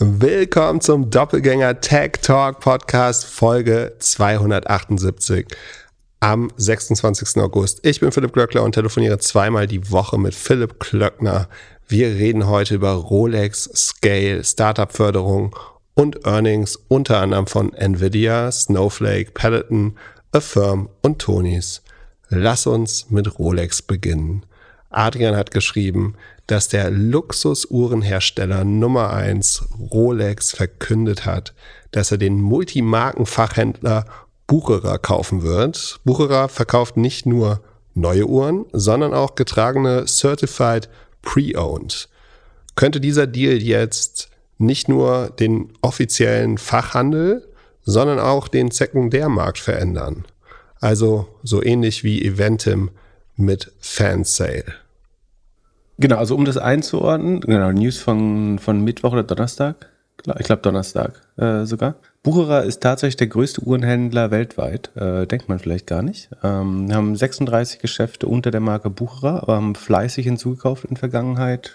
Willkommen zum Doppelgänger Tech Talk Podcast Folge 278 am 26. August. Ich bin Philipp Glöckler und telefoniere zweimal die Woche mit Philipp Klöckner. Wir reden heute über Rolex, Scale, Startup-Förderung und Earnings unter anderem von Nvidia, Snowflake, Peloton, Affirm und Tonys. Lass uns mit Rolex beginnen. Adrian hat geschrieben, dass der Luxusuhrenhersteller Nummer 1 Rolex verkündet hat, dass er den Multimarkenfachhändler Bucherer kaufen wird. Bucherer verkauft nicht nur neue Uhren, sondern auch getragene Certified Pre-Owned. Könnte dieser Deal jetzt nicht nur den offiziellen Fachhandel, sondern auch den Sekundärmarkt verändern? Also so ähnlich wie Eventim mit Fansale. Genau, also um das einzuordnen, genau, News von Mittwoch oder Donnerstag, ich glaube Donnerstag sogar. Bucherer ist tatsächlich der größte Uhrenhändler weltweit, denkt man vielleicht gar nicht. Wir haben 36 Geschäfte unter der Marke Bucherer, aber haben fleißig hinzugekauft in der Vergangenheit.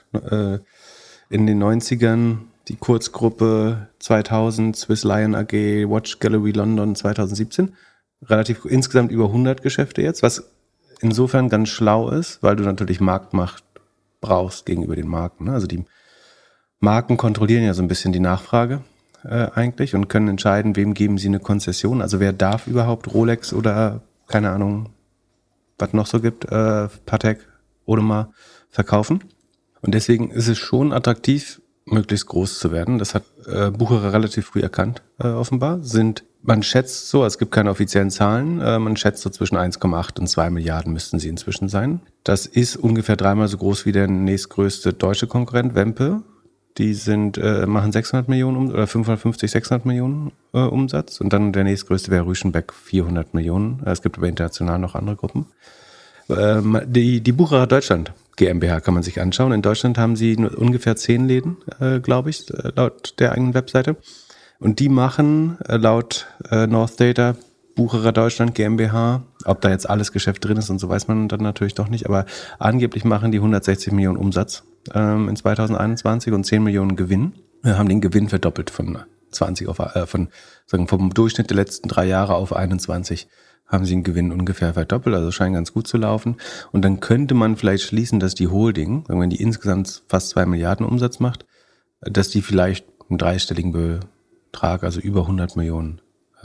In den 90ern die Kurzgruppe 2000, Swiss Lion AG, Watch Gallery London 2017. Relativ insgesamt über 100 Geschäfte jetzt, was insofern ganz schlau ist, weil du natürlich Marktmacht brauchst gegenüber den Marken. Ne? Also die Marken kontrollieren ja so ein bisschen die Nachfrage eigentlich und können entscheiden, wem geben sie eine Konzession. Also wer darf überhaupt Rolex oder, keine Ahnung, was noch so gibt, Patek, Audemars verkaufen. Und deswegen ist es schon attraktiv, möglichst groß zu werden. Das hat Bucherer relativ früh erkannt, offenbar. Man schätzt so, es gibt keine offiziellen Zahlen, man schätzt so zwischen 1,8 und 2 Milliarden müssten sie inzwischen sein. Das ist ungefähr dreimal so groß wie der nächstgrößte deutsche Konkurrent, Wempe. Die machen 600 Millionen oder 550, 600 Millionen Umsatz. Und dann der nächstgrößte wäre Rüschenbeck, 400 Millionen. Es gibt aber international noch andere Gruppen. Die Bucherer Deutschland GmbH kann man sich anschauen. In Deutschland haben sie nur ungefähr 10 Läden, glaube ich, laut der eigenen Webseite. Und die machen laut North Data Bucherer Deutschland GmbH, ob da jetzt alles Geschäft drin ist und so weiß man dann natürlich doch nicht, aber angeblich machen die 160 Millionen Umsatz in 2021 und 10 Millionen Gewinn. Wir haben den Gewinn verdoppelt vom Durchschnitt der letzten 3 Jahre auf 21 haben sie den Gewinn ungefähr verdoppelt, also scheint ganz gut zu laufen. Und dann könnte man vielleicht schließen, dass die Holding, wenn die insgesamt fast 2 Milliarden Umsatz macht, dass die vielleicht einen dreistelligen Betrag, also über 100 Millionen,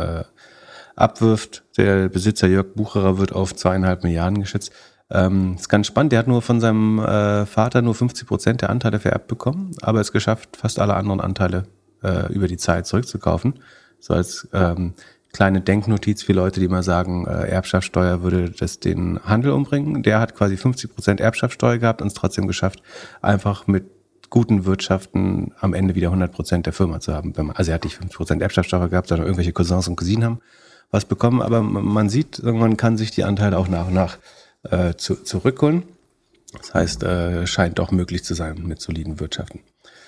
abwirft. Der Besitzer Jörg Bucherer wird auf 2,5 Milliarden geschätzt. Ist ganz spannend, der hat nur von seinem Vater nur 50% der Anteile vererbt bekommen, aber es geschafft, fast alle anderen Anteile über die Zeit zurückzukaufen. So als kleine Denknotiz für Leute, die mal sagen, Erbschaftssteuer würde das den Handel umbringen. Der hat quasi 50% Erbschaftssteuer gehabt und es trotzdem geschafft, einfach mit guten Wirtschaften am Ende wieder 100% der Firma zu haben. Also er hat nicht 50% Erbschaftssteuer gehabt, sondern irgendwelche Cousins und Cousinen haben was bekommen. Aber man sieht, man kann sich die Anteile auch nach und nach zurückholen. Das heißt, scheint doch möglich zu sein mit soliden Wirtschaften.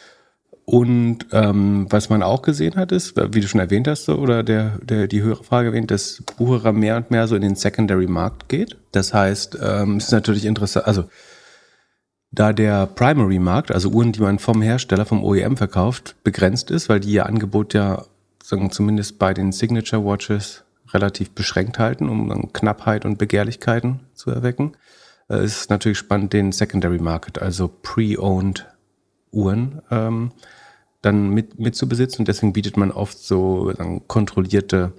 Und was man auch gesehen hat, ist, wie du schon erwähnt hast, so, oder die höhere Frage erwähnt, dass Bucherer mehr und mehr so in den Secondary-Markt geht. Das heißt, es ist natürlich interessant, also da der Primary-Markt, also Uhren, die man vom Hersteller, vom OEM verkauft, begrenzt ist, weil die ihr Angebot ja sagen, zumindest bei den Signature Watches relativ beschränkt halten, um dann Knappheit und Begehrlichkeiten zu erwecken, ist natürlich spannend, den Secondary Market, also Pre-Owned Uhren dann mit zu besitzen. Und deswegen bietet man oft so kontrollierten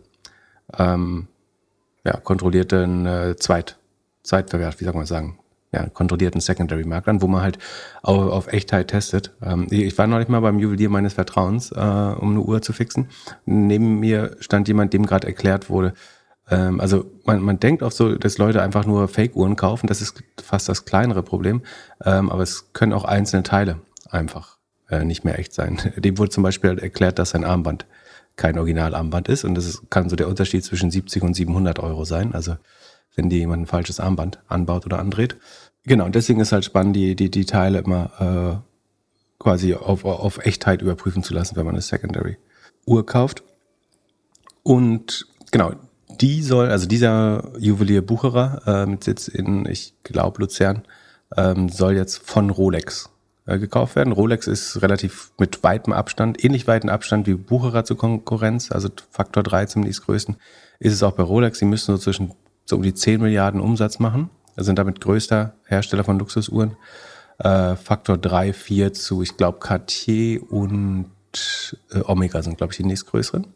Zweitverwerf, wie soll man sagen, kontrollierten Secondary-Markt an, wo man halt auf Echtheit testet. Ich war neulich mal beim Juwelier meines Vertrauens, um eine Uhr zu fixen. Neben mir stand jemand, dem gerade erklärt wurde, also man denkt oft so, dass Leute einfach nur Fake-Uhren kaufen, das ist fast das kleinere Problem, aber es können auch einzelne Teile einfach nicht mehr echt sein. Dem wurde zum Beispiel erklärt, dass sein Armband kein Originalarmband ist und kann so der Unterschied zwischen 70 und 700 Euro sein, also wenn dir jemand ein falsches Armband anbaut oder andreht. Genau, und deswegen ist halt spannend, die Teile immer quasi auf Echtheit überprüfen zu lassen, wenn man eine Secondary-Uhr kauft. Und genau, dieser Juwelier Bucherer mit Sitz in, ich glaube, Luzern, soll jetzt von Rolex gekauft werden. Rolex ist relativ mit weitem Abstand, ähnlich weiten Abstand wie Bucherer zur Konkurrenz, also Faktor 3 zum nächstgrößten, ist es auch bei Rolex. Die müssen so um die 10 Milliarden Umsatz machen, also sind damit größter Hersteller von Luxusuhren. Faktor 3, 4 zu, ich glaube, Cartier und Omega sind, glaube ich, die nächstgrößeren.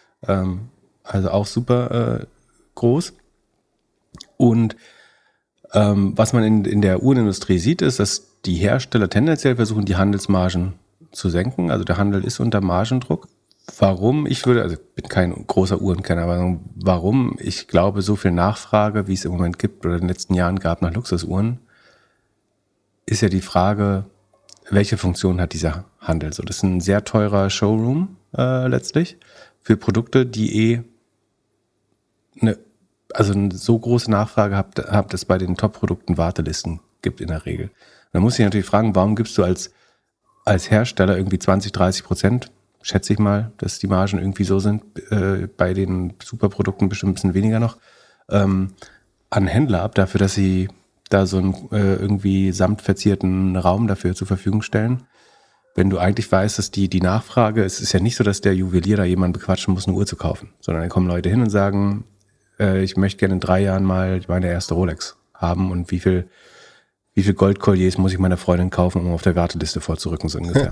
Also auch super groß. Und was man in der Uhrenindustrie sieht, ist, dass die Hersteller tendenziell versuchen, die Handelsmargen zu senken. Also der Handel ist unter Margendruck. Warum? Ich bin kein großer Uhrenkenner, aber warum? Ich glaube, so viel Nachfrage, wie es im Moment gibt oder in den letzten Jahren gab nach Luxusuhren, ist ja die Frage, welche Funktion hat dieser Handel? So, das ist ein sehr teurer Showroom letztlich für Produkte, die eine so große Nachfrage habt es bei den Top-Produkten Wartelisten gibt in der Regel. Man muss sich natürlich fragen, warum gibst du als Hersteller irgendwie 20-30%, schätze ich mal, dass die Margen irgendwie so sind, bei den Superprodukten bestimmt ein bisschen weniger noch, an Händler ab, dafür, dass sie da so einen irgendwie samtverzierten Raum dafür zur Verfügung stellen. Wenn du eigentlich weißt, dass die Nachfrage, es ist ja nicht so, dass der Juwelier da jemanden bequatschen muss, eine Uhr zu kaufen, sondern da kommen Leute hin und sagen, ich möchte gerne in 3 Jahren mal meine erste Rolex haben und wie viel Goldkolliers muss ich meiner Freundin kaufen, um auf der Warteliste vorzurücken, so ungefähr.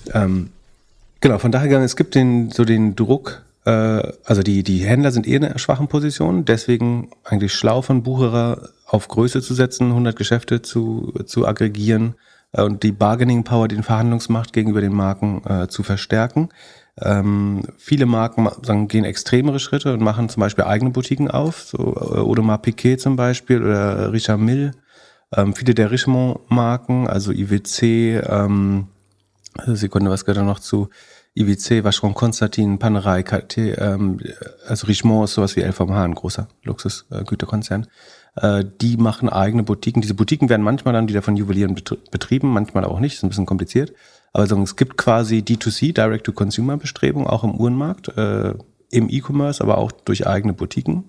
Genau, von daher, es gibt den Druck, also die Händler sind in einer schwachen Position, deswegen eigentlich schlau von Bucherer auf Größe zu setzen, 100 Geschäfte zu aggregieren und die Bargaining Power, die Verhandlungsmacht gegenüber den Marken zu verstärken. Viele Marken gehen extremere Schritte und machen zum Beispiel eigene Boutiquen auf, so Audemars Piguet zum Beispiel oder Richard Mille. Viele der Richemont-Marken, also IWC, Sekunde, was gehört da noch zu? IWC, Vacheron Constantin, Panerai, Cartier, also Richemont ist sowas wie LVMH, ein großer Luxusgüterkonzern. Die machen eigene Boutiquen. Diese Boutiquen werden manchmal dann wieder von Juwelieren betrieben, manchmal auch nicht, ist ein bisschen kompliziert. Aber es gibt quasi D2C, Direct-to-Consumer-Bestrebungen, auch im Uhrenmarkt, im E-Commerce, aber auch durch eigene Boutiquen.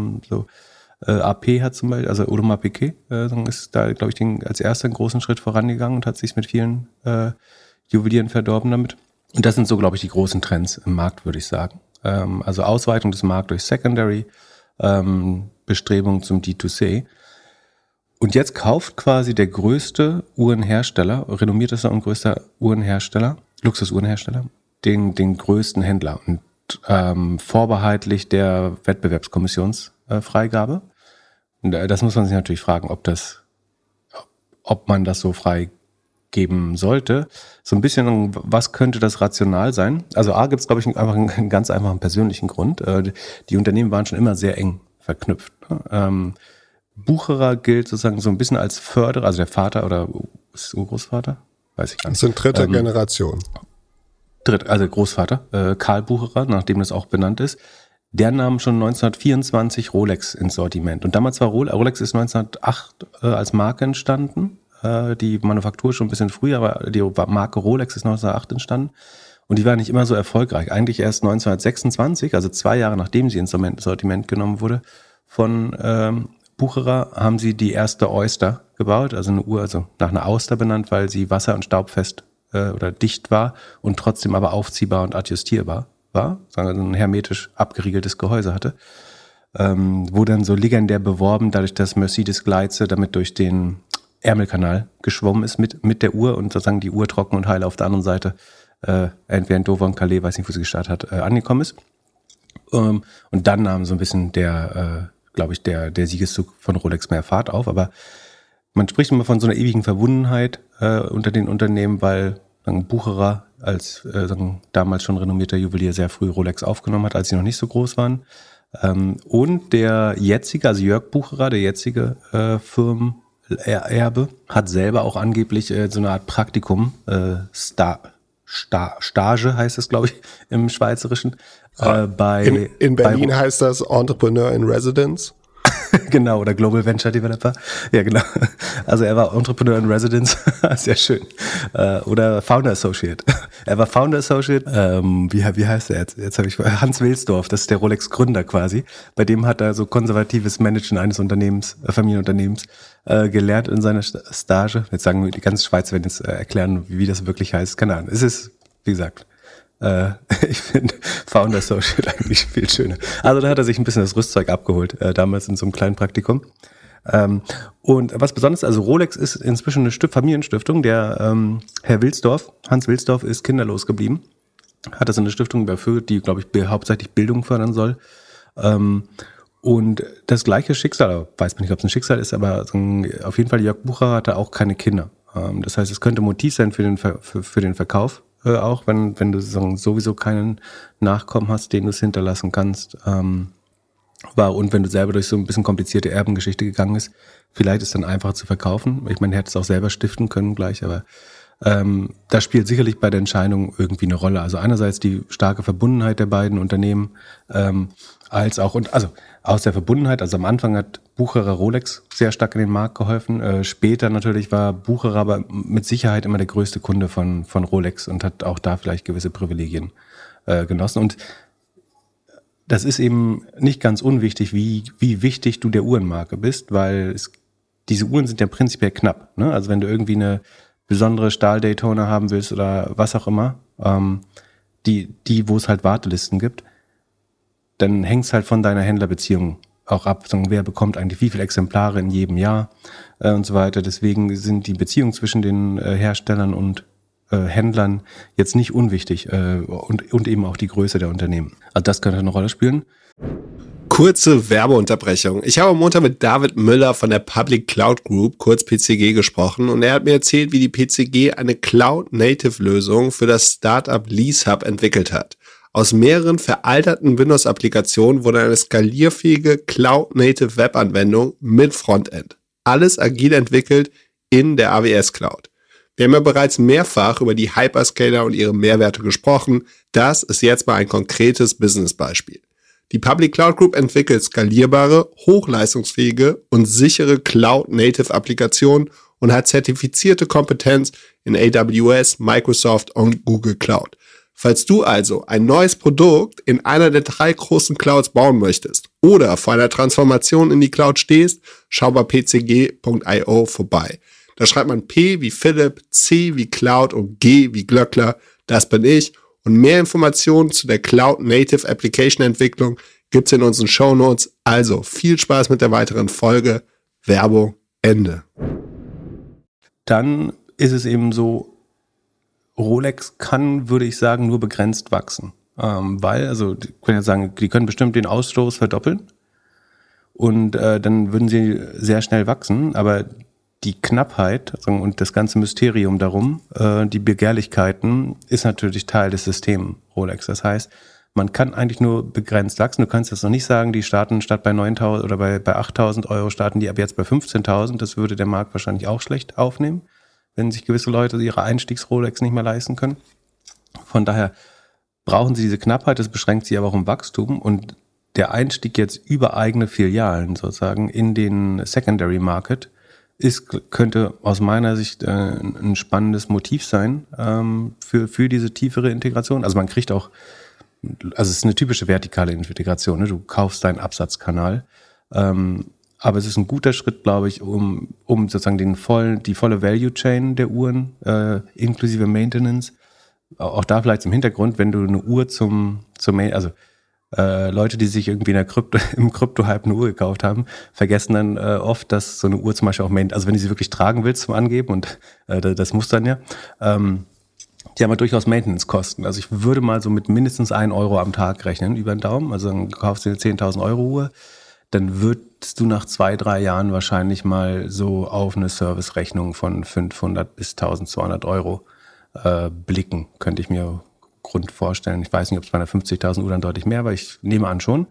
AP hat zum Beispiel, also Audemars Piguet, ist da, glaube ich, als erster einen großen Schritt vorangegangen und hat sich mit vielen Juwelieren verdorben damit. Und das sind so, glaube ich, die großen Trends im Markt, würde ich sagen. Also Ausweitung des Markts durch Secondary, Bestrebungen zum D2C. Und jetzt kauft quasi der größte Uhrenhersteller, renommiertester und größter Uhrenhersteller, Luxusuhrenhersteller, den größten Händler und vorbehaltlich der Wettbewerbskommissionsfreigabe. Und das muss man sich natürlich fragen, ob man das so freigeben sollte. So ein bisschen, was könnte das rational sein? Also gibt es, glaube ich, einfach einen ganz einfachen persönlichen Grund. Die Unternehmen waren schon immer sehr eng verknüpft. Bucherer gilt sozusagen so ein bisschen als Förderer, also der Vater oder ist Urgroßvater? Weiß ich gar nicht. Das sind dritte Generation. Also Großvater, Karl Bucherer, nachdem das auch benannt ist, der nahm schon 1924 Rolex ins Sortiment. Und damals war Rolex ist 1908 als Marke entstanden. Die Manufaktur schon ein bisschen früher, aber die Marke Rolex ist 1908 entstanden. Und die war nicht immer so erfolgreich. Eigentlich erst 1926, also 2 Jahre nachdem sie ins Sortiment genommen wurde, von Bucherer haben sie die erste Oyster gebaut, also eine Uhr, also nach einer Auster benannt, weil sie wasser- und staubfest oder dicht war und trotzdem aber aufziehbar und adjustierbar war, sondern ein hermetisch abgeriegeltes Gehäuse hatte. Wurde dann so legendär beworben, dadurch, dass Mercedes Gleitze damit durch den Ärmelkanal geschwommen ist mit der Uhr und sozusagen die Uhr trocken und heil auf der anderen Seite, entweder in Dover und Calais, weiß nicht, wo sie gestartet hat, angekommen ist. Und dann nahm so ein bisschen der Siegeszug von Rolex mehr Fahrt auf, aber man spricht immer von so einer ewigen Verbundenheit unter den Unternehmen, weil Bucherer als damals schon renommierter Juwelier sehr früh Rolex aufgenommen hat, als sie noch nicht so groß waren. Und der jetzige, also Jörg Bucherer, der jetzige Firmenerbe, hat selber auch angeblich so eine Art Praktikum, Stage heißt es, glaube ich, im Schweizerischen. In Berlin heißt das Entrepreneur in Residence. Genau, oder Global Venture Developer. Ja, genau. Also er war Entrepreneur in Residence, sehr schön. Oder Founder Associate. Er war Founder Associate, wie heißt er jetzt? Jetzt habe ich Hans Wilsdorf, das ist der Rolex-Gründer quasi. Bei dem hat er so konservatives Managen eines Unternehmens, Familienunternehmens, gelernt in seiner Stage. Jetzt sagen wir, die ganze Schweiz werden jetzt erklären, wie das wirklich heißt. Keine Ahnung. Es ist, wie gesagt, ich finde Founder Associate eigentlich viel schöner. Also da hat er sich ein bisschen das Rüstzeug abgeholt, damals in so einem kleinen Praktikum. Und was besonders, also Rolex ist inzwischen eine Familienstiftung. Der Herr Wilsdorf, Hans Wilsdorf, ist kinderlos geblieben. Hat also eine Stiftung überführt, die, glaube ich, hauptsächlich Bildung fördern soll. Und das gleiche Schicksal, weiß man nicht, ob es ein Schicksal ist, aber auf jeden Fall Jörg Bucherer hatte auch keine Kinder. Das heißt, es könnte Motiv sein für den Verkauf. Auch wenn du sowieso keinen Nachkommen hast, den du es hinterlassen kannst. Und wenn du selber durch so ein bisschen komplizierte Erbengeschichte gegangen bist, vielleicht ist es dann einfacher zu verkaufen. Ich meine, er hätte es auch selber stiften können gleich, aber das spielt sicherlich bei der Entscheidung irgendwie eine Rolle. Also einerseits die starke Verbundenheit der beiden Unternehmen, als auch, und also aus der Verbundenheit, also am Anfang hat Bucherer Rolex sehr stark in den Markt geholfen. Später natürlich war Bucherer aber mit Sicherheit immer der größte Kunde von Rolex und hat auch da vielleicht gewisse Privilegien genossen. Und das ist eben nicht ganz unwichtig, wie wichtig du der Uhrenmarke bist, weil diese Uhren sind ja prinzipiell knapp. Ne? Also wenn du irgendwie eine besondere Stahl-Daytona haben willst oder was auch immer, wo es halt Wartelisten gibt, dann hängt es halt von deiner Händlerbeziehung auch ab, wer bekommt eigentlich wie viele Exemplare in jedem Jahr und so weiter. Deswegen sind die Beziehungen zwischen den Herstellern und Händlern jetzt nicht unwichtig und eben auch die Größe der Unternehmen. Also das könnte eine Rolle spielen. Kurze Werbeunterbrechung. Ich habe am Montag mit David Müller von der Public Cloud Group, kurz PCG, gesprochen und er hat mir erzählt, wie die PCG eine Cloud-Native-Lösung für das Startup LeaseHub entwickelt hat. Aus mehreren veralterten Windows-Applikationen wurde eine skalierfähige Cloud-Native-Web-Anwendung mit Frontend. Alles agil entwickelt in der AWS Cloud. Wir haben ja bereits mehrfach über die Hyperscaler und ihre Mehrwerte gesprochen. Das ist jetzt mal ein konkretes Business-Beispiel. Die Public Cloud Group entwickelt skalierbare, hochleistungsfähige und sichere Cloud-Native-Applikationen und hat zertifizierte Kompetenz in AWS, Microsoft und Google Cloud. Falls du also ein neues Produkt in einer der 3 großen Clouds bauen möchtest oder vor einer Transformation in die Cloud stehst, schau bei pcg.io vorbei. Da schreibt man P wie Philipp, C wie Cloud und G wie Glöckler. Das bin ich. Und mehr Informationen zu der Cloud Native Application Entwicklung gibt's in unseren Shownotes. Also viel Spaß mit der weiteren Folge. Werbung Ende. Dann ist es eben so, Rolex kann, würde ich sagen, nur begrenzt wachsen. Weil, also die können ja sagen, die können bestimmt den Ausstoß verdoppeln und dann würden sie sehr schnell wachsen, aber die Knappheit und das ganze Mysterium darum, die Begehrlichkeiten, ist natürlich Teil des Systems Rolex. Das heißt, man kann eigentlich nur begrenzt wachsen. Du kannst jetzt noch nicht sagen, die starten statt bei 9.000 oder bei 8.000 Euro starten die ab jetzt bei 15.000. Das würde der Markt wahrscheinlich auch schlecht aufnehmen, wenn sich gewisse Leute ihre Einstiegs-Rolex nicht mehr leisten können. Von daher brauchen sie diese Knappheit, das beschränkt sie aber auch im Wachstum. Und der Einstieg jetzt über eigene Filialen sozusagen in den Secondary Market könnte aus meiner Sicht ein spannendes Motiv sein für diese tiefere Integration. Also man kriegt auch, also es ist eine typische vertikale Integration, ne? Du kaufst deinen Absatzkanal, aber es ist ein guter Schritt, glaube ich, um sozusagen die volle Value Chain der Uhren, inklusive Maintenance, auch da vielleicht zum Hintergrund, wenn du eine Uhr also Leute, die sich irgendwie im Krypto-Hype eine Uhr gekauft haben, vergessen dann oft, dass so eine Uhr zum Beispiel auch also wenn du sie wirklich tragen willst zum Angeben, und das muss dann ja, die haben ja durchaus Maintenance-Kosten. Also ich würde mal so mit mindestens 1 Euro am Tag rechnen, über den Daumen. Also dann kaufst du eine 10.000 Euro Uhr, dann würdest du nach 2-3 Jahren wahrscheinlich mal so auf eine Servicerechnung von 500 bis 1.200 Euro blicken, könnte ich mir Grund vorstellen. Ich weiß nicht, ob es bei einer 50.000 Uhr dann deutlich mehr war, ich nehme an schon.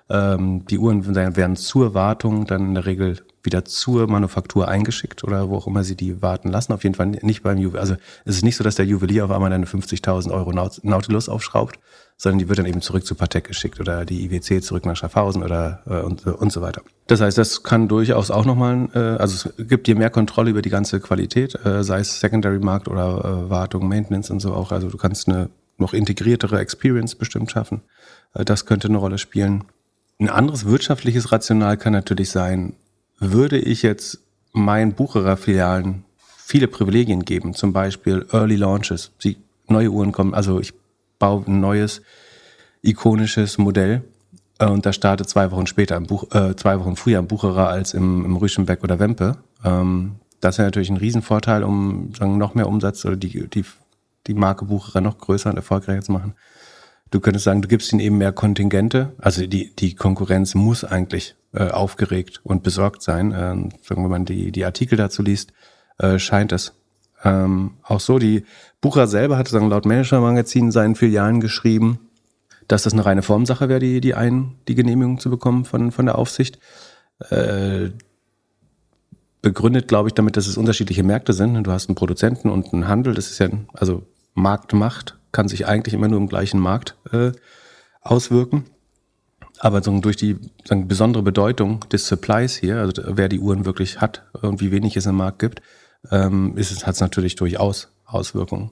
Die Uhren werden zur Wartung dann in der Regel wieder zur Manufaktur eingeschickt oder wo auch immer sie die warten lassen. Auf jeden Fall nicht beim Juwelier. Also es ist nicht so, dass der Juwelier auf einmal eine 50.000 Euro Nautilus aufschraubt, sondern die wird dann eben zurück zu Patek geschickt oder die IWC zurück nach Schaffhausen oder und so weiter. Das heißt, das kann durchaus auch nochmal, also es gibt dir mehr Kontrolle über die ganze Qualität, sei es Secondary-Markt oder Wartung, Maintenance und so auch. Also du kannst eine noch integriertere Experience bestimmt schaffen. Das könnte eine Rolle spielen. Ein anderes wirtschaftliches Rational kann natürlich sein, würde ich jetzt meinen Bucherer-Filialen viele Privilegien geben, zum Beispiel Early Launches, neue Uhren kommen, also ich baue ein neues, ikonisches Modell und das startet 2 Wochen später, 2 Wochen früher im Bucherer als im Rüschenbeck oder Wempe. Das wäre natürlich ein Riesenvorteil, um noch mehr Umsatz oder die Marke Bucherer noch größer und erfolgreicher zu machen. Du könntest sagen, du gibst ihnen eben mehr Kontingente. Also die Konkurrenz muss eigentlich aufgeregt und besorgt sein. Wenn man die Artikel dazu liest, scheint es. Auch so, die Bucherer selber hat laut Manager-Magazin in seinen Filialen geschrieben, dass das eine reine Formsache wäre, die Genehmigung zu bekommen von der Aufsicht. Begründet, glaube ich, damit, dass es unterschiedliche Märkte sind. Du hast einen Produzenten und einen Handel. Das ist ja, also Marktmacht kann sich eigentlich immer nur im gleichen Markt auswirken. Aber durch die besondere Bedeutung des Supplies hier, also wer die Uhren wirklich hat und wie wenig es im Markt gibt, hat es natürlich durchaus Auswirkungen,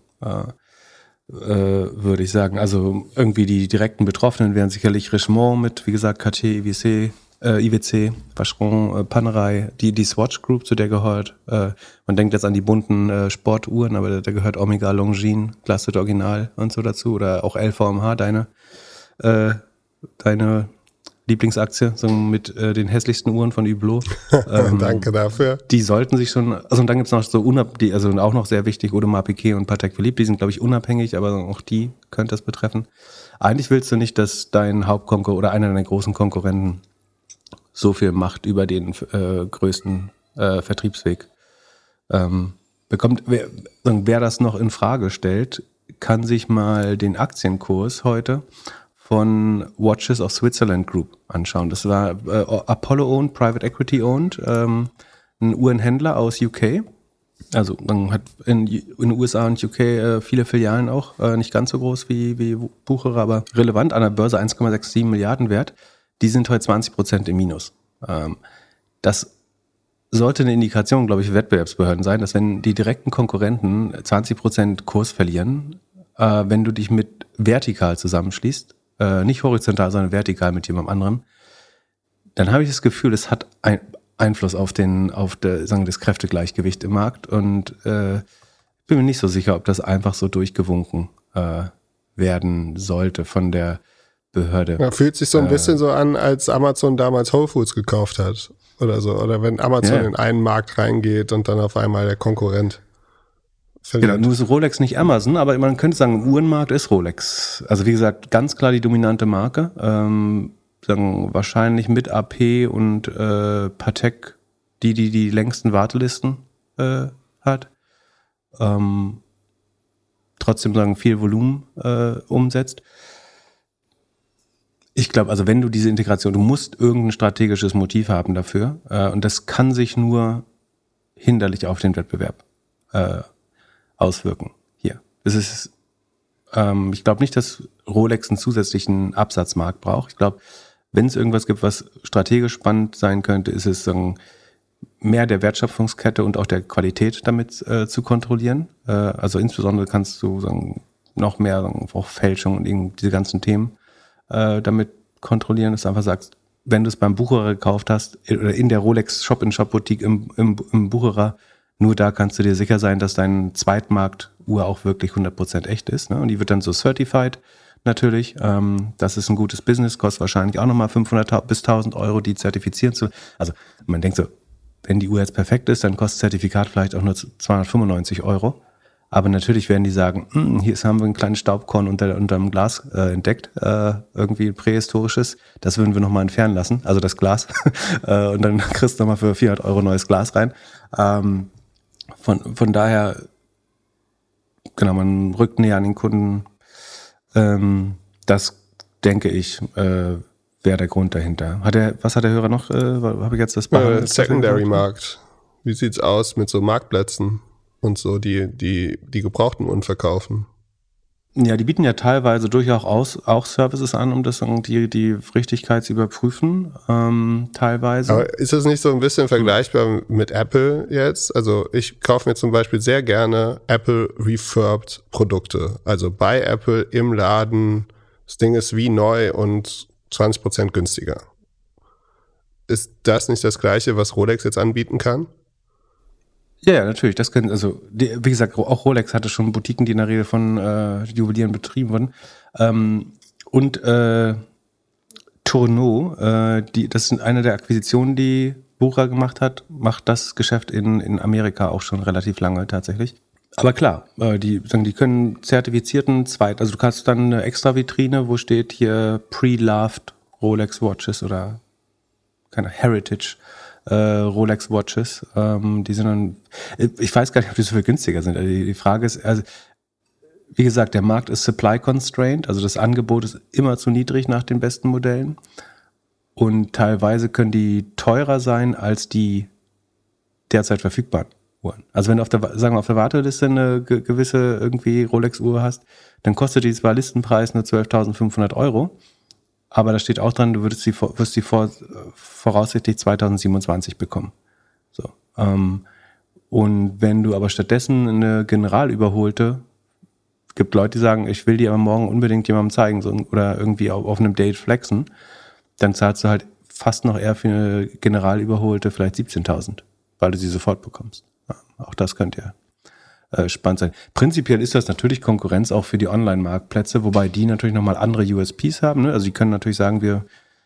würde ich sagen. Also irgendwie die direkten Betroffenen wären sicherlich Richemont mit, wie gesagt, Cartier, IWC, Vacheron, Panerai, die Swatch Group, zu der gehört. Man denkt jetzt an die bunten Sportuhren, aber da gehört Omega, Longines, Glacé Original und so dazu. Oder auch LVMH, deine Lieblingsaktie, so mit den hässlichsten Uhren von Hublot. Danke dafür. Die sollten sich schon, also und dann gibt's noch so also auch noch sehr wichtig, Audemars Piguet und Patek Philippe, die sind, glaube ich, unabhängig, aber auch die könnte das betreffen. Eigentlich willst du nicht, dass dein Hauptkonkurrent oder einer deiner großen Konkurrenten so viel Macht über den größten Vertriebsweg bekommt. Wer das noch in Frage stellt, kann sich mal den Aktienkurs heute von Watches of Switzerland Group anschauen. Das war Apollo-owned, Private Equity-owned, ein Uhrenhändler aus UK. Also man hat in den USA und UK viele Filialen auch, nicht ganz so groß wie Bucherer, aber relevant, an der Börse 1,67 Milliarden wert. Die sind heute 20% im Minus. Das sollte eine Indikation, glaube ich, für Wettbewerbsbehörden sein, dass wenn die direkten Konkurrenten 20% Kurs verlieren, wenn du dich mit vertikal zusammenschließt, nicht horizontal, sondern vertikal mit jemandem anderen, dann habe ich das Gefühl, es hat Einfluss auf das Kräftegleichgewicht im Markt und bin mir nicht so sicher, ob das einfach so durchgewunken werden sollte von der Behörde. Ja, fühlt sich so ein bisschen so an, als Amazon damals Whole Foods gekauft hat oder so. Oder wenn Amazon in einen Markt reingeht und dann auf einmal der Konkurrent verliert. Genau, nur ist Rolex nicht Amazon, aber man könnte sagen, im Uhrenmarkt ist Rolex. Also wie gesagt, ganz klar die dominante Marke. Wahrscheinlich mit AP und Patek, die längsten Wartelisten hat. Trotzdem viel Volumen umsetzt. Ich glaube, also wenn du diese Integration, du musst irgendein strategisches Motiv haben dafür und das kann sich nur hinderlich auf den Wettbewerb auswirken. Hier. Das ist, ich glaube nicht, dass Rolex einen zusätzlichen Absatzmarkt braucht. Ich glaube, wenn es irgendwas gibt, was strategisch spannend sein könnte, ist es mehr der Wertschöpfungskette und auch der Qualität damit zu kontrollieren. Also insbesondere kannst du noch mehr auch Fälschung und diese ganzen Themen damit kontrollieren, dass du einfach sagst, wenn du es beim Bucherer gekauft hast oder in der Rolex Shop-in-Shop-Boutique im Bucherer, nur da kannst du dir sicher sein, dass dein Zweitmarkt-Uhr auch wirklich 100% echt ist. Ne? Und die wird dann so certified natürlich. Das ist ein gutes Business, kostet wahrscheinlich auch nochmal 500 bis 1.000 Euro, die zertifizieren zu. Also man denkt so, wenn die Uhr jetzt perfekt ist, dann kostet Zertifikat vielleicht auch nur 295 Euro. Aber natürlich werden die sagen, hier haben wir ein kleines Staubkorn unterm Glas entdeckt, irgendwie prähistorisches, das würden wir nochmal entfernen lassen, also das Glas. Und dann kriegst du nochmal für 400 Euro neues Glas rein. Von daher, genau, man rückt näher an den Kunden. Das, denke ich, wäre wäre der Grund dahinter. Was hat der Hörer noch? Habe ich jetzt das behandelt? Secondary-Markt. Wie sieht's aus mit so Marktplätzen und so, die gebrauchten Uhren verkaufen? Ja, die bieten ja teilweise durchaus auch Services an, um das irgendwie die Richtigkeit zu überprüfen, teilweise. Aber ist das nicht so ein bisschen vergleichbar mit Apple jetzt? Also ich kaufe mir zum Beispiel sehr gerne Apple Refurbed Produkte. Also bei Apple im Laden, das Ding ist wie neu und 20% günstiger. Ist das nicht das Gleiche, was Rolex jetzt anbieten kann? Ja, natürlich. Das können, also wie gesagt, auch Rolex hatte schon Boutiquen, die in der Regel von Juwelieren betrieben wurden. Und Tourneau, das ist eine der Akquisitionen, die Bucherer gemacht hat, macht das Geschäft in Amerika auch schon relativ lange tatsächlich. Aber klar, die können zertifizierten also du kannst dann eine extra Vitrine, wo steht hier Pre-Loved Rolex Watches oder keine Heritage Rolex Watches. Die sind dann, ich weiß gar nicht, ob die so viel günstiger sind. Also die Frage ist, also, wie gesagt, der Markt ist supply constrained, also das Angebot ist immer zu niedrig nach den besten Modellen. Und teilweise können die teurer sein als die derzeit verfügbaren Uhren. Also wenn du auf der Warteliste eine gewisse irgendwie Rolex-Uhr hast, dann kostet die zwar Listenpreis nur 12.500 €, aber da steht auch dran, du wirst sie voraussichtlich 2027 bekommen. So. Und wenn du aber stattdessen eine generalüberholte, gibt Leute, die sagen, ich will die aber morgen unbedingt jemandem zeigen oder irgendwie auf einem Date flexen, dann zahlst du halt fast noch eher für eine generalüberholte vielleicht 17.000, weil du sie sofort bekommst. Ja, auch das könnte ja spannend sein. Prinzipiell ist das natürlich Konkurrenz auch für die Online-Marktplätze, wobei die natürlich nochmal andere USPs haben. Ne? Also die können natürlich sagen,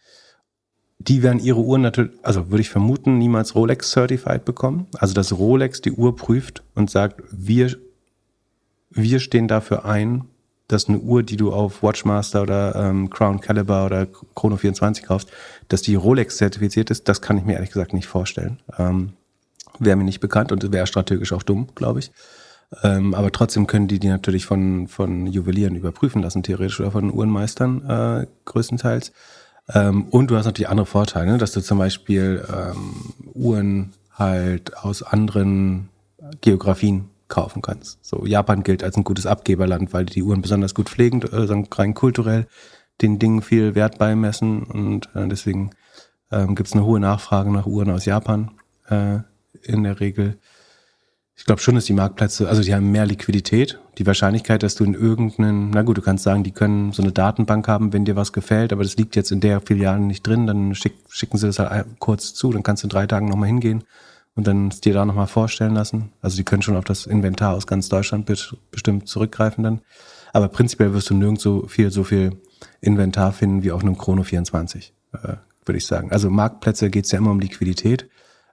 die werden ihre Uhren natürlich, also würde ich vermuten, niemals Rolex-Certified bekommen. Also dass Rolex die Uhr prüft und sagt, wir stehen dafür ein, dass eine Uhr, die du auf Watchmaster oder Crown Caliber oder Chrono 24 kaufst, dass die Rolex-zertifiziert ist, das kann ich mir ehrlich gesagt nicht vorstellen. Wäre mir nicht bekannt und wäre strategisch auch dumm, glaube ich. Aber trotzdem können die natürlich von Juwelieren überprüfen lassen, theoretisch, oder von Uhrenmeistern größtenteils. Und du hast natürlich andere Vorteile, ne? Dass du zum Beispiel Uhren halt aus anderen Geografien kaufen kannst. So, Japan gilt als ein gutes Abgeberland, weil die Uhren besonders gut pflegen, rein kulturell den Dingen viel Wert beimessen und deswegen gibt es eine hohe Nachfrage nach Uhren aus Japan in der Regel. Ich glaube schon, dass die Marktplätze, also die haben mehr Liquidität. Die Wahrscheinlichkeit, dass du in du kannst sagen, die können so eine Datenbank haben, wenn dir was gefällt, aber das liegt jetzt in der Filiale nicht drin, dann schicken sie das halt kurz zu, dann kannst du in 3 Tagen nochmal hingehen und dann es dir da nochmal vorstellen lassen. Also die können schon auf das Inventar aus ganz Deutschland bestimmt zurückgreifen dann. Aber prinzipiell wirst du nirgends so viel Inventar finden wie auf einem Chrono 24, würde ich sagen. Also Marktplätze geht es ja immer um Liquidität.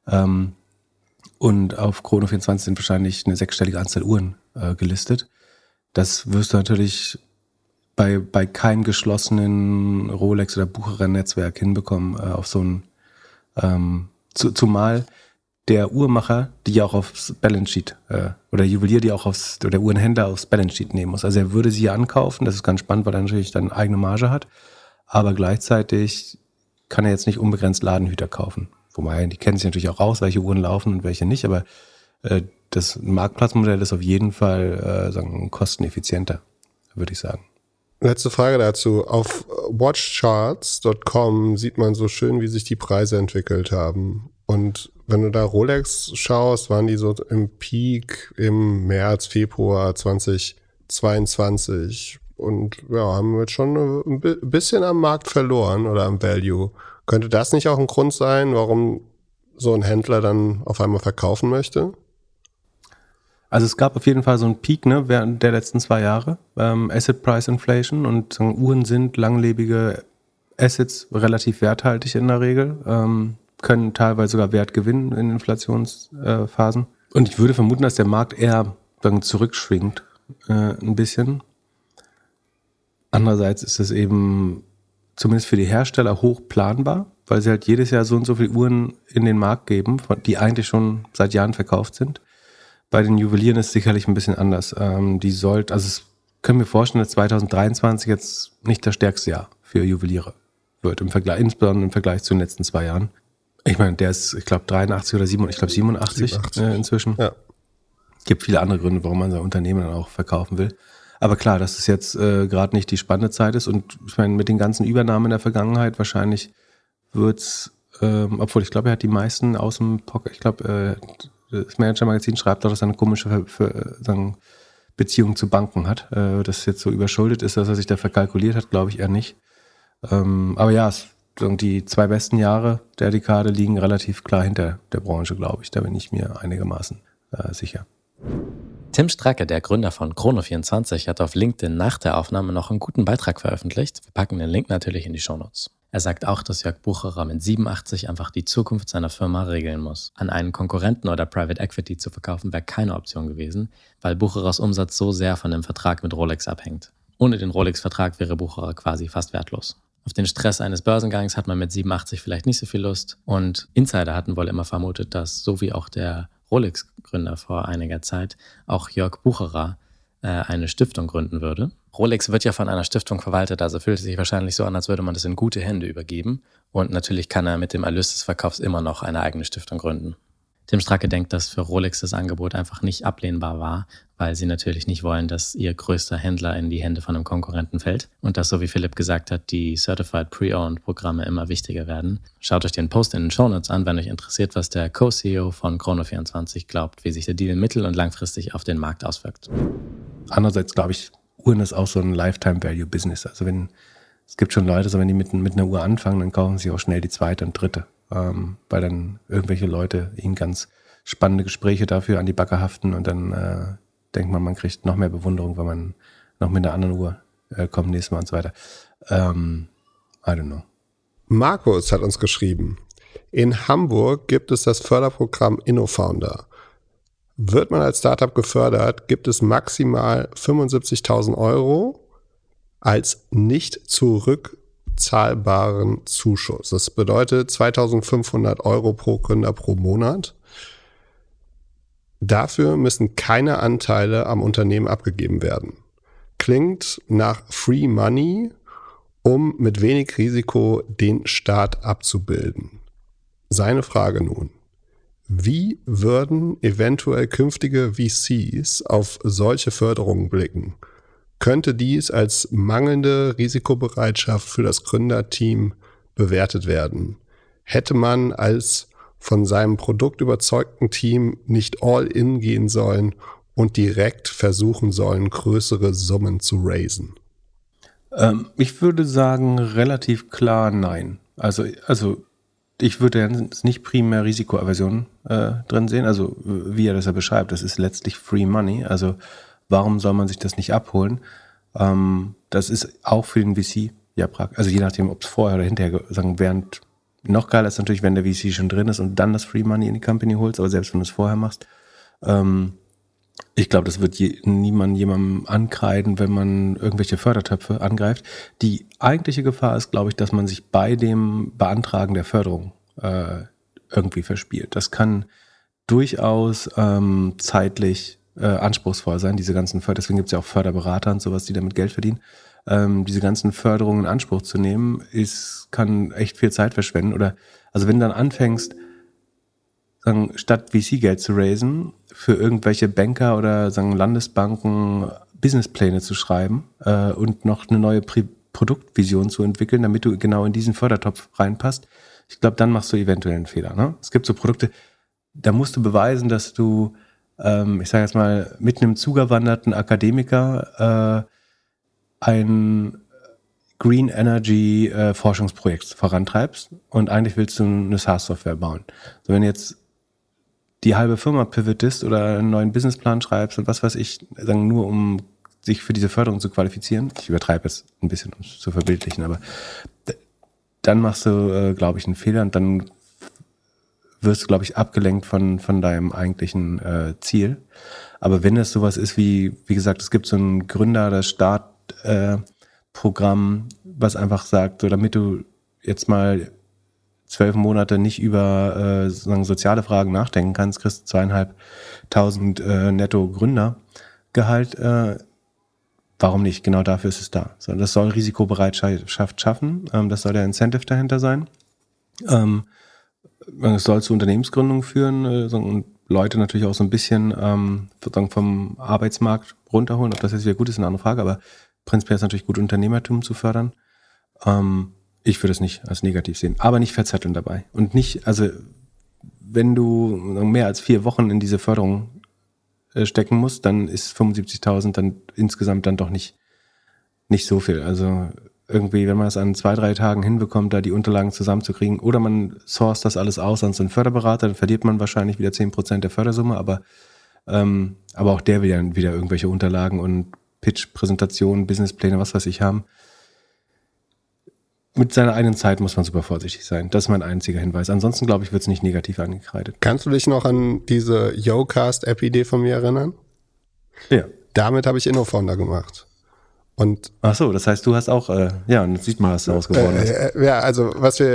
Und auf Chrono 24 sind wahrscheinlich eine 6-stellige Anzahl Uhren gelistet. Das wirst du natürlich bei keinem geschlossenen Rolex- oder Bucherer-Netzwerk hinbekommen, auf so ein zumal der Uhrmacher, die ja auch aufs Balance Sheet oder Juwelier, die auch oder Uhrenhändler aufs Balance Sheet nehmen muss. Also er würde sie ja ankaufen, das ist ganz spannend, weil er natürlich dann eigene Marge hat, aber gleichzeitig kann er jetzt nicht unbegrenzt Ladenhüter kaufen. Wobei, die kennen sich natürlich auch aus, welche Uhren laufen und welche nicht, aber das Marktplatzmodell ist auf jeden Fall kosteneffizienter, würde ich sagen. Letzte Frage dazu. Auf watchcharts.com sieht man so schön, wie sich die Preise entwickelt haben. Und wenn du da Rolex schaust, waren die so im Peak im März, Februar 2022 und ja, haben jetzt schon ein bisschen am Markt verloren oder am Value. Könnte das nicht auch ein Grund sein, warum so ein Händler dann auf einmal verkaufen möchte? Also es gab auf jeden Fall so einen Peak, ne, während der letzten 2 Jahre, Asset Price Inflation, und Uhren sind langlebige Assets, relativ werthaltig in der Regel, können teilweise sogar Wert gewinnen in Inflationsphasen. Und ich würde vermuten, dass der Markt eher zurückschwingt, ein bisschen. Andererseits ist es eben zumindest für die Hersteller hoch planbar, weil sie halt jedes Jahr so und so viele Uhren in den Markt geben, die eigentlich schon seit Jahren verkauft sind. Bei den Juwelieren ist es sicherlich ein bisschen anders. Können wir vorstellen, dass 2023 jetzt nicht das stärkste Jahr für Juweliere wird, insbesondere im Vergleich zu den letzten 2 Jahren. Ich meine, der ist, ich glaube, 83 oder 87 inzwischen. Ja. Es gibt viele andere Gründe, warum man sein Unternehmen dann auch verkaufen will. Aber klar, dass es jetzt gerade nicht die spannende Zeit ist und ich meine, mit den ganzen Übernahmen in der Vergangenheit wahrscheinlich wird's, obwohl ich glaube, er hat die meisten aus dem Pocket, ich glaube, das Manager-Magazin schreibt auch, dass er eine komische Beziehung zu Banken hat, dass es jetzt so überschuldet ist, dass er sich da verkalkuliert hat, glaube ich eher nicht. Aber ja, die 2 besten Jahre der Dekade liegen relativ klar hinter der Branche, glaube ich. Da bin ich mir einigermaßen sicher. Tim Stracke, der Gründer von Chrono24, hat auf LinkedIn nach der Aufnahme noch einen guten Beitrag veröffentlicht. Wir packen den Link natürlich in die Shownotes. Er sagt auch, dass Jörg Bucherer mit 87 einfach die Zukunft seiner Firma regeln muss. An einen Konkurrenten oder Private Equity zu verkaufen, wäre keine Option gewesen, weil Bucherers Umsatz so sehr von dem Vertrag mit Rolex abhängt. Ohne den Rolex-Vertrag wäre Bucherer quasi fast wertlos. Auf den Stress eines Börsengangs hat man mit 87 vielleicht nicht so viel Lust. Und Insider hatten wohl immer vermutet, dass, so wie auch der Rolex-Gründer vor einiger Zeit, auch Jörg Bucherer eine Stiftung gründen würde. Rolex wird ja von einer Stiftung verwaltet, also fühlt es sich wahrscheinlich so an, als würde man das in gute Hände übergeben. Und natürlich kann er mit dem Erlös des Verkaufs immer noch eine eigene Stiftung gründen. Tim Stracke denkt, dass für Rolex das Angebot einfach nicht ablehnbar war, weil sie natürlich nicht wollen, dass ihr größter Händler in die Hände von einem Konkurrenten fällt und dass, so wie Philipp gesagt hat, die Certified Pre-Owned-Programme immer wichtiger werden. Schaut euch den Post in den Shownotes an, wenn euch interessiert, was der Co-CEO von Chrono24 glaubt, wie sich der Deal mittel- und langfristig auf den Markt auswirkt. Andererseits glaube ich, Uhren ist auch so ein Lifetime-Value-Business. Also es gibt schon Leute, so wenn die mit einer Uhr anfangen, dann kaufen sie auch schnell die zweite und dritte. Weil dann irgendwelche Leute ihnen ganz spannende Gespräche dafür an die Backe haften und dann denkt man kriegt noch mehr Bewunderung, wenn man noch mit einer anderen Uhr kommt nächstes Mal und so weiter. I don't know. Markus hat uns geschrieben, in Hamburg gibt es das Förderprogramm InnoFounder. Wird man als Startup gefördert, gibt es maximal 75.000 € als nicht zurückzahlbaren Zuschuss. Das bedeutet 2.500 € pro Gründer pro Monat. Dafür müssen keine Anteile am Unternehmen abgegeben werden. Klingt nach Free Money, um mit wenig Risiko den Start abzubilden. Seine Frage nun: Wie würden eventuell künftige VCs auf solche Förderungen blicken? Könnte dies als mangelnde Risikobereitschaft für das Gründerteam bewertet werden? Hätte man als von seinem Produkt überzeugten Team nicht all in gehen sollen und direkt versuchen sollen, größere Summen zu raisen? Ich würde sagen, relativ klar nein. Also ich würde jetzt nicht primär Risikoaversion drin sehen, also wie er das ja beschreibt, das ist letztlich Free Money, also warum soll man sich das nicht abholen? Das ist auch für den VC ja praktisch, also je nachdem, ob es vorher oder hinterher während. Noch geiler ist natürlich, wenn der VC schon drin ist und dann das Free Money in die Company holst, aber selbst wenn du es vorher machst, ich glaube, das wird niemand jemandem ankreiden, wenn man irgendwelche Fördertöpfe angreift. Die eigentliche Gefahr ist, glaube ich, dass man sich bei dem Beantragen der Förderung irgendwie verspielt. Das kann durchaus zeitlich anspruchsvoll sein, diese ganzen deswegen gibt es ja auch Förderberater und sowas, die damit Geld verdienen. Diese ganzen Förderungen in Anspruch zu nehmen, kann echt viel Zeit verschwenden. Oder also wenn du dann anfängst, statt VC-Geld zu raisen, für irgendwelche Banker oder Landesbanken Businesspläne zu schreiben und noch eine neue Produktvision zu entwickeln, damit du genau in diesen Fördertopf reinpasst, ich glaube, dann machst du eventuell einen Fehler. Ne? Es gibt so Produkte, da musst du beweisen, dass du, ich sage jetzt mal, mit einem zugewanderten Akademiker ein Green Energy Forschungsprojekt vorantreibst und eigentlich willst du eine SaaS-Software bauen. So, wenn jetzt die halbe Firma pivotest oder einen neuen Businessplan schreibst und was weiß ich, nur um sich für diese Förderung zu qualifizieren, ich übertreibe jetzt ein bisschen, um es zu verbildlichen, aber dann machst du, glaube ich, einen Fehler und dann wirst du, glaube ich, abgelenkt von deinem eigentlichen Ziel. Aber wenn es sowas ist wie gesagt, es gibt so ein Gründer- oder Startprogramm, was einfach sagt, so damit du jetzt mal 12 Monate nicht über soziale Fragen nachdenken kannst, kriegst du 2.500 netto Gründergehalt warum nicht? Genau dafür ist es da. So, das soll Risikobereitschaft schaffen. Das soll der Incentive dahinter sein. Es soll zu Unternehmensgründungen führen und Leute natürlich auch so ein bisschen vom Arbeitsmarkt runterholen. Ob das jetzt wieder gut ist, ist eine andere Frage, aber prinzipiell ist es natürlich gut, Unternehmertum zu fördern. Ich würde es nicht als negativ sehen, aber nicht verzetteln dabei. Und nicht, also wenn du mehr als 4 Wochen in diese Förderung stecken musst, dann ist 75.000 dann insgesamt dann doch nicht so viel. Also irgendwie, wenn man es an 2-3 Tagen hinbekommt, da die Unterlagen zusammenzukriegen, oder man sourced das alles aus an so einen Förderberater, dann verliert man wahrscheinlich wieder 10% der Fördersumme, aber auch der will ja wieder irgendwelche Unterlagen und Pitch, Präsentationen, Businesspläne, was weiß ich haben. Mit seiner eigenen Zeit muss man super vorsichtig sein. Das ist mein einziger Hinweis. Ansonsten, glaube ich, wird es nicht negativ angekreidet. Kannst du dich noch an diese YoCast-App-Idee von mir erinnern? Ja. Damit habe ich InnoFounder gemacht. Und ach so, das heißt, du hast auch, und jetzt sieht man, was daraus geworden ist. Ja, also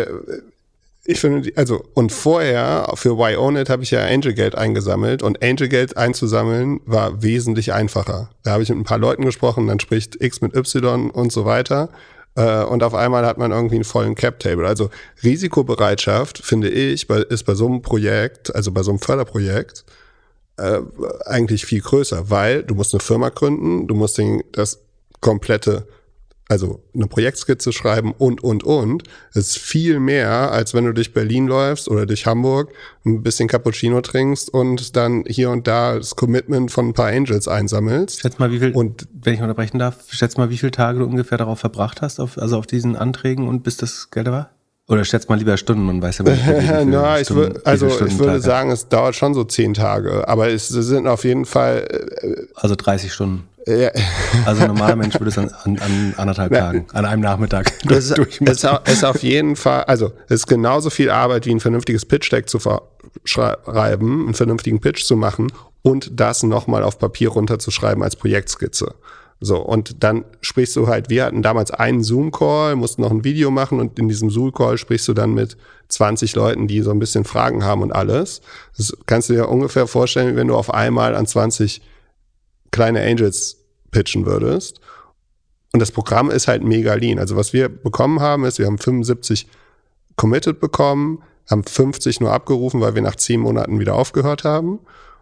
ich finde, und vorher für Why Own It habe ich ja Angelgeld eingesammelt, und Angelgeld einzusammeln war wesentlich einfacher. Da habe ich mit ein paar Leuten gesprochen, dann spricht X mit Y und so weiter. Und auf einmal hat man irgendwie einen vollen Cap-Table. Also Risikobereitschaft, finde ich, ist bei so einem Projekt, also bei so einem Förderprojekt, eigentlich viel größer, weil du musst eine Firma gründen, du musst das komplette, also eine Projektskizze schreiben und. Es ist viel mehr, als wenn du durch Berlin läufst oder durch Hamburg, ein bisschen Cappuccino trinkst und dann hier und da das Commitment von ein paar Angels einsammelst. Schätz mal, wenn ich unterbrechen darf, wie viele Tage du ungefähr darauf verbracht hast, auf diesen Anträgen und bis das Geld war? Oder schätzt mal lieber Stunden, man weiß ja nicht, ich würde sagen, es dauert schon so 10 Tage, aber es sind auf jeden Fall... also 30 Stunden. Ja. Also ein normaler Mensch würde es an 1,5 Tagen, an einem Nachmittag ist auf jeden Fall, also es ist genauso viel Arbeit, wie ein vernünftiges Pitch-Deck zu schreiben, einen vernünftigen Pitch zu machen und das nochmal auf Papier runterzuschreiben als Projektskizze. So, und dann sprichst du halt, wir hatten damals einen Zoom-Call, mussten noch ein Video machen, und in diesem Zoom-Call sprichst du dann mit 20 Leuten, die so ein bisschen Fragen haben und alles. Das kannst du dir ungefähr vorstellen, wenn du auf einmal an 20 kleine Angels pitchen würdest. Und das Programm ist halt mega lean. Also was wir bekommen haben, ist, wir haben 75 committed bekommen, haben 50 nur abgerufen, weil wir nach 10 Monaten wieder aufgehört haben.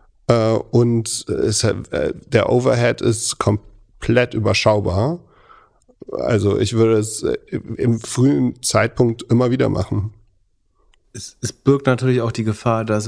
Und der Overhead ist komplett überschaubar. Also ich würde es im frühen Zeitpunkt immer wieder machen. Es birgt natürlich auch die Gefahr, dass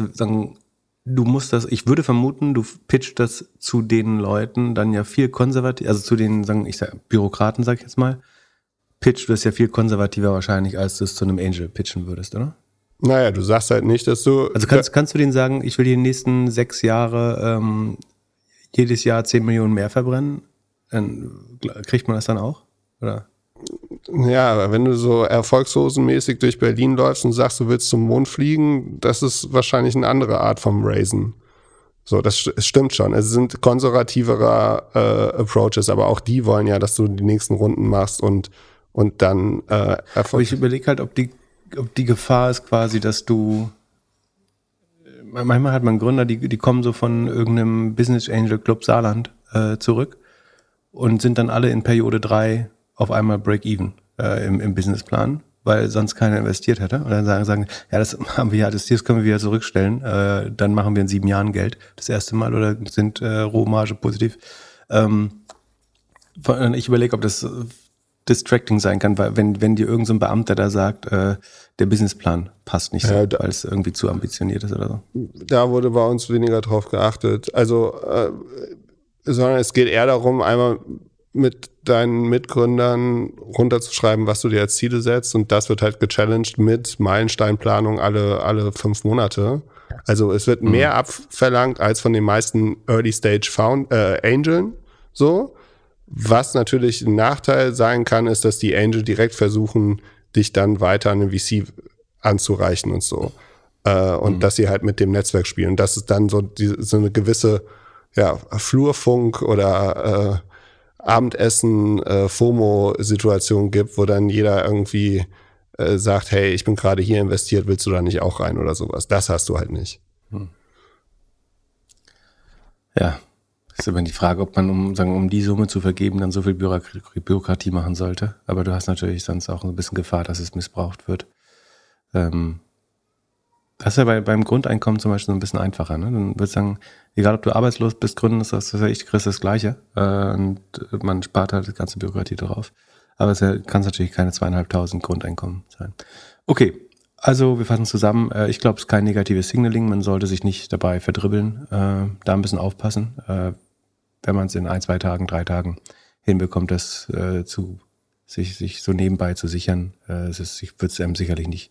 ich würde vermuten, du pitcht das zu den Leuten dann ja viel konservativ, also zu den, Bürokraten, sag ich jetzt mal, pitcht du das ja viel konservativer wahrscheinlich, als du es zu einem Angel pitchen würdest, oder? Naja, du sagst halt nicht, dass du... Also kannst du denen sagen, ich will die nächsten 6 Jahre jedes Jahr 10 Millionen mehr verbrennen? Dann kriegt man das dann auch, oder? Ja, aber wenn du so erfolgshosenmäßig durch Berlin läufst und sagst, du willst zum Mond fliegen, das ist wahrscheinlich eine andere Art vom Raisen. So, das stimmt schon. Es sind konservativerer Approaches, aber auch die wollen ja, dass du die nächsten Runden machst und dann Aber ich überlege halt, ob die Gefahr ist quasi, dass du... Manchmal hat man Gründer, die kommen so von irgendeinem Business Angel Club Saarland zurück und sind dann alle in Periode 3 auf einmal Break-Even im Businessplan, weil sonst keiner investiert hätte. Und dann sagen, ja, das haben wir ja, das können wir wieder zurückstellen. Dann machen wir in 7 Jahren Geld das erste Mal oder sind Rohmarge positiv. Ich überlege, ob das distracting sein kann, weil wenn dir irgend so ein Beamter da sagt, der Businessplan passt nicht so, weil es irgendwie zu ambitioniert ist oder so. Da wurde bei uns weniger drauf geachtet. Also, sondern es geht eher darum, einmal mit deinen Mitgründern runterzuschreiben, was du dir als Ziele setzt, und das wird halt gechallenged mit Meilensteinplanung alle 5 Monate. Also es wird mehr abverlangt als von den meisten Early-Stage Angeln, so. Was natürlich ein Nachteil sein kann, ist, dass die Angel direkt versuchen, dich dann weiter an den VC anzureichen und so. Und dass sie halt mit dem Netzwerk spielen. Und dass es dann so eine gewisse Flurfunk oder Abendessen, FOMO-Situation gibt, wo dann jeder irgendwie sagt, hey, ich bin gerade hier investiert, willst du da nicht auch rein oder sowas. Das hast du halt nicht. Ja, ist immer die Frage, ob man, um die Summe zu vergeben, dann so viel Bürokratie machen sollte. Aber du hast natürlich sonst auch ein bisschen Gefahr, dass es missbraucht wird. Das ist ja beim Grundeinkommen zum Beispiel so ein bisschen einfacher. Ne? Dann würde ich sagen, egal ob du arbeitslos bist, gründest, kriegst das Gleiche. Und man spart halt die ganze Bürokratie drauf. Aber es kann natürlich keine 2.500 Grundeinkommen sein. Okay, also wir fassen zusammen. Ich glaube, es ist kein negatives Signaling. Man sollte sich nicht dabei verdribbeln. Da ein bisschen aufpassen. Wenn man es in 1, 2 Tagen, 3 Tagen hinbekommt, das sich so nebenbei zu sichern, wird es einem sicherlich nicht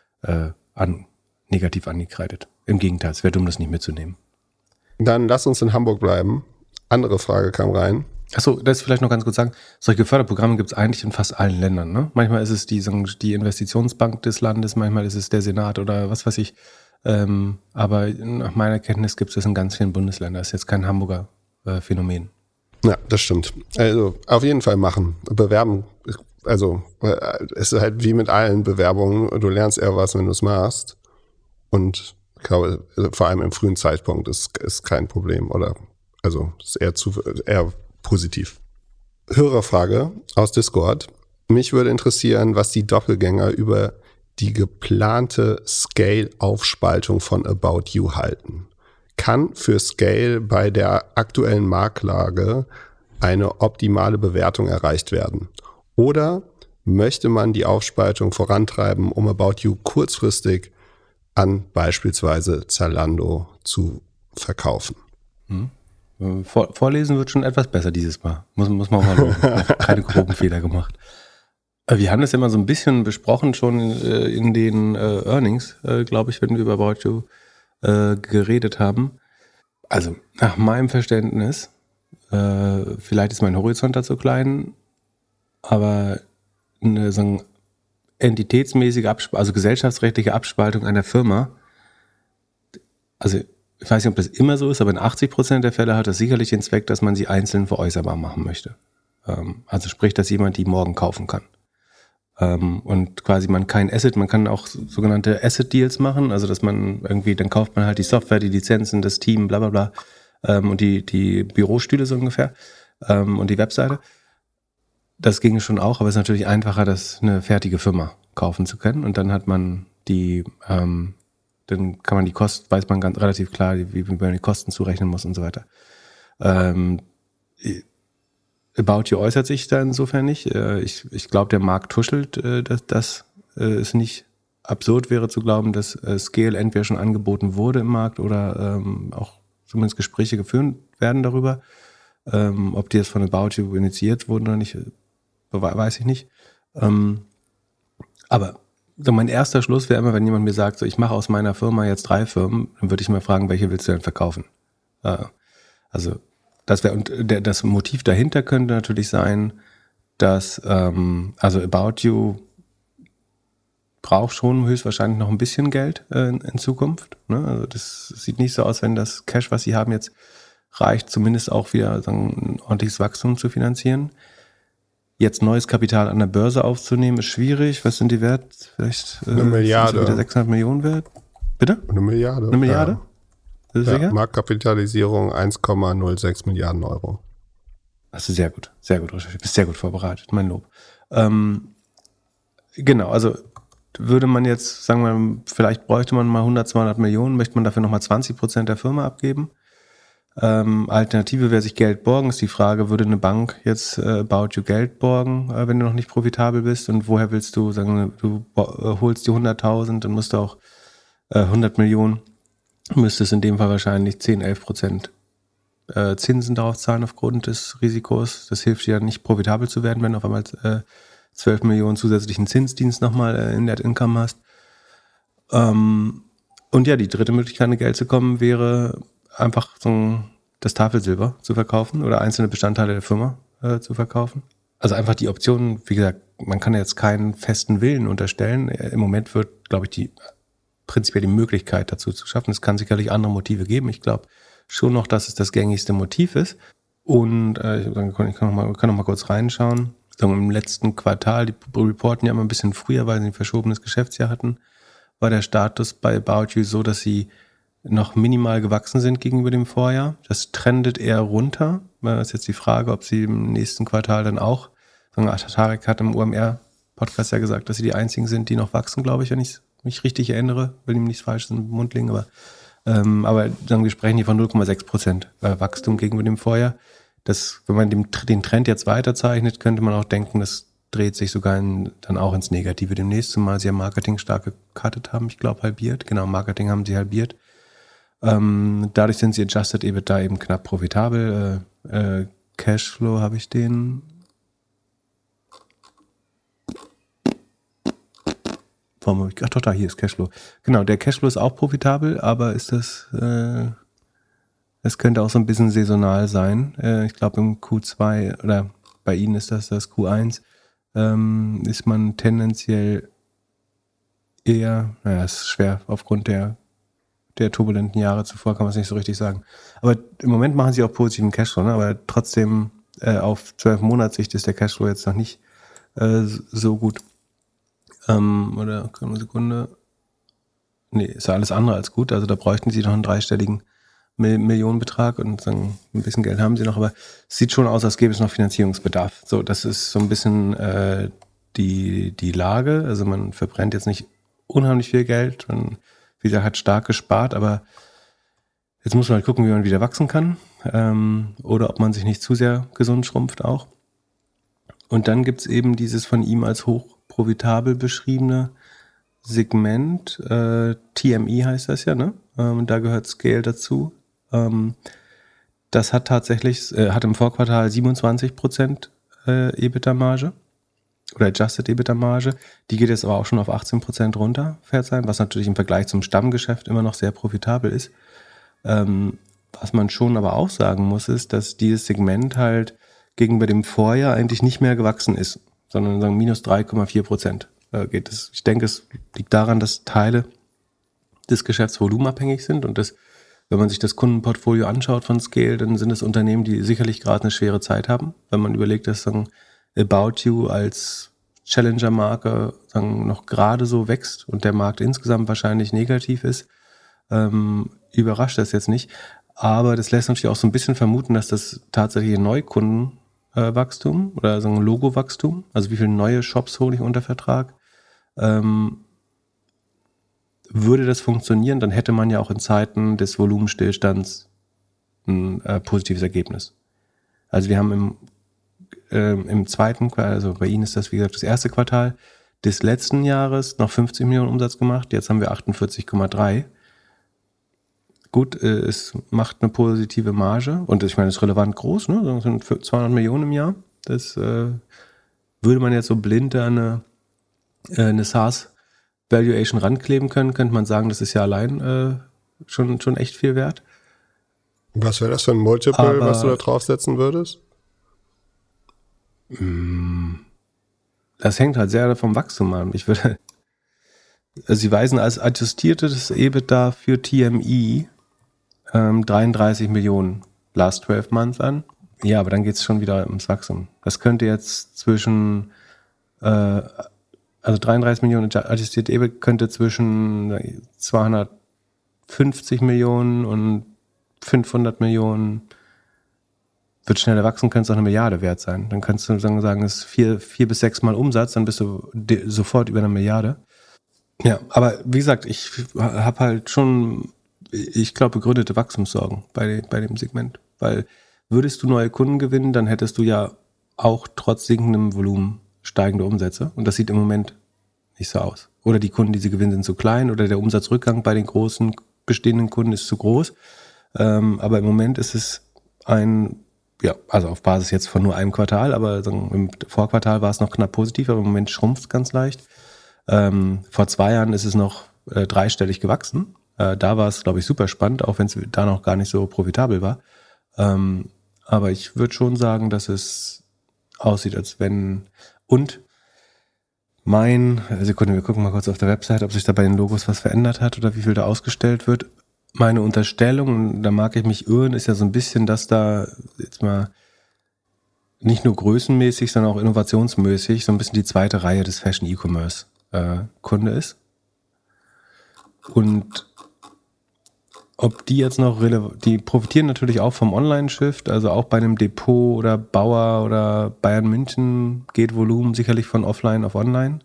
negativ angekreidet. Im Gegenteil, es wäre dumm, das nicht mitzunehmen. Dann lass uns in Hamburg bleiben. Andere Frage kam rein. Achso, das vielleicht noch ganz kurz sagen. Solche Förderprogramme gibt es eigentlich in fast allen Ländern. Ne? Manchmal ist es die Investitionsbank des Landes, manchmal ist es der Senat oder was weiß ich. Aber nach meiner Kenntnis gibt es das in ganz vielen Bundesländern. Das ist jetzt kein Hamburger Phänomen. Ja, das stimmt. Also auf jeden Fall machen. Bewerben. Also es ist halt wie mit allen Bewerbungen. Du lernst eher was, wenn du es machst. Und ich glaube, vor allem im frühen Zeitpunkt ist kein Problem. Ist eher positiv. Hörerfrage aus Discord. Mich würde interessieren, was die Doppelgänger über die geplante Scale-Aufspaltung von About You halten. Kann für Scale bei der aktuellen Marktlage eine optimale Bewertung erreicht werden? Oder möchte man die Aufspaltung vorantreiben, um About You kurzfristig an beispielsweise Zalando zu verkaufen? Vorlesen wird schon etwas besser dieses Mal. Muss man mal loben. Keine groben Fehler gemacht. Wir haben das ja mal so ein bisschen besprochen schon in den Earnings, glaube ich, wenn wir über About You geredet haben. Also nach meinem Verständnis, vielleicht ist mein Horizont da zu klein, aber eine entitätsmäßige also gesellschaftsrechtliche Abspaltung einer Firma, also ich weiß nicht, ob das immer so ist, aber in 80% der Fälle hat das sicherlich den Zweck, dass man sie einzeln veräußerbar machen möchte. Also sprich, dass jemand die morgen kaufen kann. Und quasi man kann auch sogenannte Asset-Deals machen, also dass man irgendwie, dann kauft man halt die Software, die Lizenzen, das Team, bla bla bla, und die Bürostühle so ungefähr, und die Webseite. Das ging schon auch, aber es ist natürlich einfacher, das eine fertige Firma kaufen zu können. Und dann hat man dann kann man die Kosten, weiß man ganz relativ klar, wie man die Kosten zurechnen muss und so weiter. About You äußert sich da insofern nicht. Ich glaube, der Markt tuschelt, dass es nicht absurd wäre zu glauben, dass Scale entweder schon angeboten wurde im Markt oder auch zumindest Gespräche geführt werden darüber. Ob die jetzt von About You initiiert wurden oder nicht, weiß ich nicht. Aber so mein erster Schluss wäre immer, wenn jemand mir sagt, so, ich mache aus meiner Firma jetzt 3 Firmen, dann würde ich mal fragen, welche willst du denn verkaufen? Also das wäre, und das Motiv dahinter könnte natürlich sein, dass also About You braucht schon höchstwahrscheinlich noch ein bisschen Geld in Zukunft. Ne? Also das sieht nicht so aus, wenn das Cash, was sie haben, jetzt reicht, zumindest auch wieder ein ordentliches Wachstum zu finanzieren. Jetzt neues Kapital an der Börse aufzunehmen, ist schwierig. Was sind die wert? Vielleicht 1 Milliarde. Wieder 600 Millionen wert? Bitte? 1 Milliarde. 1 Milliarde? Ja. Ist das sicher? Marktkapitalisierung 1,06 Milliarden Euro. Das ist sehr gut recherchiert. Bist sehr gut vorbereitet, mein Lob. Genau, also würde man jetzt, sagen wir, vielleicht bräuchte man mal 100, 200 Millionen, möchte man dafür nochmal 20% der Firma abgeben. Alternative wäre sich Geld borgen, ist die Frage, würde eine Bank jetzt About You Geld borgen, wenn du noch nicht profitabel bist, und woher willst du, sagen du holst die 100.000, dann musst du auch 100 Millionen, müsstest in dem Fall wahrscheinlich 10-11% Zinsen darauf zahlen aufgrund des Risikos. Das hilft dir dann nicht, profitabel zu werden, wenn du auf einmal 12 Millionen zusätzlichen Zinsdienst nochmal in Net Income hast. Und ja, die dritte Möglichkeit, an Geld zu kommen, wäre einfach so das Tafelsilber zu verkaufen oder einzelne Bestandteile der Firma zu verkaufen. Also einfach die Option, wie gesagt, man kann jetzt keinen festen Willen unterstellen. Im Moment wird, glaube ich, prinzipiell die Möglichkeit dazu zu schaffen. Es kann sicherlich andere Motive geben. Ich glaube schon noch, dass es das gängigste Motiv ist. Und ich kann noch mal kurz reinschauen. Im letzten Quartal, die reporten ja immer ein bisschen früher, weil sie ein verschobenes Geschäftsjahr hatten, war der Status bei About You so, dass sie noch minimal gewachsen sind gegenüber dem Vorjahr. Das trendet eher runter. Das ist jetzt die Frage, ob sie im nächsten Quartal dann auch, Tarek hat im OMR-Podcast ja gesagt, dass sie die einzigen sind, die noch wachsen, glaube ich, wenn ich mich richtig erinnere. Will ihm nichts Falsches in den Mund legen, aber wir sprechen hier von 0,6% Wachstum gegenüber dem Vorjahr. Wenn man den Trend jetzt weiterzeichnet, könnte man auch denken, das dreht sich sogar dann auch ins Negative demnächst, zumal sie ja Marketing stark gecuttet haben, ich glaube halbiert. Genau, Marketing haben sie halbiert. Dadurch sind sie Adjusted EBITDA eben knapp profitabel. Cashflow habe ich den. Warum habe ich? Ach doch, hier ist Cashflow. Genau, der Cashflow ist auch profitabel, aber ist das könnte auch so ein bisschen saisonal sein. Ich glaube im Q2 oder bei Ihnen ist das Q1, ist man tendenziell eher, ist schwer aufgrund der turbulenten Jahre zuvor, kann man es nicht so richtig sagen. Aber im Moment machen sie auch positiven Cashflow, ne? Aber trotzdem auf 12 Monatssicht ist der Cashflow jetzt noch nicht so gut. Oder eine Sekunde. Nee, ist ja alles andere als gut. Also da bräuchten sie noch einen dreistelligen Millionenbetrag und sagen, ein bisschen Geld haben sie noch, aber es sieht schon aus, als gäbe es noch Finanzierungsbedarf. So, das ist so ein bisschen die Lage. Also man verbrennt jetzt nicht unheimlich viel Geld. Man, wie gesagt, hat stark gespart, aber jetzt muss man halt gucken, wie man wieder wachsen kann oder ob man sich nicht zu sehr gesund schrumpft auch. Und dann gibt es eben dieses von ihm als hochprofitabel beschriebene Segment, TME heißt das ja, ne? Da gehört Scale dazu. Das hat tatsächlich, hat im Vorquartal 27% EBITDA-Marge oder Adjusted EBITDA-Marge. Die geht jetzt aber auch schon auf 18% runter, fährt sein, was natürlich im Vergleich zum Stammgeschäft immer noch sehr profitabel ist. Was man schon aber auch sagen muss, ist, dass dieses Segment halt gegenüber dem Vorjahr eigentlich nicht mehr gewachsen ist, sondern sagen minus 3,4% geht es. Ich denke, es liegt daran, dass Teile des Geschäfts volumenabhängig sind und das, wenn man sich das Kundenportfolio anschaut von Scale, dann sind es Unternehmen, die sicherlich gerade eine schwere Zeit haben. Wenn man überlegt, dass sagen, About You als Challenger-Marke sagen, noch gerade so wächst und der Markt insgesamt wahrscheinlich negativ ist, überrascht das jetzt nicht. Aber das lässt natürlich auch so ein bisschen vermuten, dass das tatsächliche Neukundenwachstum oder sagen Logo-Wachstum, also wie viele neue Shops hole ich unter Vertrag, würde das funktionieren, dann hätte man ja auch in Zeiten des Volumenstillstands ein positives Ergebnis. Also wir haben im zweiten Quartal, also bei Ihnen ist das wie gesagt das erste Quartal des letzten Jahres noch 50 Millionen Umsatz gemacht, jetzt haben wir 48,3. Gut, es macht eine positive Marge und ich meine, das ist relevant groß, ne? Das sind 200 Millionen im Jahr. Das würde man jetzt so blind an eine SaaS-Valuation rankleben können, könnte man sagen, das ist ja allein schon echt viel wert. Was wäre das für ein Multiple, was du da draufsetzen würdest? Das hängt halt sehr vom Wachstum an. Sie weisen als adjustiertes EBITDA für TME 33 Millionen last 12 months an. Ja, aber dann geht es schon wieder ums Wachstum. Das könnte jetzt zwischen, also 33 Millionen adjustierte EBIT könnte zwischen 250 Millionen und 500 Millionen wird schneller wachsen, könnte es auch 1 Milliarde wert sein. Dann kannst du sagen, es ist 4 bis 6 Mal Umsatz, dann bist du sofort über 1 Milliarde. Ja, aber wie gesagt, ich habe halt schon, ich glaube, begründete Wachstumssorgen bei dem Segment. Weil würdest du neue Kunden gewinnen, dann hättest du ja auch trotz sinkendem Volumen steigende Umsätze. Und das sieht im Moment nicht so aus. Oder die Kunden, die sie gewinnen, sind zu klein oder der Umsatzrückgang bei den großen bestehenden Kunden ist zu groß. Aber im Moment ist es also auf Basis jetzt von nur einem Quartal, aber im Vorquartal war es noch knapp positiv, aber im Moment schrumpft es ganz leicht. Vor 2 Jahren ist es noch dreistellig gewachsen. Da war es, glaube ich, super spannend, auch wenn es da noch gar nicht so profitabel war. Aber ich würde schon sagen, dass es aussieht, als wenn... Und Sekunde, wir gucken mal kurz auf der Website, ob sich da bei den Logos was verändert hat oder wie viel da ausgestellt wird. Meine Unterstellung, da mag ich mich irren, ist ja so ein bisschen, dass da jetzt mal nicht nur größenmäßig, sondern auch innovationsmäßig so ein bisschen die zweite Reihe des Fashion E-Commerce Kunde ist. Und Ob die jetzt noch die profitieren natürlich auch vom Online-Shift, also auch bei einem Depot oder Bauer oder Bayern München geht Volumen sicherlich von offline auf online.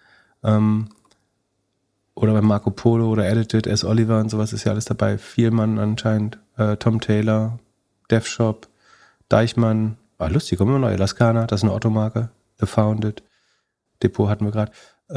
Oder bei Marco Polo oder Edited, S. Oliver und sowas ist ja alles dabei. Vielmann anscheinend, Tom Taylor, DevShop, Deichmann, lustig, kommen immer neue, Lascana, das ist eine Otto-Marke, The Founded, Depot hatten wir gerade.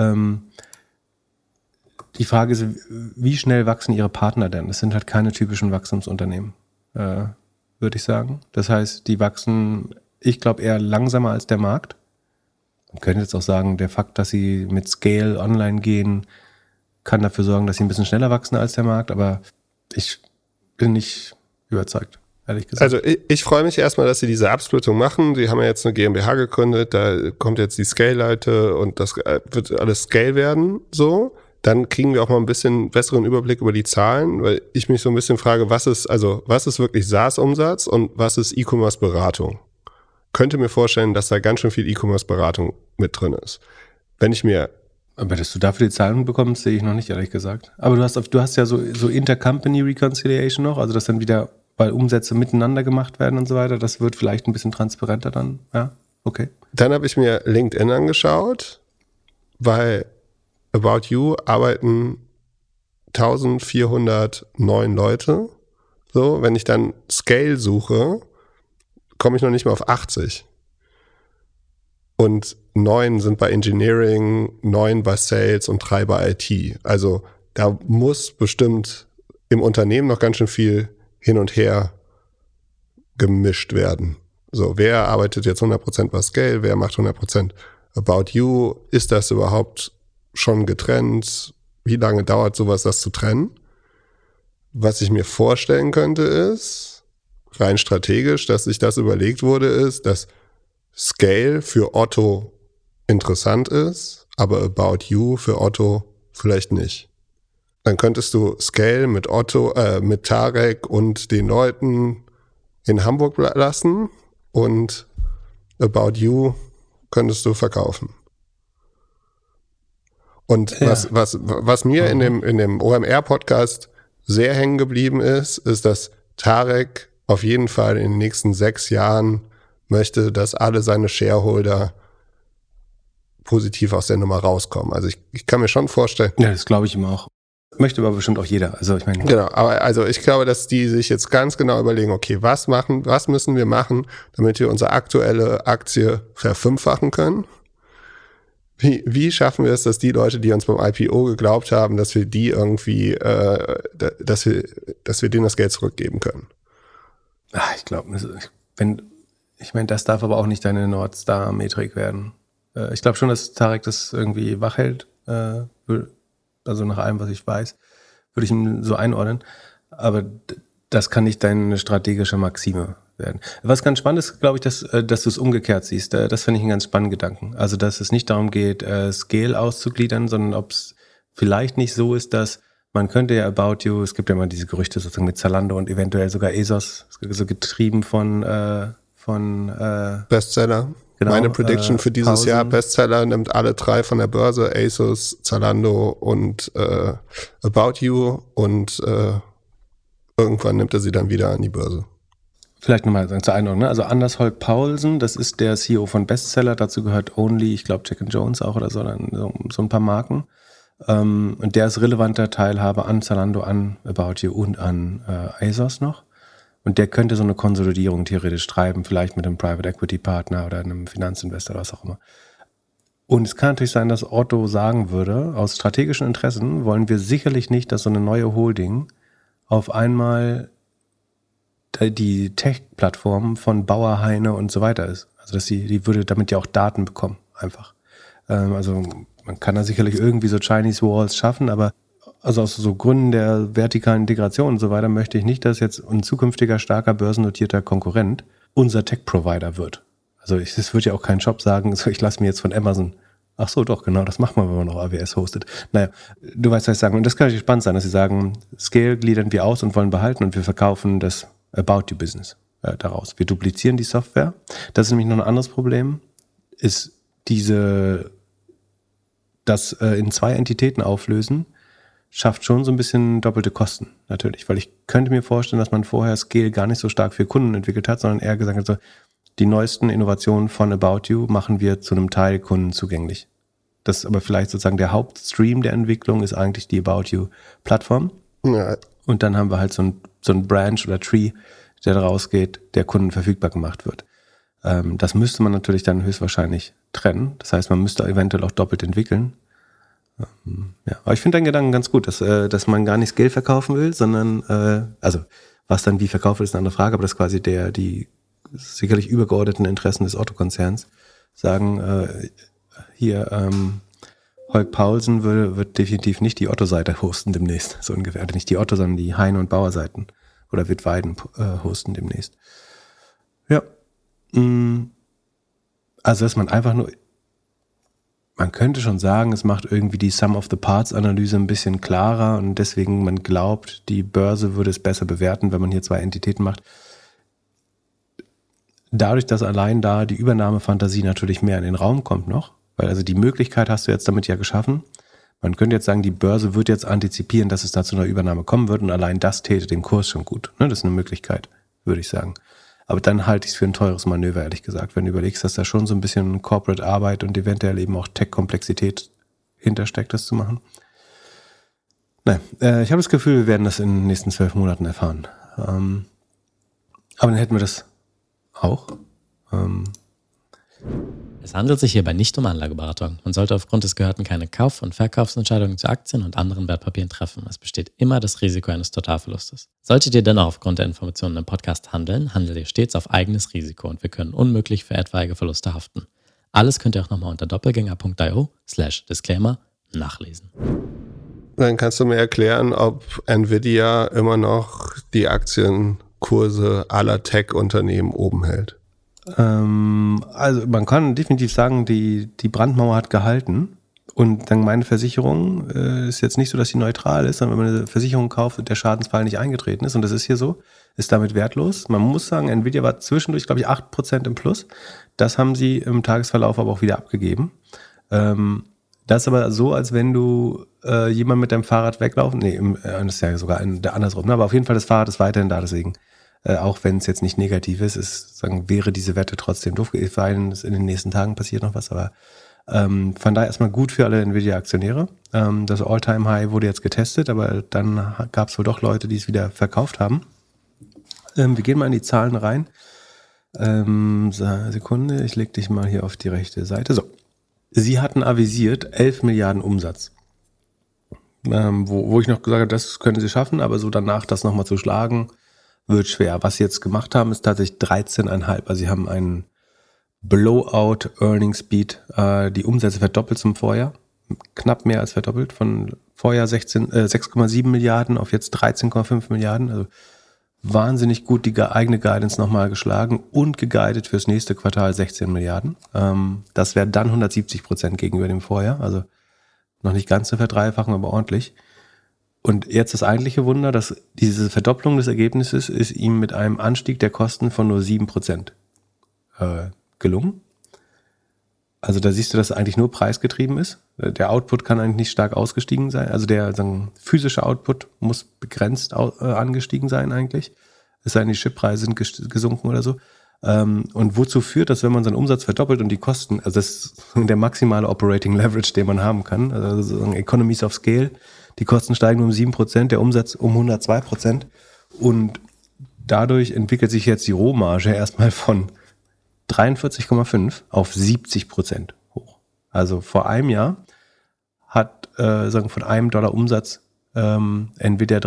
Die Frage ist, wie schnell wachsen ihre Partner denn? Das sind halt keine typischen Wachstumsunternehmen, würde ich sagen. Das heißt, die wachsen, ich glaube, eher langsamer als der Markt. Man könnte jetzt auch sagen, der Fakt, dass sie mit Scale online gehen, kann dafür sorgen, dass sie ein bisschen schneller wachsen als der Markt, aber ich bin nicht überzeugt, ehrlich gesagt. Also ich freue mich erstmal, dass sie diese Absplittung machen. Sie haben ja jetzt eine GmbH gegründet, da kommt jetzt die Scale-Leute und das wird alles Scale werden, so. Dann kriegen wir auch mal ein bisschen besseren Überblick über die Zahlen, weil ich mich so ein bisschen frage, was ist wirklich SaaS-Umsatz und was ist E-Commerce-Beratung? Könnte mir vorstellen, dass da ganz schön viel E-Commerce-Beratung mit drin ist. Wenn ich mir Aber dass du dafür die Zahlen bekommst, sehe ich noch nicht, ehrlich gesagt. Aber du hast ja so Intercompany Reconciliation noch, also dass dann wieder, weil Umsätze miteinander gemacht werden und so weiter, das wird vielleicht ein bisschen transparenter dann, ja, okay. Dann habe ich mir LinkedIn angeschaut, weil About You arbeiten 1409 Leute. So, wenn ich dann Scale suche, komme ich noch nicht mal auf 80. Und 9 sind bei Engineering, 9 bei Sales und 3 bei IT. Also da muss bestimmt im Unternehmen noch ganz schön viel hin und her gemischt werden. So, wer arbeitet jetzt 100% bei Scale, wer macht 100% About You? Ist das überhaupt schon getrennt? Wie lange dauert sowas, das zu trennen? Was ich mir vorstellen könnte ist, rein strategisch, dass sich das überlegt wurde, ist, dass Scale für Otto interessant ist, aber About You für Otto vielleicht nicht. Dann könntest du Scale mit Otto, mit Tarek und den Leuten in Hamburg lassen und About You könntest du verkaufen. Und ja. was mir in dem OMR-Podcast sehr hängen geblieben ist, dass Tarek auf jeden Fall in den nächsten 6 Jahren möchte, dass alle seine Shareholder positiv aus der Nummer rauskommen. Also ich kann mir schon vorstellen. Ja, das glaube ich ihm auch. Möchte aber bestimmt auch jeder. Also ich meine. Genau, aber also ich glaube, dass die sich jetzt ganz genau überlegen, okay, was müssen wir machen, damit wir unsere aktuelle Aktie verfünffachen können? Wie schaffen wir es, dass die Leute, die uns beim IPO geglaubt haben, dass wir die irgendwie, dass wir denen das Geld zurückgeben können? Ich glaube, ich meine, das darf aber auch nicht deine Nordstar-Metrik werden. Ich glaube schon, dass Tarek das irgendwie wach hält. Also nach allem, was ich weiß, würde ich ihn so einordnen. Aber das kann nicht deine strategische Maxime werden. Was ganz spannend ist, glaube ich, dass du es umgekehrt siehst. Das finde ich einen ganz spannenden Gedanken. Also, dass es nicht darum geht, Scale auszugliedern, sondern ob es vielleicht nicht so ist, dass man könnte ja About You, es gibt ja immer diese Gerüchte sozusagen mit Zalando und eventuell sogar ASOS, so getrieben von Bestseller. Genau, meine Prediction für dieses Jahr, Bestseller nimmt alle 3 von der Börse, ASOS, Zalando und About You und irgendwann nimmt er sie dann wieder an die Börse. Vielleicht nochmal zur Einordnung, ne? Also Anders Holk Paulsen, das ist der CEO von Bestseller, dazu gehört Only, ich glaube Jack & Jones auch oder so ein paar Marken. Und der ist relevanter Teilhaber an Zalando, an About You und an ASOS noch. Und der könnte so eine Konsolidierung theoretisch treiben, vielleicht mit einem Private Equity Partner oder einem Finanzinvestor oder was auch immer. Und es kann natürlich sein, dass Otto sagen würde, aus strategischen Interessen wollen wir sicherlich nicht, dass so eine neue Holding auf einmal die Tech-Plattform von Bauer, Heine und so weiter ist. Also dass die würde damit ja auch Daten bekommen, einfach. Also man kann da sicherlich irgendwie so Chinese Walls schaffen, aber also aus so Gründen der vertikalen Integration und so weiter möchte ich nicht, dass jetzt ein zukünftiger, starker, börsennotierter Konkurrent unser Tech-Provider wird. Also es wird ja auch kein Shop sagen, so, ich lasse mir jetzt von Amazon, ach so, doch, genau, das macht man, wenn man noch AWS hostet. Naja, du weißt, was ich sagen. Und das kann natürlich spannend sein, dass sie sagen, Scale gliedern wir aus und wollen behalten und wir verkaufen das About You Business daraus. Wir duplizieren die Software. Das ist nämlich noch ein anderes Problem, ist das in 2 Entitäten auflösen, schafft schon so ein bisschen doppelte Kosten, natürlich. Weil ich könnte mir vorstellen, dass man vorher Scale gar nicht so stark für Kunden entwickelt hat, sondern eher gesagt hat, so, die neuesten Innovationen von About You machen wir zu einem Teil Kunden zugänglich. Das ist aber vielleicht sozusagen der Hauptstream der Entwicklung ist eigentlich die About You-Plattform. Ja. Und dann haben wir halt so ein Branch oder Tree, der daraus geht, der Kunden verfügbar gemacht wird. Das müsste man natürlich dann höchstwahrscheinlich trennen. Das heißt, man müsste eventuell auch doppelt entwickeln. Ja, aber ich finde deinen Gedanken ganz gut, dass man gar nicht Scale verkaufen will, sondern, also was dann wie verkauft wird, ist eine andere Frage, aber das ist quasi die sicherlich übergeordneten Interessen des Otto-Konzerns sagen, Holk Paulsen wird definitiv nicht die Otto-Seite hosten demnächst, so ungefähr. Also nicht die Otto, sondern die Heine- und Bauer-Seiten oder Wittweiden hosten demnächst. Ja. Also, dass man einfach nur, man könnte schon sagen, es macht irgendwie die Sum-of-the-Parts-Analyse ein bisschen klarer und deswegen man glaubt, die Börse würde es besser bewerten, wenn man hier zwei Entitäten macht. Dadurch, dass allein da die Übernahmefantasie natürlich mehr in den Raum kommt noch, weil also die Möglichkeit hast du jetzt damit ja geschaffen. Man könnte jetzt sagen, die Börse wird jetzt antizipieren, dass es da zu einer Übernahme kommen wird und allein das täte dem Kurs schon gut. Das ist eine Möglichkeit, würde ich sagen. Aber dann halte ich es für ein teures Manöver, ehrlich gesagt, wenn du überlegst, dass da schon so ein bisschen Corporate-Arbeit und eventuell eben auch Tech-Komplexität hintersteckt, das zu machen. Nein, ich habe das Gefühl, wir werden das in den nächsten 12 Monaten erfahren. Aber dann hätten wir das auch. Es handelt sich hierbei nicht um Anlageberatung. Man sollte aufgrund des Gehörten keine Kauf- und Verkaufsentscheidungen zu Aktien und anderen Wertpapieren treffen. Es besteht immer das Risiko eines Totalverlustes. Solltet ihr dennoch aufgrund der Informationen im Podcast handeln, handelt ihr stets auf eigenes Risiko und wir können unmöglich für etwaige Verluste haften. Alles könnt ihr auch nochmal unter doppelgänger.io/Disclaimer nachlesen. Dann kannst du mir erklären, ob Nvidia immer noch die Aktienkurse aller Tech-Unternehmen oben hält. Also man kann definitiv sagen, die Brandmauer hat gehalten und dann meine Versicherung ist jetzt nicht so, dass sie neutral ist, sondern wenn man eine Versicherung kauft und der Schadensfall nicht eingetreten ist und das ist hier so, ist damit wertlos. Man muss sagen, Nvidia war zwischendurch, glaube ich, 8% im Plus. Das haben sie im Tagesverlauf aber auch wieder abgegeben. Das ist aber so, als wenn du jemand mit deinem Fahrrad weglaufen, das ist ja sogar andersrum, ne? Aber auf jeden Fall das Fahrrad ist weiterhin da, deswegen. Auch wenn es jetzt nicht negativ ist, wäre diese Wette trotzdem doof, weil in den nächsten Tagen passiert noch was, aber von daher erstmal gut für alle Nvidia-Aktionäre. Das All-Time-High wurde jetzt getestet, aber dann gab es wohl doch Leute, die es wieder verkauft haben. Wir gehen mal in die Zahlen rein. Sekunde, ich leg dich mal hier auf die rechte Seite. So, sie hatten avisiert 11 Milliarden Umsatz. Wo ich noch gesagt habe, das können sie schaffen, aber so danach das nochmal zu schlagen, wird schwer. Was sie jetzt gemacht haben, ist tatsächlich 13,5. Also sie haben einen Blowout Earnings Beat, die Umsätze verdoppelt zum Vorjahr. Knapp mehr als verdoppelt. Von Vorjahr 6,7 Milliarden auf jetzt 13,5 Milliarden. Also wahnsinnig gut die eigene Guidance nochmal geschlagen und geguidet fürs nächste Quartal 16 Milliarden. Das wäre dann 170% gegenüber dem Vorjahr. Also noch nicht ganz eine Verdreifachung, aber ordentlich. Und jetzt das eigentliche Wunder, dass diese Verdopplung des Ergebnisses ist ihm mit einem Anstieg der Kosten von nur 7% gelungen. Also da siehst du, dass es eigentlich nur preisgetrieben ist. Der Output kann eigentlich nicht stark ausgestiegen sein. Also der physische Output muss begrenzt angestiegen sein eigentlich. Es sei denn, die Chippreise sind gesunken oder so. Und wozu führt das, wenn man seinen Umsatz verdoppelt und die Kosten, also das ist der maximale Operating Leverage, den man haben kann, also Economies of Scale. Die Kosten steigen um 7%, der Umsatz um 102%. Und dadurch entwickelt sich jetzt die Rohmarge erstmal von 43,5 auf 70% hoch. Also vor einem Jahr hat von einem $1 Umsatz Nvidia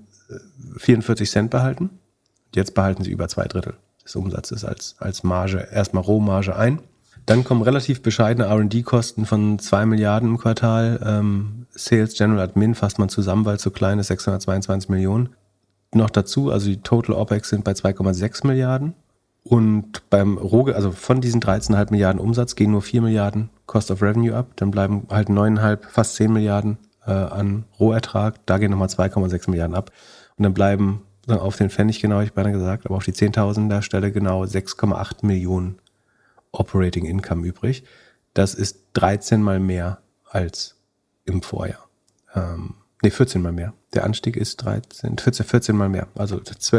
44 Cent behalten. Jetzt behalten sie über 2/3 des Umsatzes als Marge, erstmal Rohmarge ein. Dann kommen relativ bescheidene R&D-Kosten von 2 Milliarden im Quartal. Sales, General Admin fasst man zusammen, weil es so klein ist, 622 Millionen. Noch dazu, also die Total OPEX sind bei 2,6 Milliarden. Und also von diesen 13,5 Milliarden Umsatz gehen nur 4 Milliarden Cost of Revenue ab. Dann bleiben halt 9,5, fast 10 Milliarden an Rohertrag. Da gehen nochmal 2,6 Milliarden ab. Und dann bleiben auf den Pfennig genau, ich beinahe gesagt, aber auf die 10.000er Stelle genau 6,8 Millionen Operating Income übrig. Das ist 13 mal mehr als im Vorjahr. 14 mal mehr. Der Anstieg ist 14 mal mehr. Also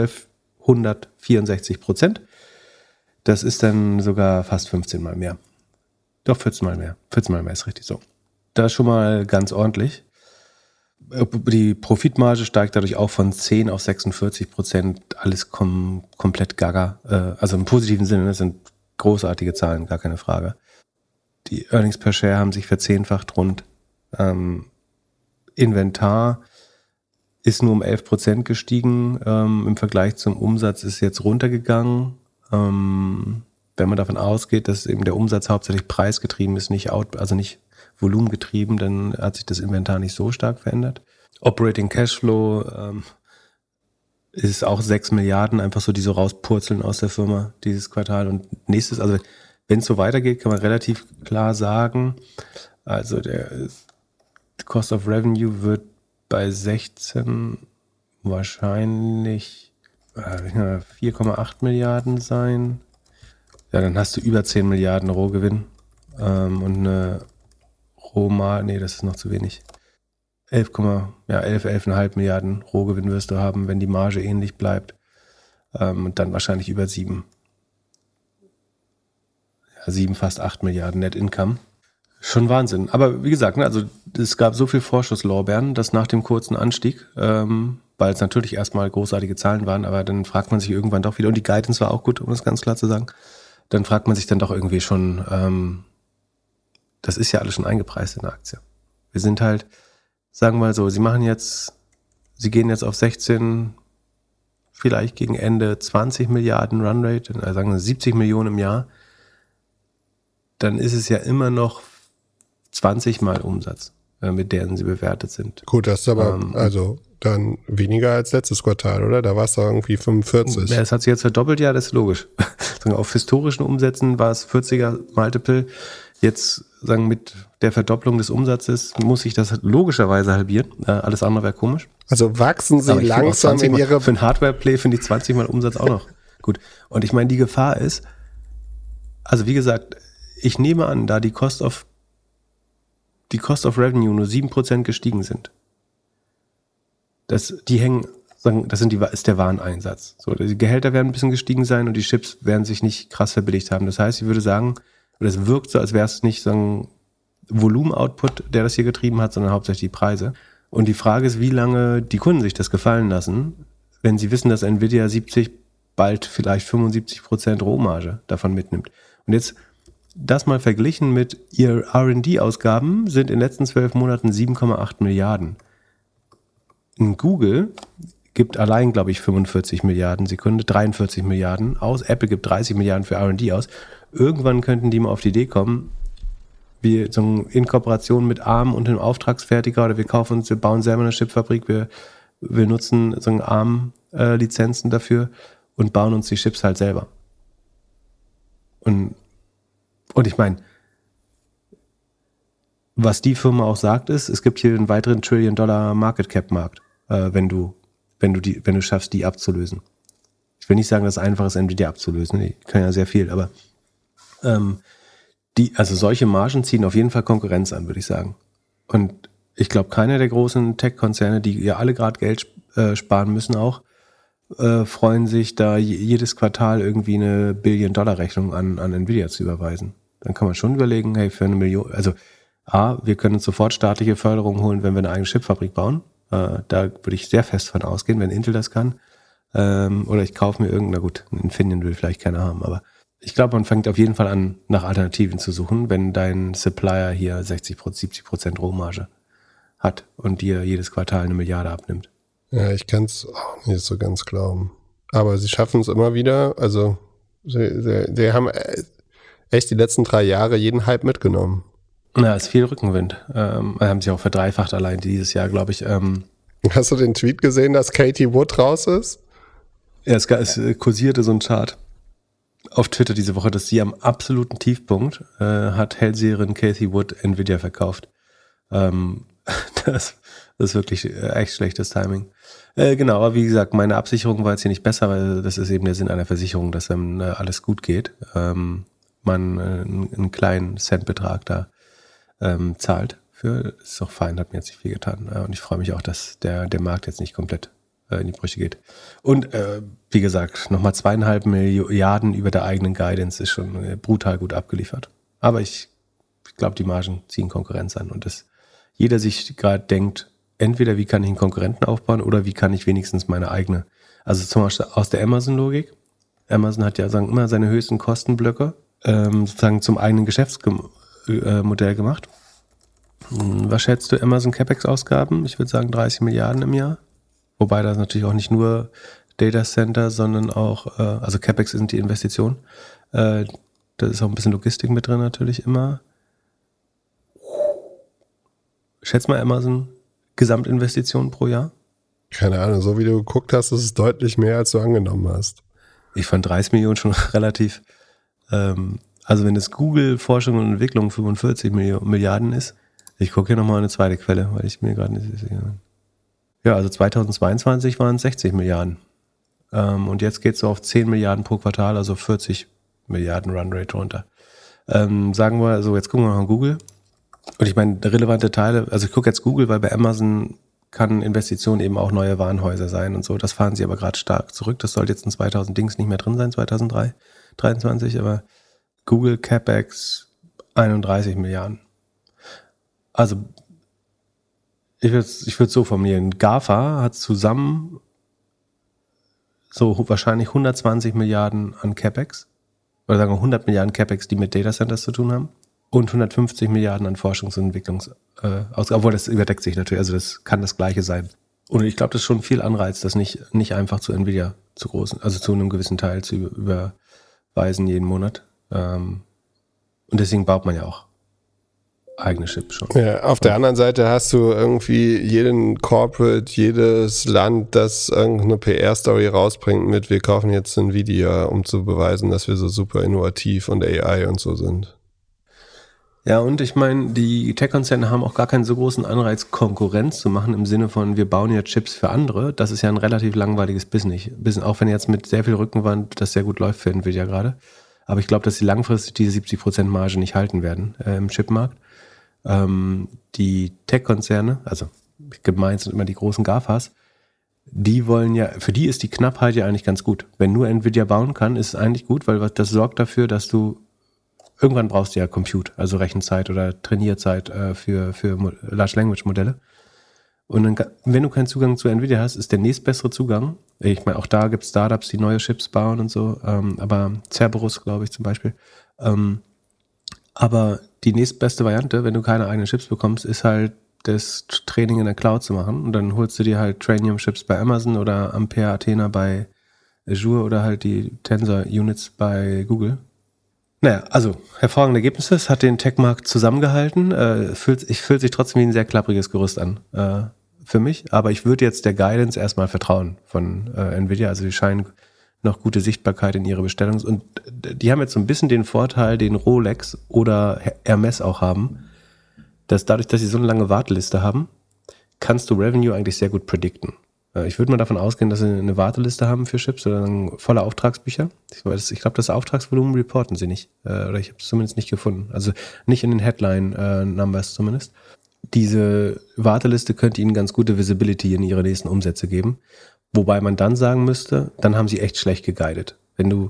1264%. Das ist dann sogar fast 15 mal mehr. Doch, 14 mal mehr. 14 mal mehr ist richtig so. Das ist schon mal ganz ordentlich. Die Profitmarge steigt dadurch auch von 10 auf 46%. Alles komplett gaga. Also im positiven Sinne, das sind großartige Zahlen, gar keine Frage. Die Earnings per Share haben sich verzehnfacht rund. Inventar ist nur um 11% gestiegen. Im Vergleich zum Umsatz ist jetzt runtergegangen. Wenn man davon ausgeht, dass eben der Umsatz hauptsächlich preisgetrieben ist, nicht volumengetrieben, dann hat sich das Inventar nicht so stark verändert. Operating Cashflow ist auch 6 Milliarden, einfach so, die so rauspurzeln aus der Firma dieses Quartal. Und nächstes, also wenn es so weitergeht, kann man relativ klar sagen, also der Cost of Revenue wird bei 16 wahrscheinlich 4,8 Milliarden sein. Ja, dann hast du über 10 Milliarden Rohgewinn und eine Rohmarge, das ist noch zu wenig. 11,5 Milliarden Rohgewinn wirst du haben, wenn die Marge ähnlich bleibt. Und dann wahrscheinlich über 7, fast 8 Milliarden Net Income. Schon Wahnsinn. Aber wie gesagt, also es gab so viel Vorschusslorbeeren, dass nach dem kurzen Anstieg, weil es natürlich erstmal großartige Zahlen waren, aber dann fragt man sich irgendwann doch wieder, und die Guidance war auch gut, um das ganz klar zu sagen, dann fragt man sich dann doch irgendwie schon, das ist ja alles schon eingepreist in der Aktie. Wir sind halt, sagen wir mal so, sie gehen jetzt auf 16, vielleicht gegen Ende 20 Milliarden Runrate, also sagen wir 70 Millionen im Jahr, dann ist es ja immer noch 20 Mal Umsatz, mit deren sie bewertet sind. Gut, das ist aber also dann weniger als letztes Quartal, oder? Da war es doch irgendwie 45. Es hat sich jetzt verdoppelt, ja, das ist logisch. Auf historischen Umsätzen war es 40er Multiple. Jetzt, mit der Verdopplung des Umsatzes muss sich das logischerweise halbieren. Alles andere wäre komisch. Also wachsen sie langsam in ihre... Für ein Hardware-Play finde ich 20 Mal Umsatz auch noch gut. Und ich meine, die Gefahr ist, also wie gesagt, ich nehme an, da die Cost of Revenue nur 7% gestiegen sind, ist der Wareneinsatz. So, die Gehälter werden ein bisschen gestiegen sein und die Chips werden sich nicht krass verbilligt haben. Das heißt, ich würde sagen, oder es wirkt so, als wäre es nicht so ein Volumen-Output, der das hier getrieben hat, sondern hauptsächlich die Preise. Und die Frage ist, wie lange die Kunden sich das gefallen lassen, wenn sie wissen, dass Nvidia 70, bald vielleicht 75% Rohmarge davon mitnimmt. Und jetzt das mal verglichen mit ihr R&D-Ausgaben sind in den letzten 12 Monaten 7,8 Milliarden. In Google gibt allein, glaube ich, 45 Milliarden Sekunde, 43 Milliarden aus. Apple gibt 30 Milliarden für R&D aus. Irgendwann könnten die mal auf die Idee kommen, wir so in Kooperation mit ARM und dem Auftragsfertiger oder wir bauen selber eine Chipfabrik, wir nutzen so ARM-Lizenzen dafür und bauen uns die Chips halt selber. Und ich meine, was die Firma auch sagt ist, es gibt hier einen weiteren $1 Trillion Market Cap Markt, wenn du schaffst, die abzulösen. Ich will nicht sagen, dass es einfach ist, Nvidia abzulösen. Die können ja sehr viel, aber also solche Margen ziehen auf jeden Fall Konkurrenz an, würde ich sagen. Und ich glaube, keiner der großen Tech-Konzerne, die ja alle gerade Geld sparen müssen auch, freuen sich, da jedes Quartal irgendwie eine Billion-Dollar-Rechnung an Nvidia zu überweisen. Dann kann man schon überlegen, hey, für 1 Million, also wir können uns sofort staatliche Förderung holen, wenn wir eine eigene Chipfabrik bauen. Da würde ich sehr fest von ausgehen, wenn Intel das kann. Oder ich kaufe mir ein Infineon will vielleicht keiner haben, aber ich glaube, man fängt auf jeden Fall an, nach Alternativen zu suchen, wenn dein Supplier hier 70% Rohmarge hat und dir jedes Quartal 1 Milliarde abnimmt. Ja, ich kann es auch nicht so ganz glauben. Aber sie schaffen es immer wieder. Also sie haben echt die letzten 3 Jahre jeden Hype mitgenommen. Ja, ist viel Rückenwind. Haben sich auch verdreifacht allein dieses Jahr, glaube ich. Hast du den Tweet gesehen, dass Katie Wood raus ist? Ja, es kursierte so ein Chart auf Twitter diese Woche, dass sie am absoluten Tiefpunkt hat Hellseherin Cathie Wood Nvidia verkauft. Das ist wirklich echt schlechtes Timing. Genau, aber wie gesagt, meine Absicherung war jetzt hier nicht besser, weil das ist eben der Sinn einer Versicherung, dass wenn alles gut geht, man einen kleinen Centbetrag da zahlt für. Ist auch fein, hat mir jetzt nicht viel getan. Und ich freue mich auch, dass der Markt jetzt nicht komplett in die Brüche geht. Und wie gesagt, nochmal 2,5 Milliarden über der eigenen Guidance ist schon brutal gut abgeliefert. Aber ich glaube, die Margen ziehen Konkurrenz an und dass jeder sich gerade denkt, entweder wie kann ich einen Konkurrenten aufbauen oder wie kann ich wenigstens meine eigene, also zum Beispiel aus der Amazon-Logik. Amazon hat ja immer seine höchsten Kostenblöcke sozusagen zum eigenen Geschäftsmodell gemacht. Was schätzt du Amazon CapEx-Ausgaben? Ich würde sagen 30 Milliarden im Jahr. Wobei das natürlich auch nicht nur Data Center, sondern auch, also CapEx sind die Investitionen. Da ist auch ein bisschen Logistik mit drin natürlich immer. Schätz mal Amazon Gesamtinvestitionen pro Jahr? Keine Ahnung, so wie du geguckt hast, ist es deutlich mehr, als du angenommen hast. Ich fand 30 Millionen schon relativ, also wenn es Google Forschung und Entwicklung 45 Milliarden ist, ich gucke hier nochmal eine zweite Quelle, weil ich mir gerade nicht sicher bin. Ja, also 2022 waren es 60 Milliarden. Und jetzt geht es so auf 10 Milliarden pro Quartal, also 40 Milliarden Runrate runter. Sagen wir, so jetzt gucken wir mal Google. Und ich meine, relevante Teile, also ich gucke jetzt Google, weil bei Amazon kann Investitionen eben auch neue Warenhäuser sein und so. Das fahren sie aber gerade stark zurück. Das sollte jetzt in 2000 Dings nicht mehr drin sein, 2023, aber Google CapEx 31 Milliarden. Also ich würde es so formulieren. GAFA hat zusammen so wahrscheinlich 120 Milliarden an CapEx, oder sagen wir 100 Milliarden CapEx, die mit Data Centers zu tun haben, und 150 Milliarden an Forschungs- und Entwicklungsausgaben. Obwohl, das überdeckt sich natürlich, also das kann das Gleiche sein. Und ich glaube, das ist schon viel Anreiz, das nicht einfach zu Nvidia zu einem gewissen Teil zu überweisen jeden Monat. Und deswegen baut man ja auch eigene Chips schon. Ja, auf der anderen Seite hast du irgendwie jeden Corporate, jedes Land, das irgendeine PR-Story rausbringt mit, wir kaufen jetzt Nvidia, um zu beweisen, dass wir so super innovativ und AI und so sind. Ja, und ich meine, die Tech-Konzerne haben auch gar keinen so großen Anreiz, Konkurrenz zu machen, im Sinne von, wir bauen ja Chips für andere. Das ist ja ein relativ langweiliges Business. Auch wenn jetzt mit sehr viel Rückenwind das sehr gut läuft für Nvidia gerade. Aber ich glaube, dass sie langfristig diese 70% Marge nicht halten werden im Chipmarkt. Die Tech-Konzerne, also gemeint sind immer die großen GAFAs, die wollen ja, für die ist die Knappheit ja eigentlich ganz gut. Wenn nur Nvidia bauen kann, ist es eigentlich gut, weil das sorgt dafür, dass du irgendwann brauchst du ja Compute, also Rechenzeit oder Trainierzeit für Large Language Modelle. Und dann, wenn du keinen Zugang zu Nvidia hast, ist der nächstbessere Zugang. Ich meine, auch da gibt es Startups, die neue Chips bauen und so, aber Cerberus, glaube ich, zum Beispiel. Aber die nächstbeste Variante, wenn du keine eigenen Chips bekommst, ist halt das Training in der Cloud zu machen. Und dann holst du dir halt Trainium-Chips bei Amazon oder Ampere Athena bei Azure oder halt die Tensor-Units bei Google. Naja, also hervorragende Ergebnisse. Es hat den Tech-Markt zusammengehalten. Fühlt sich trotzdem wie ein sehr klappriges Gerüst an für mich. Aber ich würde jetzt der Guidance erstmal vertrauen von Nvidia. Also die scheinen noch gute Sichtbarkeit in ihre Bestellung. Und die haben jetzt so ein bisschen den Vorteil, den Rolex oder Hermes auch haben, dass dadurch, dass sie so eine lange Warteliste haben, kannst du Revenue eigentlich sehr gut predikten. Ich würde mal davon ausgehen, dass sie eine Warteliste haben für Chips oder volle Auftragsbücher. Ich glaube, das Auftragsvolumen reporten sie nicht. Oder ich habe es zumindest nicht gefunden. Also nicht in den Headline-Numbers zumindest. Diese Warteliste könnte ihnen ganz gute Visibility in ihre nächsten Umsätze geben. Wobei man dann sagen müsste, dann haben sie echt schlecht geguidet. Wenn du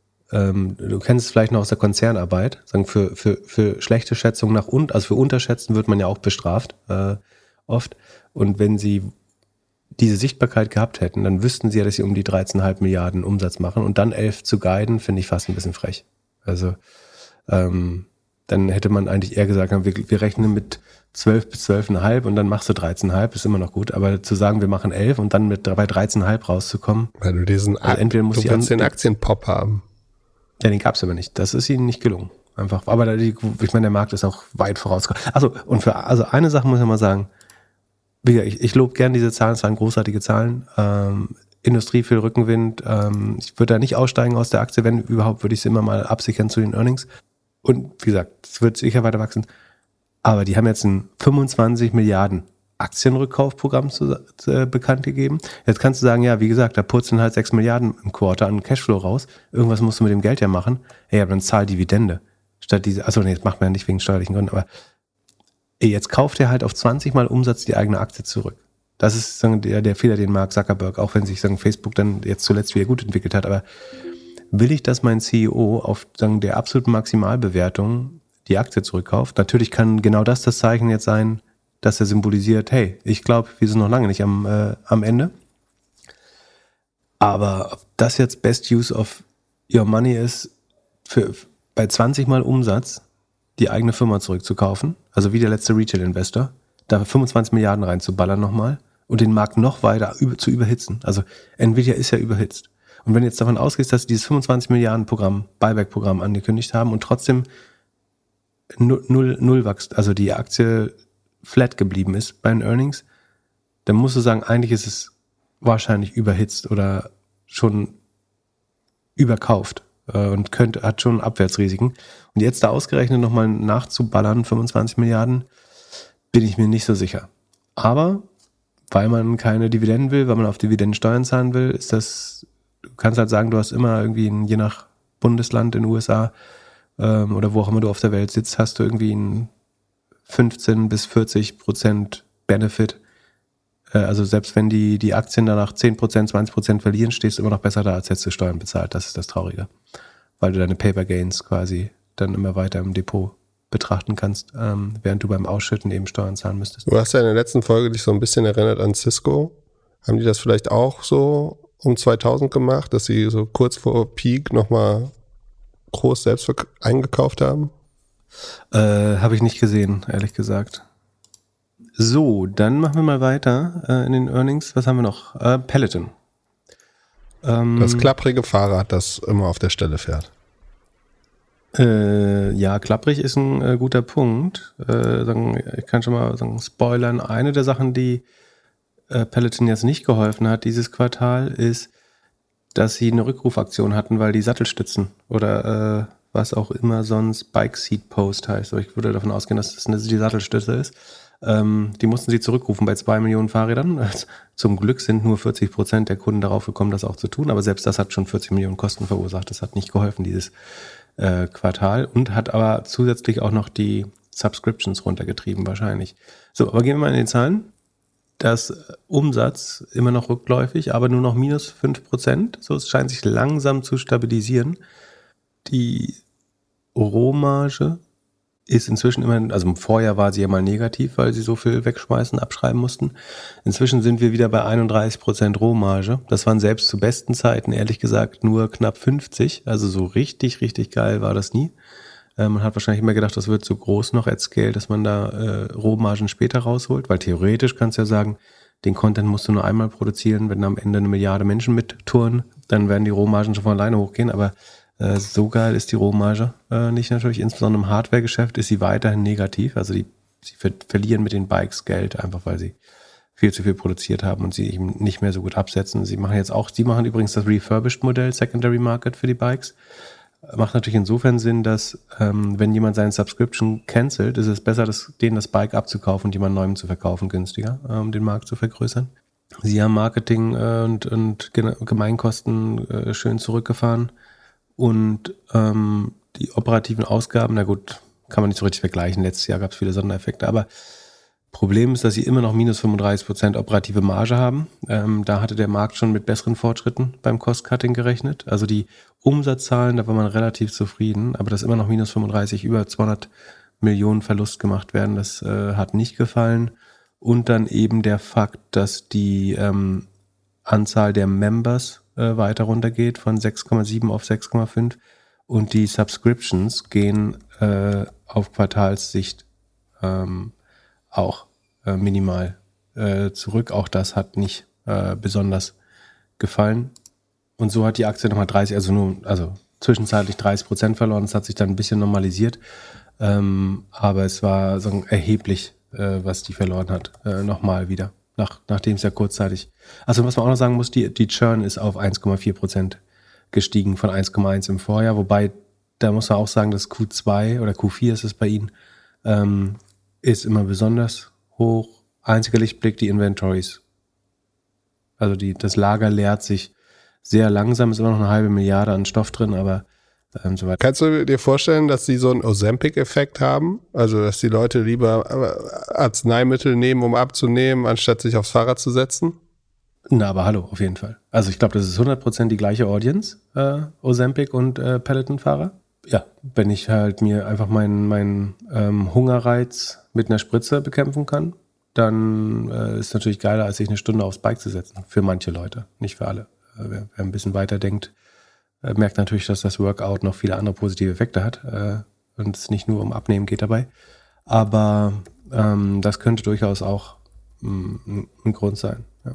kennst es vielleicht noch aus der Konzernarbeit, sagen für schlechte Schätzungen nach unten, also für Unterschätzen wird man ja auch bestraft, oft. Und wenn sie diese Sichtbarkeit gehabt hätten, dann wüssten sie ja, dass sie um die 13,5 Milliarden Umsatz machen und dann 11 zu guiden, finde ich fast ein bisschen frech. Also dann hätte man eigentlich eher gesagt, wir rechnen mit 12 bis 12,5 und dann machst du 13,5, ist immer noch gut. Aber zu sagen, wir machen 11 und dann bei 13,5 rauszukommen. Weil du entweder musst du den Aktienpop haben. Ja, den gab's aber nicht. Das ist ihnen nicht gelungen. Einfach. Aber ich meine, der Markt ist auch weit vorausgekommen. Also eine Sache muss ich mal sagen. Ich lobe gern diese Zahlen, es waren großartige Zahlen. Industrie viel Rückenwind. Ich würde da nicht aussteigen aus der Aktie, wenn überhaupt, würde ich sie immer mal absichern zu den Earnings. Und wie gesagt, es wird sicher weiter wachsen. Aber die haben jetzt ein 25 Milliarden Aktienrückkaufprogramm bekannt gegeben. Jetzt kannst du sagen, ja, wie gesagt, da purzeln halt 6 Milliarden im Quarter an Cashflow raus. Irgendwas musst du mit dem Geld ja machen. Ja, aber dann zahl Dividende. Statt das macht man ja nicht wegen steuerlichen Gründen, aber Jetzt kauft er halt auf 20 Mal Umsatz die eigene Aktie zurück. Das ist der Fehler, den Mark Zuckerberg, auch wenn sich Facebook dann jetzt zuletzt wieder gut entwickelt hat, aber will ich, dass mein CEO auf der absoluten Maximalbewertung die Aktie zurückkauft? Natürlich kann genau das Zeichen jetzt sein, dass er symbolisiert, hey, ich glaube, wir sind noch lange nicht am Ende. Aber ob das jetzt Best Use of Your Money ist, bei 20 Mal Umsatz die eigene Firma zurückzukaufen, also wie der letzte Retail-Investor, da 25 Milliarden reinzuballern nochmal und den Markt noch weiter zu überhitzen. Also Nvidia ist ja überhitzt. Und wenn du jetzt davon ausgehst, dass sie dieses 25 Milliarden Buyback-Programm angekündigt haben und trotzdem null wächst, also die Aktie flat geblieben ist bei den Earnings, dann musst du sagen, eigentlich ist es wahrscheinlich überhitzt oder schon überkauft und hat schon Abwärtsrisiken. Und jetzt da ausgerechnet nochmal nachzuballern, 25 Milliarden, bin ich mir nicht so sicher. Aber weil man keine Dividenden will, weil man auf Dividenden Steuern zahlen will, ist das, du kannst halt sagen, du hast immer irgendwie, je nach Bundesland in den USA oder wo auch immer du auf der Welt sitzt, hast du irgendwie einen 15-40% Benefit. Also selbst wenn die Aktien danach 10%, 20% verlieren, stehst du immer noch besser da, als hättest du Steuern bezahlt. Das ist das Traurige. Weil du deine Paper Gains quasi dann immer weiter im Depot betrachten kannst, während du beim Ausschütten eben Steuern zahlen müsstest. Du hast ja in der letzten Folge dich so ein bisschen erinnert an Cisco. Haben die das vielleicht auch so um 2000 gemacht, dass sie so kurz vor Peak nochmal groß selbst eingekauft haben? Habe ich nicht gesehen, ehrlich gesagt. So, dann machen wir mal weiter in den Earnings. Was haben wir noch? Peloton. Das klapprige Fahrrad, das immer auf der Stelle fährt. Ja, klapprig ist ein guter Punkt. Ich kann schon mal spoilern. Eine der Sachen, die Peloton jetzt nicht geholfen hat dieses Quartal, ist, dass sie eine Rückrufaktion hatten, weil die Sattelstützen oder was auch immer sonst Bike Seat Post heißt. Aber ich würde davon ausgehen, dass das die Sattelstütze ist. Die mussten sie zurückrufen bei 2 Millionen Fahrrädern. Zum Glück sind nur 40% der Kunden darauf gekommen, das auch zu tun. Aber selbst das hat schon 40 Millionen Kosten verursacht. Das hat nicht geholfen, dieses Quartal. Und hat aber zusätzlich auch noch die Subscriptions runtergetrieben wahrscheinlich. So, aber gehen wir mal in die Zahlen. Das Umsatz immer noch rückläufig, aber nur noch minus 5%. So, es scheint sich langsam zu stabilisieren. Die Rohmarge ist inzwischen immer, also im Vorjahr war sie ja mal negativ, weil sie so viel wegschmeißen, abschreiben mussten. Inzwischen sind wir wieder bei 31% Rohmarge. Das waren selbst zu besten Zeiten, ehrlich gesagt, nur knapp 50. Also so richtig, richtig geil war das nie. Man hat wahrscheinlich immer gedacht, das wird so groß noch at scale, dass man da Rohmargen später rausholt, weil theoretisch kannst du ja sagen, den Content musst du nur einmal produzieren, wenn am Ende 1 Milliarde Menschen mittouren, dann werden die Rohmargen schon von alleine hochgehen, aber so geil ist die Rohmarge nicht natürlich. Insbesondere im Hardware-Geschäft ist sie weiterhin negativ. Also sie verlieren mit den Bikes Geld, einfach weil sie viel zu viel produziert haben und sie eben nicht mehr so gut absetzen. Sie machen übrigens das Refurbished-Modell, Secondary Market für die Bikes. Macht natürlich insofern Sinn, dass wenn jemand seine Subscription cancelt, ist es besser, denen das Bike abzukaufen und jemand Neuem zu verkaufen, günstiger, um den Markt zu vergrößern. Sie haben Marketing und Gemeinkosten schön zurückgefahren. Und die operativen Ausgaben, na gut, kann man nicht so richtig vergleichen. Letztes Jahr gab es viele Sondereffekte. Aber Problem ist, dass sie immer noch minus 35% operative Marge haben. Da hatte der Markt schon mit besseren Fortschritten beim Cost-Cutting gerechnet. Also die Umsatzzahlen, da war man relativ zufrieden. Aber dass immer noch minus 35, über 200 Millionen Verlust gemacht werden, das hat nicht gefallen. Und dann eben der Fakt, dass die Anzahl der Members weiter runtergeht von 6,7 auf 6,5 und die Subscriptions gehen auf Quartalssicht auch minimal zurück. Auch das hat nicht besonders gefallen. Und so hat die Aktie nochmal zwischenzeitlich 30% verloren. Es hat sich dann ein bisschen normalisiert. Aber es war so erheblich, was die verloren hat, nochmal wieder. Nachdem es ja kurzzeitig. Also was man auch noch sagen muss, die Churn ist auf 1,4% gestiegen von 1,1 im Vorjahr, wobei da muss man auch sagen, dass Q2 oder Q4 ist es bei Ihnen, ist immer besonders hoch. Einziger Lichtblick, die Inventories. Also das Lager leert sich sehr langsam, ist immer noch 1,5 Milliarde an Stoff drin, aber so weiter. Kannst du dir vorstellen, dass sie so einen Ozempic-Effekt haben? Also, dass die Leute lieber Arzneimittel nehmen, um abzunehmen, anstatt sich aufs Fahrrad zu setzen? Na, aber hallo, auf jeden Fall. Also ich glaube, das ist 100% die gleiche Audience, Ozempic und Peloton-Fahrer. Ja, wenn ich halt mir einfach meinen Hungerreiz mit einer Spritze bekämpfen kann, dann ist es natürlich geiler, als sich eine Stunde aufs Bike zu setzen. Für manche Leute, nicht für alle. Wer ein bisschen weiter denkt, merkt natürlich, dass das Workout noch viele andere positive Effekte hat und es nicht nur um Abnehmen geht dabei. Aber das könnte durchaus auch ein Grund sein. Ja.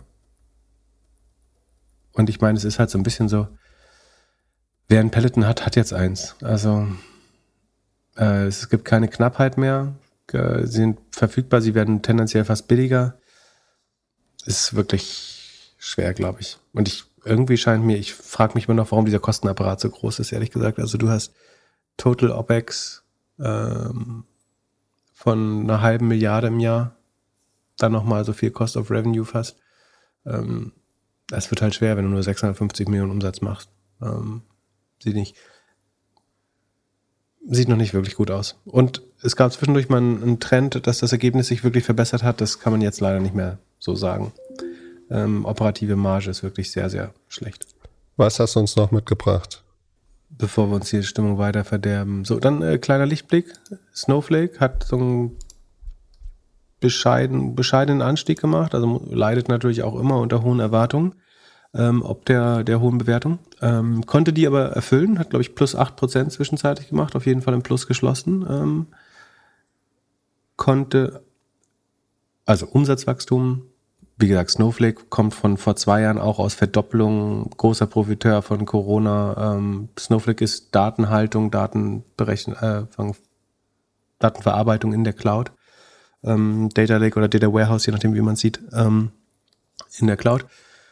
Und ich meine, es ist halt so ein bisschen so, wer ein Peloton hat, hat jetzt eins. Also es gibt keine Knappheit mehr. Sie sind verfügbar, sie werden tendenziell fast billiger. Ist wirklich schwer, glaube ich. Und ich frage mich immer noch, warum dieser Kostenapparat so groß ist, ehrlich gesagt. Also du hast Total OPEX von einer halben Milliarde im Jahr, dann nochmal so viel Cost of Revenue fast. Es wird halt schwer, wenn du nur 650 Millionen Umsatz machst. Sieht noch nicht wirklich gut aus. Und es gab zwischendurch mal einen Trend, dass das Ergebnis sich wirklich verbessert hat. Das kann man jetzt leider nicht mehr so sagen. Operative Marge ist wirklich sehr, sehr schlecht. Was hast du uns noch mitgebracht? Bevor wir uns die Stimmung weiter verderben. So, dann kleiner Lichtblick. Snowflake hat so einen bescheidenen Anstieg gemacht. Also leidet natürlich auch immer unter hohen Erwartungen. Ob der hohen Bewertung. Konnte die aber erfüllen, hat, glaube ich, plus 8% zwischenzeitlich gemacht, auf jeden Fall im Plus geschlossen. Also Umsatzwachstum, wie gesagt, Snowflake kommt von vor 2 Jahren auch aus Verdopplung, großer Profiteur von Corona. Snowflake ist Datenhaltung, Datenverarbeitung in der Cloud. Data Lake oder Data Warehouse, je nachdem, wie man es sieht, in der Cloud.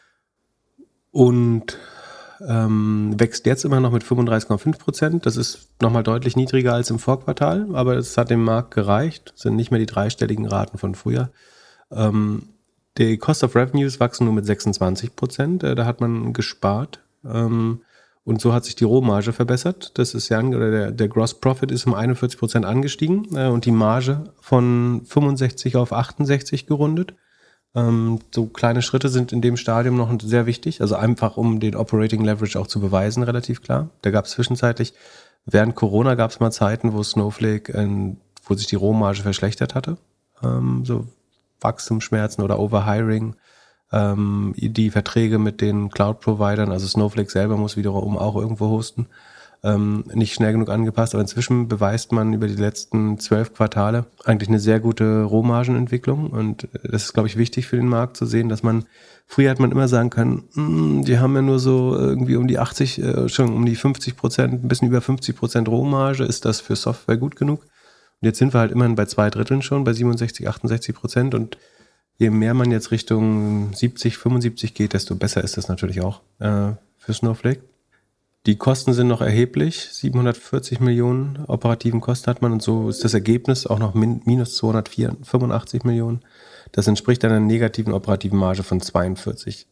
Und wächst jetzt immer noch mit 35,5%. Das ist nochmal deutlich niedriger als im Vorquartal, aber es hat dem Markt gereicht. Das sind nicht mehr die dreistelligen Raten von früher. Die Cost of Revenues wachsen nur mit 26%. Da hat man gespart. Und so hat sich die Rohmarge verbessert. Das ist der Gross Profit ist um 41% angestiegen und die Marge von 65 auf 68 gerundet. So kleine Schritte sind in dem Stadium noch sehr wichtig, also einfach um den Operating Leverage auch zu beweisen, relativ klar. Da gab es zwischenzeitlich, während Corona gab es mal Zeiten, wo Snowflake, wo sich die Rohmarge verschlechtert hatte, so Wachstumsschmerzen oder Overhiring, die Verträge mit den Cloud-Providern, also Snowflake selber muss wiederum auch irgendwo hosten, nicht schnell genug angepasst, aber inzwischen beweist man über die letzten 12 Quartale eigentlich eine sehr gute Rohmargenentwicklung und das ist, glaube ich, wichtig für den Markt zu sehen, dass früher hat man immer sagen können, die haben ja nur so irgendwie um die 50%, ein bisschen über 50% Rohmarge, ist das für Software gut genug? Und jetzt sind wir halt immerhin bei 2/3 schon, bei 67, 68% und je mehr man jetzt Richtung 70, 75 geht, desto besser ist das natürlich auch für Snowflake. Die Kosten sind noch erheblich, 740 Millionen operativen Kosten hat man und so ist das Ergebnis auch noch minus 285 Millionen. Das entspricht einer negativen operativen Marge von 42%.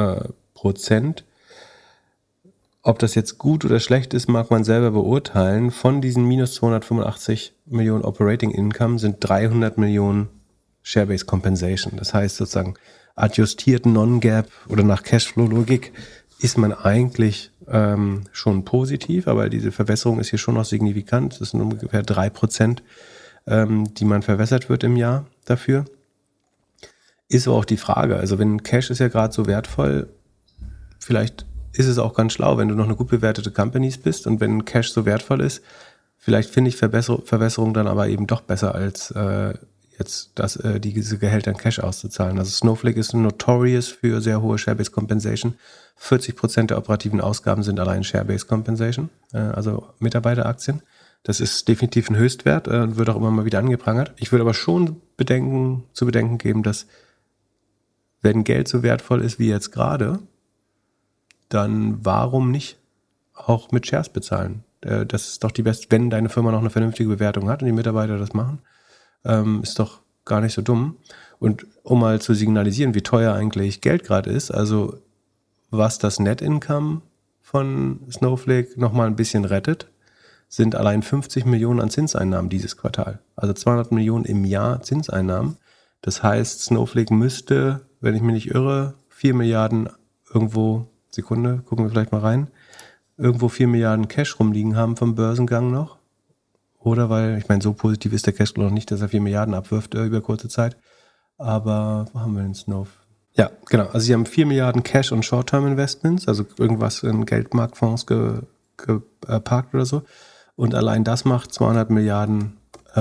Ob das jetzt gut oder schlecht ist, mag man selber beurteilen. Von diesen minus 285 Millionen Operating Income sind 300 Millionen Share-Based Compensation. Das heißt sozusagen adjustiert Non-Gap oder nach Cashflow-Logik ist man eigentlich schon positiv, aber diese Verwässerung ist hier schon noch signifikant. Das sind ungefähr 3%, die man verwässert wird im Jahr dafür. Ist aber auch die Frage, also wenn Cash ist ja gerade so wertvoll, vielleicht ist es auch ganz schlau, wenn du noch eine gut bewertete Companies bist und wenn Cash so wertvoll ist, vielleicht finde ich Verwässerung dann aber eben doch besser als jetzt diese Gehälter in Cash auszuzahlen. Also Snowflake ist notorious für sehr hohe Share-Based Compensation. 40% der operativen Ausgaben sind allein Share-Based Compensation, also Mitarbeiteraktien. Das ist definitiv ein Höchstwert und wird auch immer mal wieder angeprangert. Ich würde aber schon zu bedenken geben, dass wenn Geld so wertvoll ist wie jetzt gerade, dann warum nicht auch mit Shares bezahlen? Das ist doch die beste, wenn deine Firma noch eine vernünftige Bewertung hat und die Mitarbeiter das machen, ist doch gar nicht so dumm. Und um mal zu signalisieren, wie teuer eigentlich Geld gerade ist, also was das Net Income von Snowflake nochmal ein bisschen rettet, sind allein 50 Millionen an Zinseinnahmen dieses Quartal. Also 200 Millionen im Jahr Zinseinnahmen. Das heißt, Snowflake müsste, wenn ich mich nicht irre, 4 Milliarden irgendwo, Sekunde, gucken wir vielleicht mal rein, irgendwo 4 Milliarden Cash rumliegen haben vom Börsengang noch. Oder weil, ich meine, so positiv ist der Cashflow noch nicht, dass er 4 Milliarden abwirft über kurze Zeit. Aber wo haben wir den Snowflake? Ja, genau. Also sie haben 4 Milliarden Cash- und Short-Term-Investments, also irgendwas in Geldmarktfonds geparkt oder so. Und allein das macht 200 Millionen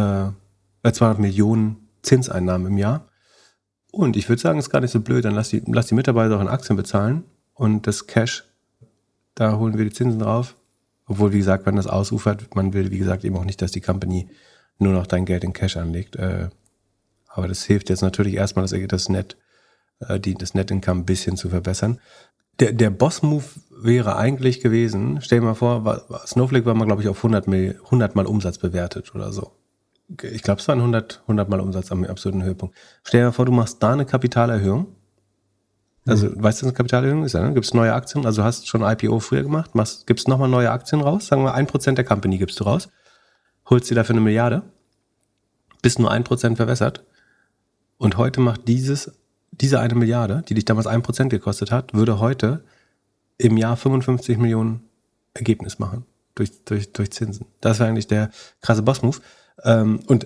Zinseinnahmen im Jahr. Und ich würde sagen, ist gar nicht so blöd. Dann lass die Mitarbeiter auch in Aktien bezahlen und das Cash, da holen wir die Zinsen drauf. Obwohl, wie gesagt, wenn das ausufert, man will, wie gesagt, eben auch nicht, dass die Company nur noch dein Geld in Cash anlegt. Aber das hilft jetzt natürlich erstmal, das Net Income ein bisschen zu verbessern. Der Boss-Move wäre eigentlich gewesen, stell dir mal vor, Snowflake war mal, glaube ich, auf 100 Mal Umsatz bewertet oder so. Ich glaube, es waren 100 Mal Umsatz am absoluten Höhepunkt. Stell dir mal vor, du machst da eine Kapitalerhöhung. Also, weißt du, was eine Kapitalerhöhung ist? Ja, ne? Gibst neue Aktien, also hast schon IPO früher gemacht, gibst nochmal neue Aktien raus, sagen wir 1% der Company gibst du raus, holst dir dafür 1 Milliarde, bist nur 1% verwässert und heute macht diese 1 Milliarde, die dich damals 1% gekostet hat, würde heute im Jahr 55 Millionen Ergebnis machen durch Zinsen. Das wäre eigentlich der krasse Boss-Move. Und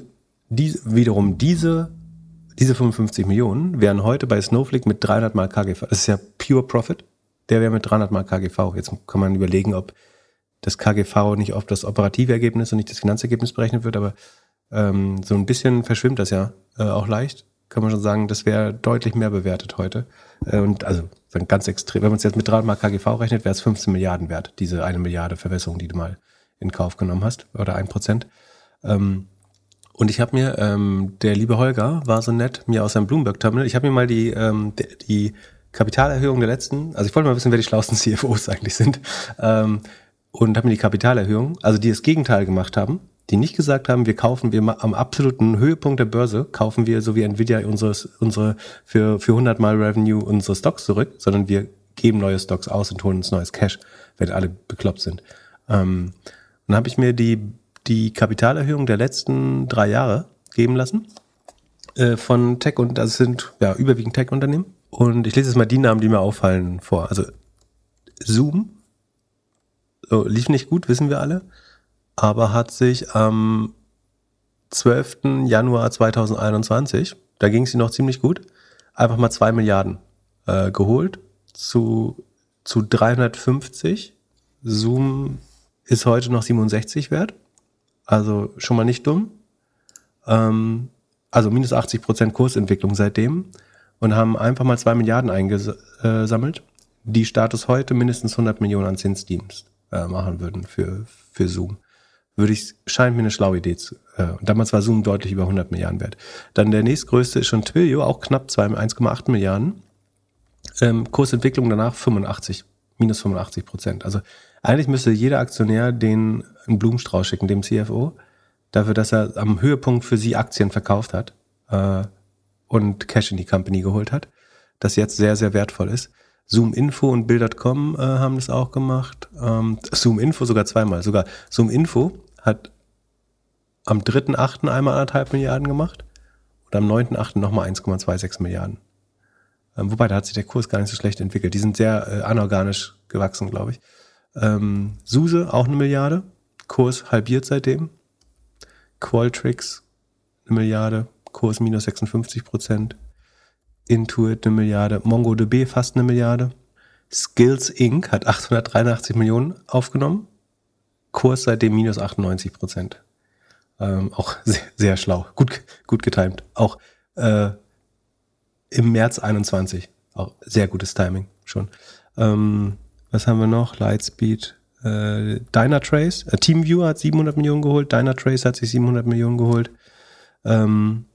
diese 55 Millionen wären heute bei Snowflake mit 300 mal KGV. Das ist ja pure Profit. Der wäre mit 300 mal KGV. Jetzt kann man überlegen, ob das KGV nicht auf das operative Ergebnis und nicht das Finanzergebnis berechnet wird, aber so ein bisschen verschwimmt das ja auch leicht. Kann man schon sagen, das wäre deutlich mehr bewertet heute. Und also ganz extrem, wenn man es jetzt mit 300 mal KGV rechnet, wäre es 15 Milliarden wert, diese 1 Milliarde Verwässerung, die du mal in Kauf genommen hast, oder 1%. Und ich habe mir, der liebe Holger war so nett, mir aus seinem Bloomberg-Terminal, ich habe mir mal die Kapitalerhöhung der letzten, also ich wollte mal wissen, wer die schlauesten CFOs eigentlich sind, und habe mir die Kapitalerhöhung, also die das Gegenteil gemacht haben, die nicht gesagt haben, wir am absoluten Höhepunkt der Börse, kaufen wir, so wie Nvidia unsere für 100 Mal Revenue unsere Stocks zurück, sondern wir geben neue Stocks aus und holen uns neues Cash, wenn alle bekloppt sind. Und dann habe ich mir die Kapitalerhöhung der letzten 3 Jahre geben lassen von Tech, und das sind ja überwiegend Tech-Unternehmen. Und ich lese jetzt mal die Namen, die mir auffallen, vor. Also Zoom lief nicht gut, wissen wir alle, aber hat sich am 12. Januar 2021, da ging es ihnen noch ziemlich gut, einfach mal 2 Milliarden geholt zu 350. Zoom ist heute noch 67 wert. Also schon mal nicht dumm. Also minus 80% Kursentwicklung seitdem und haben einfach mal 2 Milliarden eingesammelt, die Status heute mindestens 100 Millionen an Zinsdienst machen würden für Zoom. Scheint mir eine schlaue Idee zu. Und damals war Zoom deutlich über 100 Milliarden wert. Dann der nächstgrößte ist schon Twilio, auch knapp 1,8 Milliarden. Kursentwicklung danach minus 85%. Also eigentlich müsste jeder Aktionär den einen Blumenstrauß schicken, dem CFO, dafür, dass er am Höhepunkt für sie Aktien verkauft hat und Cash in die Company geholt hat, das jetzt sehr, sehr wertvoll ist. ZoomInfo und Bill.com haben das auch gemacht. ZoomInfo sogar zweimal. Sogar ZoomInfo hat am 3.8. einmal 1,5 Milliarden gemacht und am 9.8. nochmal 1,26 Milliarden. Wobei, da hat sich der Kurs gar nicht so schlecht entwickelt. Die sind sehr anorganisch gewachsen, glaube ich. SUSE, auch 1 Milliarde. Kurs halbiert seitdem. Qualtrics, 1 Milliarde. Kurs minus 56%. Intuit, 1 Milliarde. MongoDB, fast 1 Milliarde. Skills Inc. hat 883 Millionen aufgenommen. Kurs seitdem minus 98%. Auch sehr, sehr schlau. Gut getimt. Auch im März 21. Auch sehr gutes Timing schon. Was haben wir noch? Lightspeed, Dynatrace. TeamViewer hat 700 Millionen geholt. Dynatrace hat sich 700 Millionen geholt. Und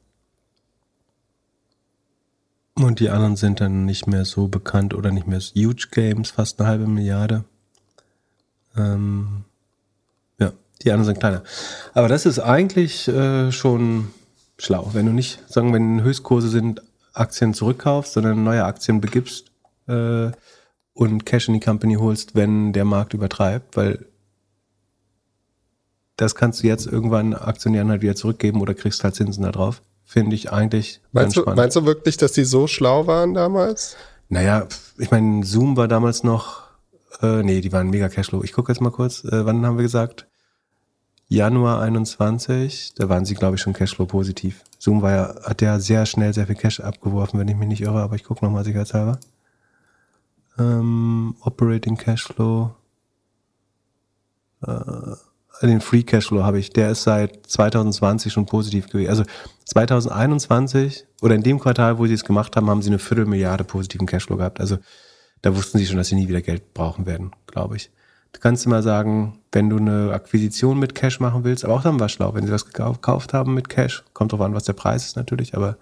die anderen sind dann nicht mehr so bekannt oder nicht mehr so. Huge Games, fast 1,5 Milliarde. Ja, die anderen sind kleiner. Aber das ist eigentlich schon schlau. Wenn du nicht, wenn Höchstkurse sind, Aktien zurückkaufst, sondern neue Aktien begibst und Cash in die Company holst, wenn der Markt übertreibt, weil das kannst du jetzt irgendwann Aktionären halt wieder zurückgeben oder kriegst halt Zinsen da drauf. Finde ich eigentlich ganz spannend. Meinst du wirklich, dass die so schlau waren damals? Naja, ich meine, Zoom war damals noch, die waren mega Cashflow. Ich gucke jetzt mal kurz, wann haben wir gesagt? Januar 21, da waren sie, glaube ich, schon Cashflow positiv. Zoom hat ja sehr schnell sehr viel Cash abgeworfen, wenn ich mich nicht irre, aber ich gucke nochmal sicherheitshalber. Operating Cashflow. Den Free Cashflow habe ich, der ist seit 2020 schon positiv gewesen. Also 2021 oder in dem Quartal, wo sie es gemacht haben, haben sie eine 250 positiven Cashflow gehabt. Also da wussten sie schon, dass sie nie wieder Geld brauchen werden, glaube ich. Du kannst immer sagen, wenn du eine Akquisition mit Cash machen willst, aber auch dann war es schlau, wenn sie was gekauft haben mit Cash. Kommt drauf an, was der Preis ist natürlich, aber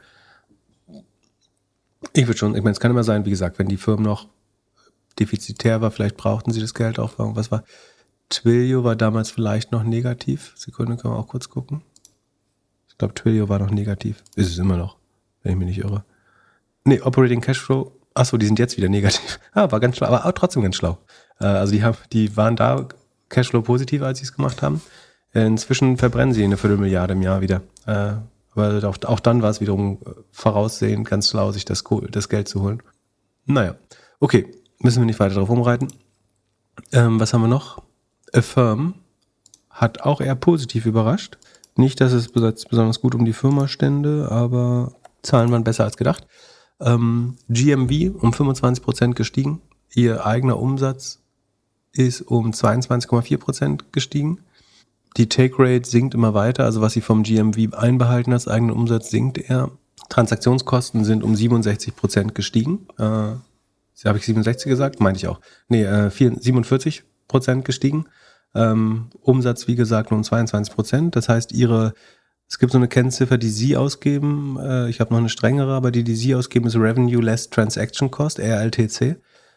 ich meine, es kann immer sein, wie gesagt, wenn die Firmen noch defizitär war, vielleicht brauchten sie das Geld auch. Was war? Twilio war damals vielleicht noch negativ. Sekunde, können wir auch kurz gucken. Ich glaube, Twilio war noch negativ. Ist es immer noch, wenn ich mich nicht irre. Nee, Operating Cashflow. Achso, die sind jetzt wieder negativ. War ganz schlau, aber auch trotzdem ganz schlau. Also die waren da Cashflow positiv, als sie es gemacht haben. Inzwischen verbrennen sie eine 250 im Jahr wieder. Aber auch dann war es wiederum voraussehend ganz schlau, sich das Geld zu holen. Naja, okay, müssen wir nicht weiter drauf rumreiten. Was haben wir noch? Affirm hat auch eher positiv überrascht. Nicht, dass es besonders gut um die Firma stände, aber Zahlen waren besser als gedacht. GMV um 25% gestiegen. Ihr eigener Umsatz ist um 22,4% gestiegen. Die Take Rate sinkt immer weiter, also was sie vom GMV einbehalten als eigenen Umsatz, sinkt er. Transaktionskosten sind um 67% gestiegen. Habe ich 67 gesagt? Meinte ich auch. 47% gestiegen. Umsatz, wie gesagt, nur um 22%. Das heißt, es gibt so eine Kennziffer, die Sie ausgeben. Ich habe noch eine strengere, aber die Sie ausgeben, ist Revenue Less Transaction Cost, RLTC.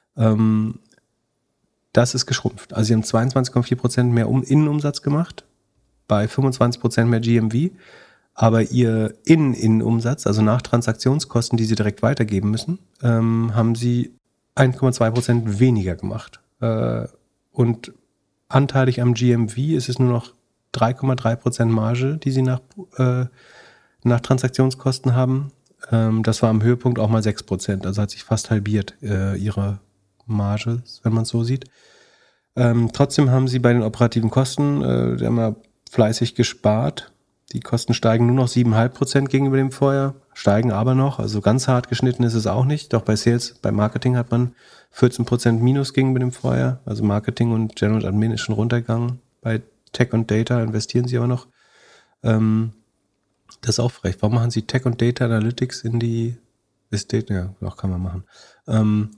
Das ist geschrumpft. Also Sie haben 22,4% mehr Innenumsatz gemacht, bei 25% mehr GMV. Aber Ihr Innenumsatz, also nach Transaktionskosten, die Sie direkt weitergeben müssen, haben Sie 1,2% weniger gemacht. Und anteilig am GMV ist es nur noch 3,3% Marge, die sie nach Transaktionskosten haben. Das war am Höhepunkt auch mal 6%, also hat sich fast halbiert ihre Marge, wenn man es so sieht. Trotzdem haben sie bei den operativen Kosten immer fleißig gespart. Die Kosten steigen nur noch 7,5% gegenüber dem Vorjahr, steigen aber noch, also ganz hart geschnitten ist es auch nicht. Doch bei Sales, bei Marketing hat man 14% Minus gegenüber dem Vorjahr, also Marketing und General Admin ist schon runtergegangen. Bei Tech und Data investieren sie aber noch. Das ist auch frech. Warum machen sie Tech und Data Analytics in die Estate? Ja, doch, kann man machen.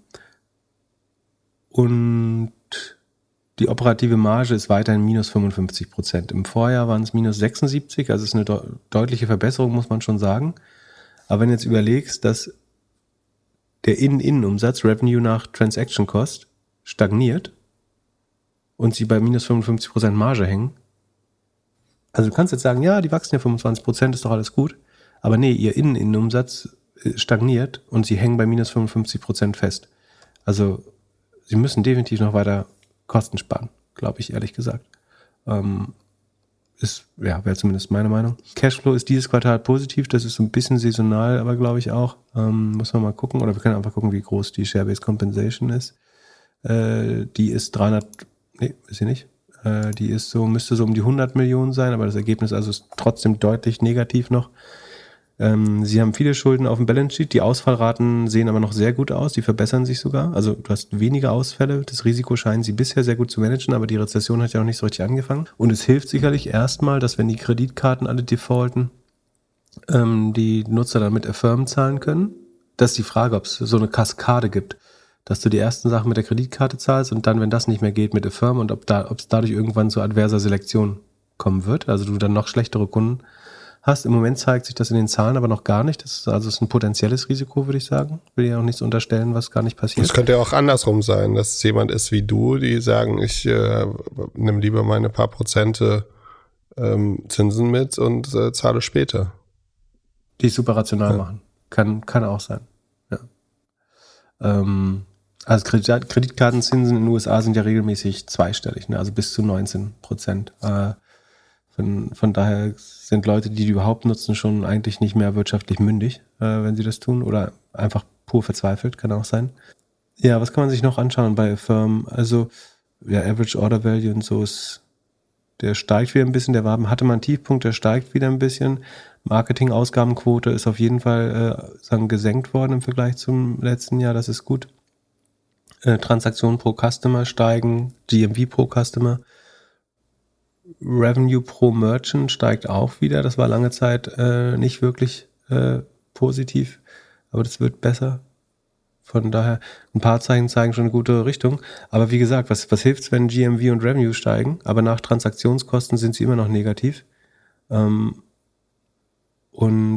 Und die operative Marge ist weiterhin minus 55%. Im Vorjahr waren es minus 76%, also ist eine deutliche Verbesserung, muss man schon sagen. Aber wenn du jetzt überlegst, dass der Innenumsatz, Revenue nach Transaction Cost, stagniert und sie bei minus 55% Marge hängen, also du kannst jetzt sagen, ja, die wachsen ja 25%, ist doch alles gut, aber nee, ihr Innenumsatz stagniert und sie hängen bei minus 55% fest. Also sie müssen definitiv noch weiter Kosten sparen, glaube ich, ehrlich gesagt. Wäre zumindest meine Meinung. Cashflow ist dieses Quartal positiv, das ist so ein bisschen saisonal, aber glaube ich auch. Muss man mal gucken, oder wir können einfach gucken, wie groß die Share-Based Compensation ist. Die ist ist sie nicht. Die ist müsste so um die 100 Millionen sein, aber das Ergebnis also ist trotzdem deutlich negativ noch. Sie haben viele Schulden auf dem Balance Sheet, die Ausfallraten sehen aber noch sehr gut aus, die verbessern sich sogar. Also du hast weniger Ausfälle, das Risiko scheinen sie bisher sehr gut zu managen, aber die Rezession hat ja noch nicht so richtig angefangen. Und es hilft sicherlich erstmal, dass wenn die Kreditkarten alle defaulten, die Nutzer dann mit Affirm zahlen können. Das ist die Frage, ob es so eine Kaskade gibt, dass du die ersten Sachen mit der Kreditkarte zahlst und dann, wenn das nicht mehr geht, mit Affirm und ob es dadurch irgendwann zu adverser Selektion kommen wird, also du dann noch schlechtere Kunden hast. Im Moment zeigt sich das in den Zahlen aber noch gar nicht. Das ist ein potenzielles Risiko, würde ich sagen. Will ja auch nichts unterstellen, was gar nicht passiert. Es könnte ja auch andersrum sein, dass es jemand ist wie du, die sagen, ich nehme lieber meine paar Prozente Zinsen mit und zahle später. Die es super rational machen. Kann auch sein. Ja. Also Kreditkartenzinsen in den USA sind ja regelmäßig zweistellig, ne? Also bis zu 19%. Von daher sind Leute, die überhaupt nutzen, schon eigentlich nicht mehr wirtschaftlich mündig, wenn sie das tun. Oder einfach pur verzweifelt, kann auch sein. Ja, was kann man sich noch anschauen bei Firmen? Also, ja, Average Order Value und so der steigt wieder ein bisschen. Hatte mal einen Tiefpunkt, der steigt wieder ein bisschen. Marketing-Ausgabenquote ist auf jeden Fall gesenkt worden im Vergleich zum letzten Jahr. Das ist gut. Transaktionen pro Customer steigen, GMV pro Customer. Revenue pro Merchant steigt auch wieder. Das war lange Zeit nicht wirklich positiv, aber das wird besser. Von daher, ein paar Zeichen zeigen schon eine gute Richtung. Aber wie gesagt, was hilft's, wenn GMV und Revenue steigen? Aber nach Transaktionskosten sind sie immer noch negativ. Und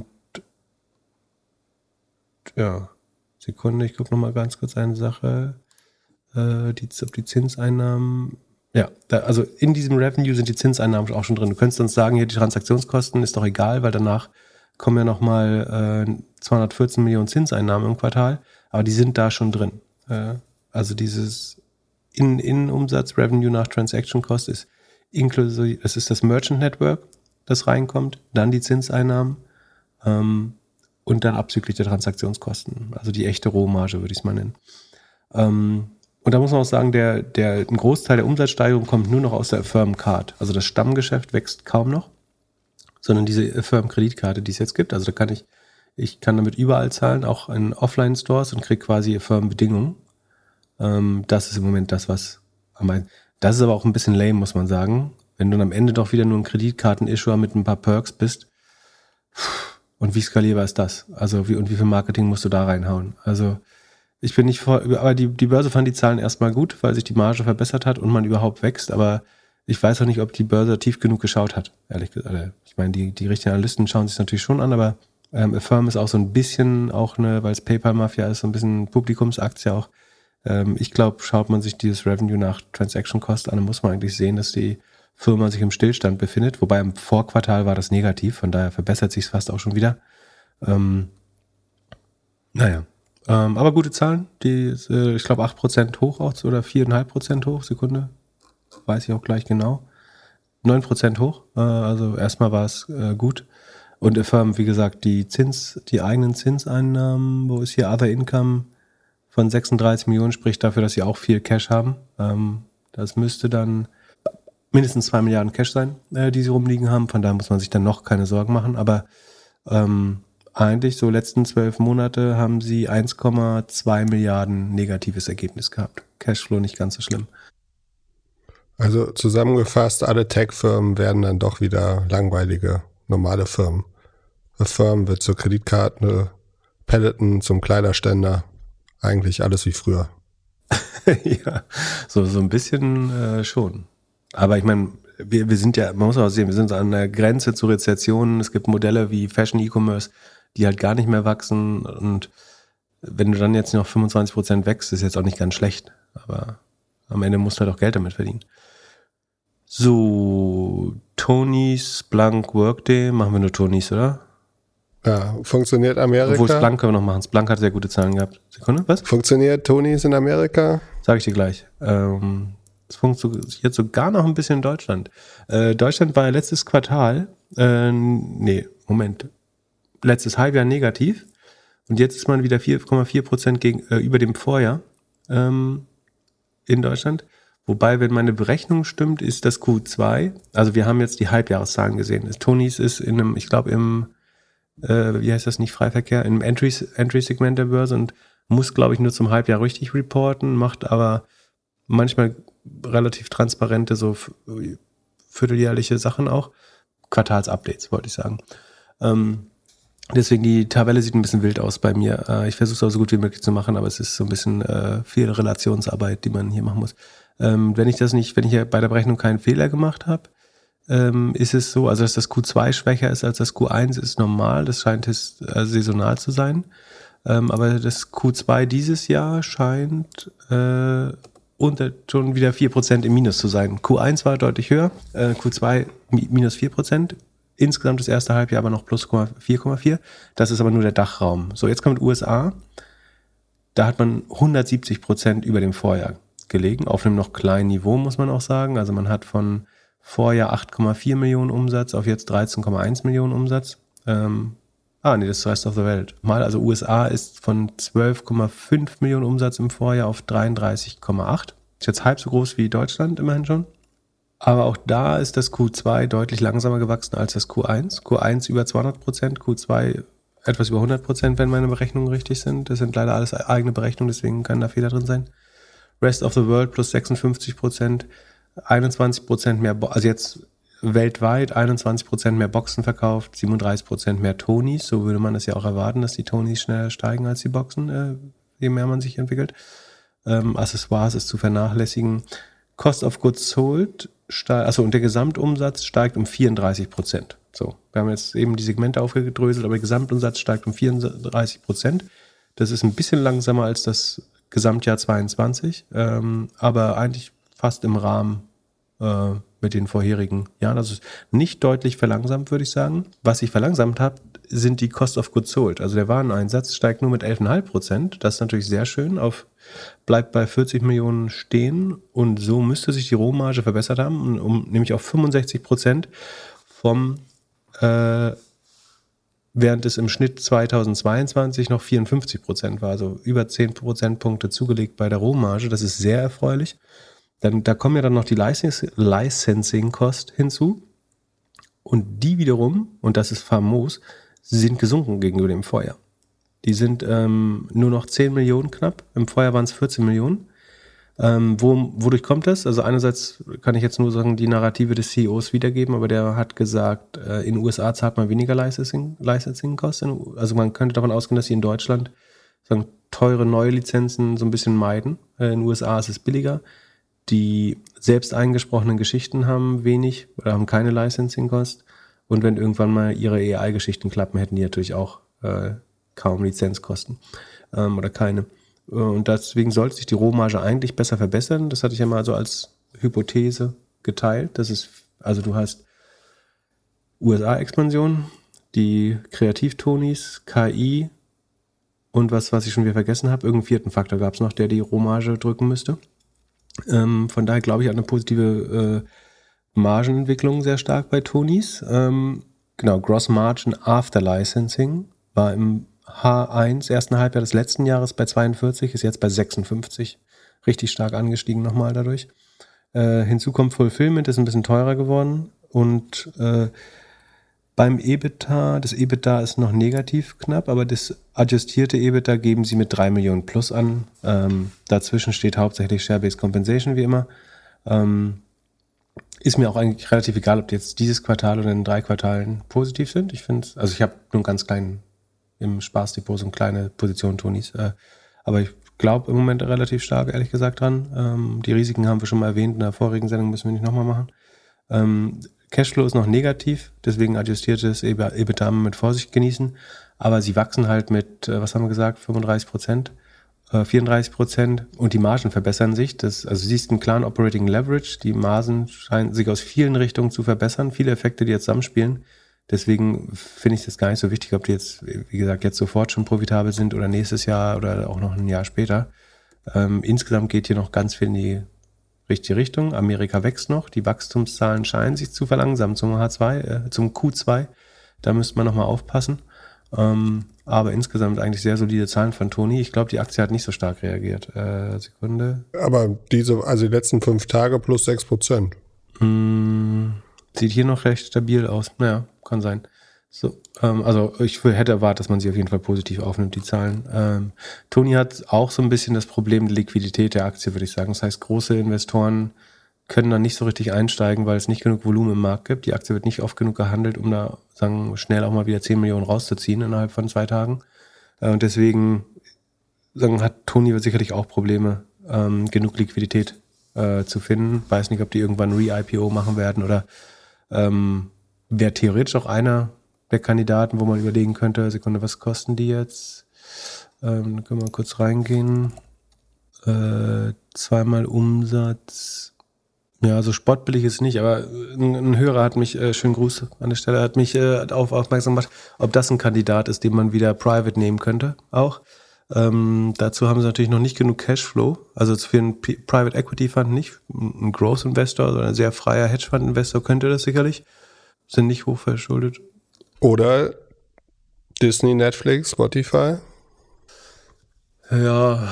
ja, Sekunde, ich gucke nochmal ganz kurz eine Sache. Ob die Zinseinnahmen... Ja, also in diesem Revenue sind die Zinseinnahmen auch schon drin. Du könntest uns sagen, hier die Transaktionskosten ist doch egal, weil danach kommen ja nochmal 214 Millionen Zinseinnahmen im Quartal, aber die sind da schon drin. Also dieses Innenumsatz, Revenue nach Transaction Cost ist inklusive, es ist das Merchant Network, das reinkommt, dann die Zinseinnahmen und dann abzüglich der Transaktionskosten. Also die echte Rohmarge, würde ich es mal nennen. Und da muss man auch sagen, ein Großteil der Umsatzsteigerung kommt nur noch aus der Affirm Card. Also das Stammgeschäft wächst kaum noch, sondern diese Affirm Kreditkarte, die es jetzt gibt. Also ich kann damit überall zahlen, auch in Offline-Stores und kriege quasi Affirm Bedingungen. Das ist im Moment das, was am meisten. Das ist aber auch ein bisschen lame, muss man sagen. Wenn du dann am Ende doch wieder nur ein Kreditkarten-Issuer mit ein paar Perks bist. Und wie skalierbar ist das? Also wie viel Marketing musst du da reinhauen? Also ich bin nicht aber die Börse fand die Zahlen erstmal gut, weil sich die Marge verbessert hat und man überhaupt wächst, aber ich weiß auch nicht, ob die Börse tief genug geschaut hat, ehrlich gesagt. Ich meine, die richtigen Analysten schauen sich natürlich schon an, aber Affirm ist auch so ein bisschen auch weil es PayPal-Mafia ist, so ein bisschen Publikumsaktie auch. Ich glaube, schaut man sich dieses Revenue nach Transaction Cost an, dann muss man eigentlich sehen, dass die Firma sich im Stillstand befindet, wobei im Vorquartal war das negativ, von daher verbessert sich es fast auch schon wieder. Aber gute Zahlen, ich glaube 8% hoch auch, oder 4,5% hoch, Sekunde, weiß ich auch gleich genau. 9% hoch, also erstmal war es gut. Und Affirm, wie gesagt, die eigenen Zinseinnahmen, wo ist hier Other Income von 36 Millionen, spricht dafür, dass sie auch viel Cash haben. Das müsste dann mindestens 2 Milliarden Cash sein, die sie rumliegen haben, von daher muss man sich dann noch keine Sorgen machen, aber eigentlich so letzten 12 Monate haben sie 1,2 Milliarden negatives Ergebnis gehabt. Cashflow nicht ganz so schlimm. Also zusammengefasst, alle Tech-Firmen werden dann doch wieder langweilige, normale Firmen. Affirm wird zur Kreditkarte, Peloton zum Kleiderständer, eigentlich alles wie früher. Ja, so ein bisschen schon. Aber ich meine, wir sind ja, man muss auch sehen, wir sind an der Grenze zu Rezessionen. Es gibt Modelle wie Fashion E-Commerce, die halt gar nicht mehr wachsen. Und wenn du dann jetzt noch 25% wächst, ist jetzt auch nicht ganz schlecht. Aber am Ende musst du halt auch Geld damit verdienen. So, Tonys, Splunk, Workday, machen wir nur Tonys, oder? Ja, funktioniert Amerika? Obwohl Splunk können wir noch machen. Splunk hat sehr gute Zahlen gehabt. Sekunde, was? Funktioniert Tonys in Amerika? Sag ich dir gleich. Es funktioniert sogar noch ein bisschen in Deutschland. Deutschland war ja letztes Quartal, letztes Halbjahr negativ und jetzt ist man wieder 4,4% über dem Vorjahr in Deutschland. Wobei, wenn meine Berechnung stimmt, ist das Q2, also wir haben jetzt die Halbjahreszahlen gesehen. Tonys ist in einem, ich glaube wie heißt das, nicht Freiverkehr, im Entry-Segment der Börse und muss, glaube ich, nur zum Halbjahr richtig reporten, macht aber manchmal relativ transparente, so vierteljährliche Sachen auch. Quartalsupdates, wollte ich sagen. Deswegen, die Tabelle sieht ein bisschen wild aus bei mir. Ich versuche es auch so gut wie möglich zu machen, aber es ist so ein bisschen viel Relationsarbeit, die man hier machen muss. Wenn ich hier bei der Berechnung keinen Fehler gemacht habe, ist es so, also dass das Q2 schwächer ist als das Q1, ist normal. Das scheint saisonal zu sein. Aber das Q2 dieses Jahr scheint schon wieder 4% im Minus zu sein. Q1 war deutlich höher, Q2 minus 4%. Insgesamt das erste Halbjahr aber noch plus 4,4. Das ist aber nur der Dachraum. So, jetzt kommt USA. da hat man 170% über dem Vorjahr gelegen, auf einem noch kleinen Niveau, muss man auch sagen. Also man hat von Vorjahr 8,4 Millionen Umsatz auf jetzt 13,1 Millionen Umsatz. Das ist Rest of the Welt. Also USA ist von 12,5 Millionen Umsatz im Vorjahr auf 33,8. Ist jetzt halb so groß wie Deutschland immerhin schon. Aber auch da ist das Q2 deutlich langsamer gewachsen als das Q1. Q1 über 200%, Q2 etwas über 100%, wenn meine Berechnungen richtig sind. Das sind leider alles eigene Berechnungen, deswegen kann da Fehler drin sein. Rest of the World plus 56%, 21% mehr, also jetzt weltweit 21% mehr Boxen verkauft, 37% mehr Tonys. So würde man das ja auch erwarten, dass die Tonys schneller steigen als die Boxen, je mehr man sich entwickelt. Accessoires ist zu vernachlässigen. Cost of Goods Sold, und der Gesamtumsatz steigt um 34%. So, wir haben jetzt eben die Segmente aufgedröselt, aber der Gesamtumsatz steigt um 34%. Das ist ein bisschen langsamer als das Gesamtjahr 22, aber eigentlich fast im Rahmen mit den vorherigen Jahren. Also nicht deutlich verlangsamt, würde ich sagen. Was sich verlangsamt hat, sind die Cost of Goods Sold. Also der Wareneinsatz steigt nur mit 11,5%. Das ist natürlich sehr schön. Bleibt bei 40 Millionen stehen. Und so müsste sich die Rohmarge verbessert haben, nämlich auf 65% vom während es im Schnitt 2022 noch 54% war. Also über 10 Prozentpunkte zugelegt bei der Rohmarge. Das ist sehr erfreulich. Da kommen ja dann noch die Licensing-Cost hinzu. Und die wiederum, und das ist famos, sind gesunken gegenüber dem Vorjahr. Die sind nur noch 10 Millionen knapp. Im Vorjahr waren es 14 Millionen. Wodurch kommt das? Also einerseits kann ich jetzt nur sagen, die Narrative des CEOs wiedergeben, aber der hat gesagt, in den USA zahlt man weniger Licensing-Kosten. Also man könnte davon ausgehen, dass sie in Deutschland teure neue Lizenzen so ein bisschen meiden. In den USA ist es billiger. Die selbst eingesprochenen Geschichten haben wenig oder haben keine Licensing-Kost. Und wenn irgendwann mal ihre AI-Geschichten klappen, hätten die natürlich auch kaum Lizenzkosten oder keine. Und deswegen sollte sich die Rohmarge eigentlich besser verbessern. Das hatte ich ja mal so als Hypothese geteilt. Du hast USA-Expansion, die Kreativtonis, KI und was ich schon wieder vergessen habe, irgendeinen vierten Faktor gab es noch, der die Rohmarge drücken müsste. Von daher glaube ich an eine positive Margenentwicklung sehr stark bei Tonys. Gross Margin after Licensing war im H1, ersten Halbjahr des letzten Jahres bei 42, ist jetzt bei 56. Richtig stark angestiegen nochmal dadurch. Hinzu kommt Fulfillment, ist ein bisschen teurer geworden. Und beim EBITDA, das EBITDA ist noch negativ knapp, aber das adjustierte EBITDA geben sie mit 3 Millionen plus an. Dazwischen steht hauptsächlich Share-Based Compensation wie immer. Ist mir auch eigentlich relativ egal, ob die jetzt dieses Quartal oder in 3 Quartalen positiv sind. Ich habe nur einen ganz kleinen im Spaßdepot so eine kleine Position Tonys. Aber ich glaube im Moment relativ stark, ehrlich gesagt, dran. Die Risiken haben wir schon mal erwähnt. In der vorigen Sendung müssen wir nicht nochmal machen. Cashflow ist noch negativ, deswegen adjustiertes EBITDA mit Vorsicht genießen. Aber sie wachsen halt mit, was haben wir gesagt, 34%, 34% und die Margen verbessern sich. Du siehst einen klaren Operating Leverage. Die Margen scheinen sich aus vielen Richtungen zu verbessern. Viele Effekte, die jetzt zusammenspielen. Deswegen finde ich das gar nicht so wichtig, ob die jetzt, wie gesagt, jetzt sofort schon profitabel sind oder nächstes Jahr oder auch noch ein Jahr später. Insgesamt geht hier noch ganz viel in die richtige Richtung. Amerika wächst noch. Die Wachstumszahlen scheinen sich zu verlangsamen zum Q2. Da müsste man nochmal aufpassen. Aber insgesamt eigentlich sehr solide Zahlen von Tony. Ich glaube, die Aktie hat nicht so stark reagiert. Sekunde. Aber die letzten 5 Tage plus 6%. Sieht hier noch recht stabil aus. Naja, kann sein. So, ich hätte erwartet, dass man sie auf jeden Fall positiv aufnimmt, die Zahlen. Tony hat auch so ein bisschen das Problem der Liquidität der Aktie, würde ich sagen. Das heißt, große Investoren können da nicht so richtig einsteigen, weil es nicht genug Volumen im Markt gibt. Die Aktie wird nicht oft genug gehandelt, um da schnell auch mal wieder 10 Millionen rauszuziehen innerhalb von 2 Tagen. Und deswegen hat Tony sicherlich auch Probleme, genug Liquidität zu finden. Weiß nicht, ob die irgendwann Re-IPO machen werden oder wäre theoretisch auch einer der Kandidaten, wo man überlegen könnte, Sekunde, was kosten die jetzt? Können wir mal kurz reingehen. 2-mal Umsatz. Ja, so sportbillig ist es nicht, aber ein Hörer hat mich, schönen Gruß an der Stelle, hat mich aufmerksam gemacht, ob das ein Kandidat ist, den man wieder private nehmen könnte auch. Dazu haben sie natürlich noch nicht genug Cashflow, also für einen Private Equity Fund nicht. Ein Growth Investor, sondern ein sehr freier Hedge Fund Investor könnte das sicherlich. Sind nicht hochverschuldet. Oder Disney, Netflix, Spotify. Ja.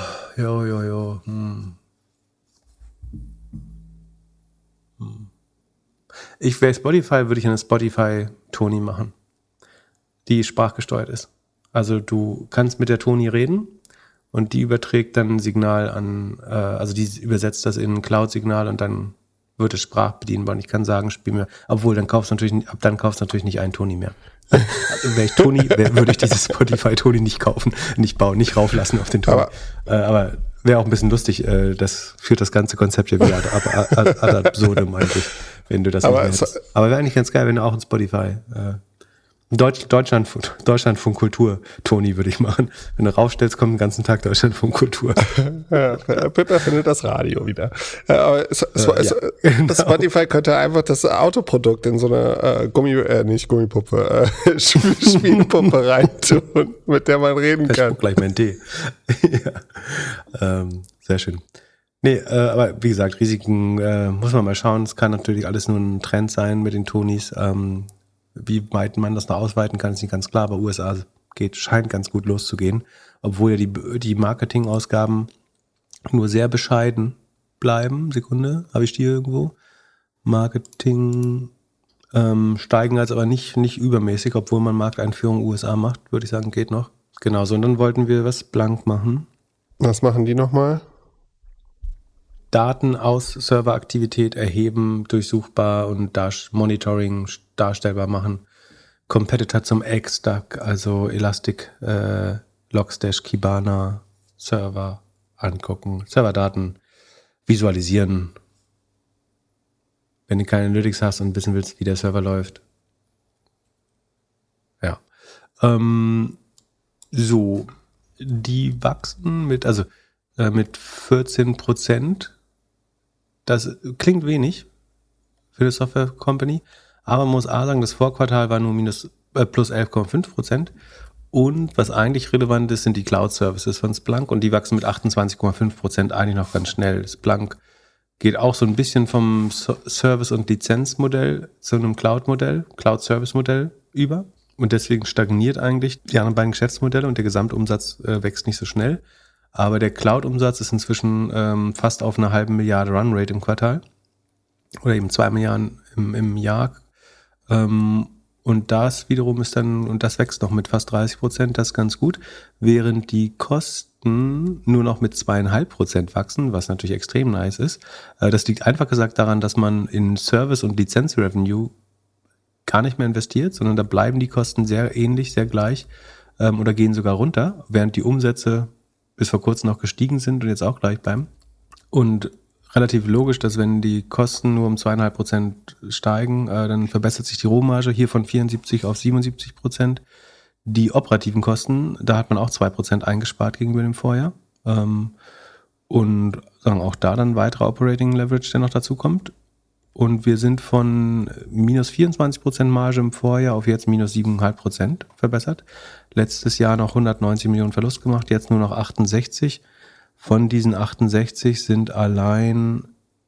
Ich wäre Spotify, würde ich eine Spotify-Toni machen, die sprachgesteuert ist. Also du kannst mit der Toni reden und die überträgt dann ein Signal an, also die übersetzt das in ein Cloud-Signal und dann wird es sprachbedienbar. Und ich kann sagen, spiel mir, obwohl dann kaufst du natürlich nicht einen Toni mehr. Wäre ich Toni, würde ich dieses Spotify-Toni nicht kaufen, nicht bauen, nicht rauflassen auf den Toni. Aber wäre auch ein bisschen lustig, das führt das ganze Konzept ja wieder ad absurdum eigentlich, wenn du das nicht mehr hättest. Aber wäre eigentlich ganz geil, wenn du auch ein Spotify, Deutschlandfunk Kultur, Toni würde ich machen. Wenn du raufstellst, kommt den ganzen Tag Deutschlandfunk Kultur. Ja, Pippa findet das Radio wieder. Aber Spotify könnte einfach das Autoprodukt in so eine Spielpuppe reintun, mit der man reden kann. Ich spuck gleich meinen Tee. Ja. Sehr schön. Nee, aber wie gesagt, Risiken muss man mal schauen. Es kann natürlich alles nur ein Trend sein mit den Tonis. Wie weit man das noch ausweiten kann, ist nicht ganz klar, aber USA scheint ganz gut loszugehen, obwohl ja die Marketingausgaben nur sehr bescheiden bleiben. Sekunde, habe ich die irgendwo? Marketing steigen also aber nicht übermäßig, obwohl man Markteinführung USA macht, würde ich sagen, geht noch. Genau, so und dann wollten wir was blank machen. Was machen die nochmal? Daten aus Serveraktivität erheben, durchsuchbar und Monitoring darstellbar machen. Competitor zum Egg-Stack, also Elastic, Logstash, Kibana, Server angucken, Serverdaten visualisieren. Wenn du keine Analytics hast und wissen willst, wie der Server läuft. Ja. So, die wachsen mit 14%. Das klingt wenig für eine Software Company, aber man muss sagen, das Vorquartal war nur plus 11,5%. Und was eigentlich relevant ist, sind die Cloud-Services von Splunk und die wachsen mit 28,5% eigentlich noch ganz schnell. Splunk geht auch so ein bisschen vom Service- und Lizenzmodell zu einem Cloud-Modell, Cloud-Service-Modell über. Und deswegen stagniert eigentlich die anderen beiden Geschäftsmodelle und der Gesamtumsatz wächst nicht so schnell. Aber der Cloud-Umsatz ist inzwischen fast auf einer halben Milliarde Runrate im Quartal. Oder eben 2 Milliarden im Jahr. Und das wiederum das wächst noch mit fast 30%, das ist ganz gut. Während die Kosten nur noch mit 2,5% wachsen, was natürlich extrem nice ist. Das liegt einfach gesagt daran, dass man in Service- und Lizenz-Revenue gar nicht mehr investiert, sondern da bleiben die Kosten sehr ähnlich, sehr gleich oder gehen sogar runter, während die Umsätze bis vor kurzem noch gestiegen sind und jetzt auch gleich bleiben. Und relativ logisch, dass wenn die Kosten nur um 2,5% steigen, dann verbessert sich die Rohmarge hier von 74 auf 77%. Die operativen Kosten, da hat man auch 2% eingespart gegenüber dem Vorjahr. Und sagen auch da dann weiterer Operating Leverage, der noch dazu kommt. Und wir sind von minus 24% Marge im Vorjahr auf jetzt minus 7,5% verbessert. Letztes Jahr noch 190 Millionen Verlust gemacht, jetzt nur noch 68. Von diesen 68 sind allein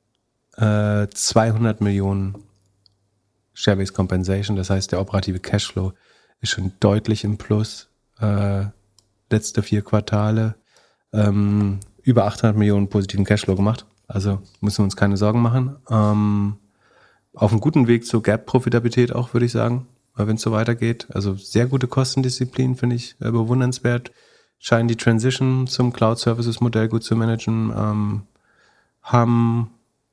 200 Millionen Share-Based Compensation. Das heißt, der operative Cashflow ist schon deutlich im Plus. Letzte 4 Quartale über 800 Millionen positiven Cashflow gemacht. Also müssen wir uns keine Sorgen machen. Auf einem guten Weg zur Gap-Profitabilität auch, würde ich sagen, wenn es so weitergeht. Also sehr gute Kostendisziplin, finde ich bewundernswert. Scheinen die Transition zum Cloud-Services-Modell gut zu managen. Haben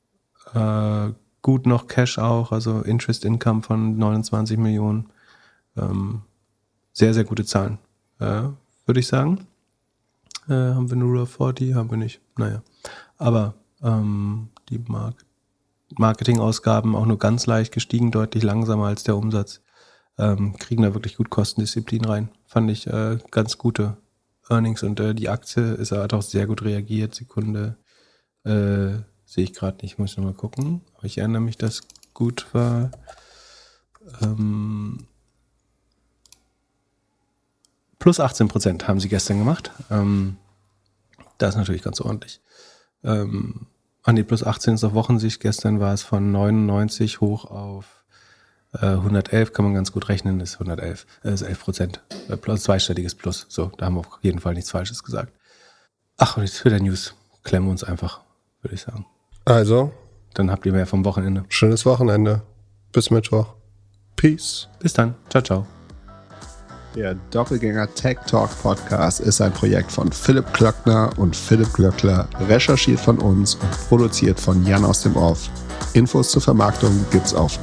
gut noch Cash auch, also Interest-Income von 29 Millionen. Sehr, sehr gute Zahlen, würde ich sagen. Haben wir eine Rule of 40? Haben wir nicht. Naja. Aber die Marketingausgaben auch nur ganz leicht gestiegen, deutlich langsamer als der Umsatz. Kriegen da wirklich gut Kostendisziplin rein. Fand ich ganz gute Earnings und die Aktie hat auch sehr gut reagiert. Sekunde sehe ich gerade nicht, muss noch mal gucken. Aber ich erinnere mich, dass gut war. Plus 18% haben sie gestern gemacht. Das ist natürlich ganz ordentlich. Plus 18 ist auf Wochensicht. Gestern war es von 99 hoch auf 111, kann man ganz gut rechnen, ist 111, ist 11%. Plus, zweistelliges Plus. So, da haben wir auf jeden Fall nichts Falsches gesagt. Ach, und die Twitter-News klemmen wir uns einfach, würde ich sagen. Also, dann habt ihr mehr vom Wochenende. Schönes Wochenende. Bis Mittwoch. Peace. Bis dann. Ciao, ciao. Der Doppelgänger Tech Talk Podcast ist ein Projekt von Philipp Klöckner und Philipp Glöckler, recherchiert von uns und produziert von Jan aus dem Off. Infos zur Vermarktung gibt's auf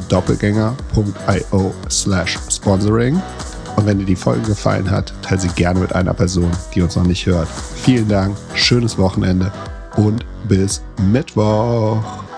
doppelgänger.io/sponsoring. Und wenn dir die Folge gefallen hat, teile sie gerne mit einer Person, die uns noch nicht hört. Vielen Dank, schönes Wochenende und bis Mittwoch.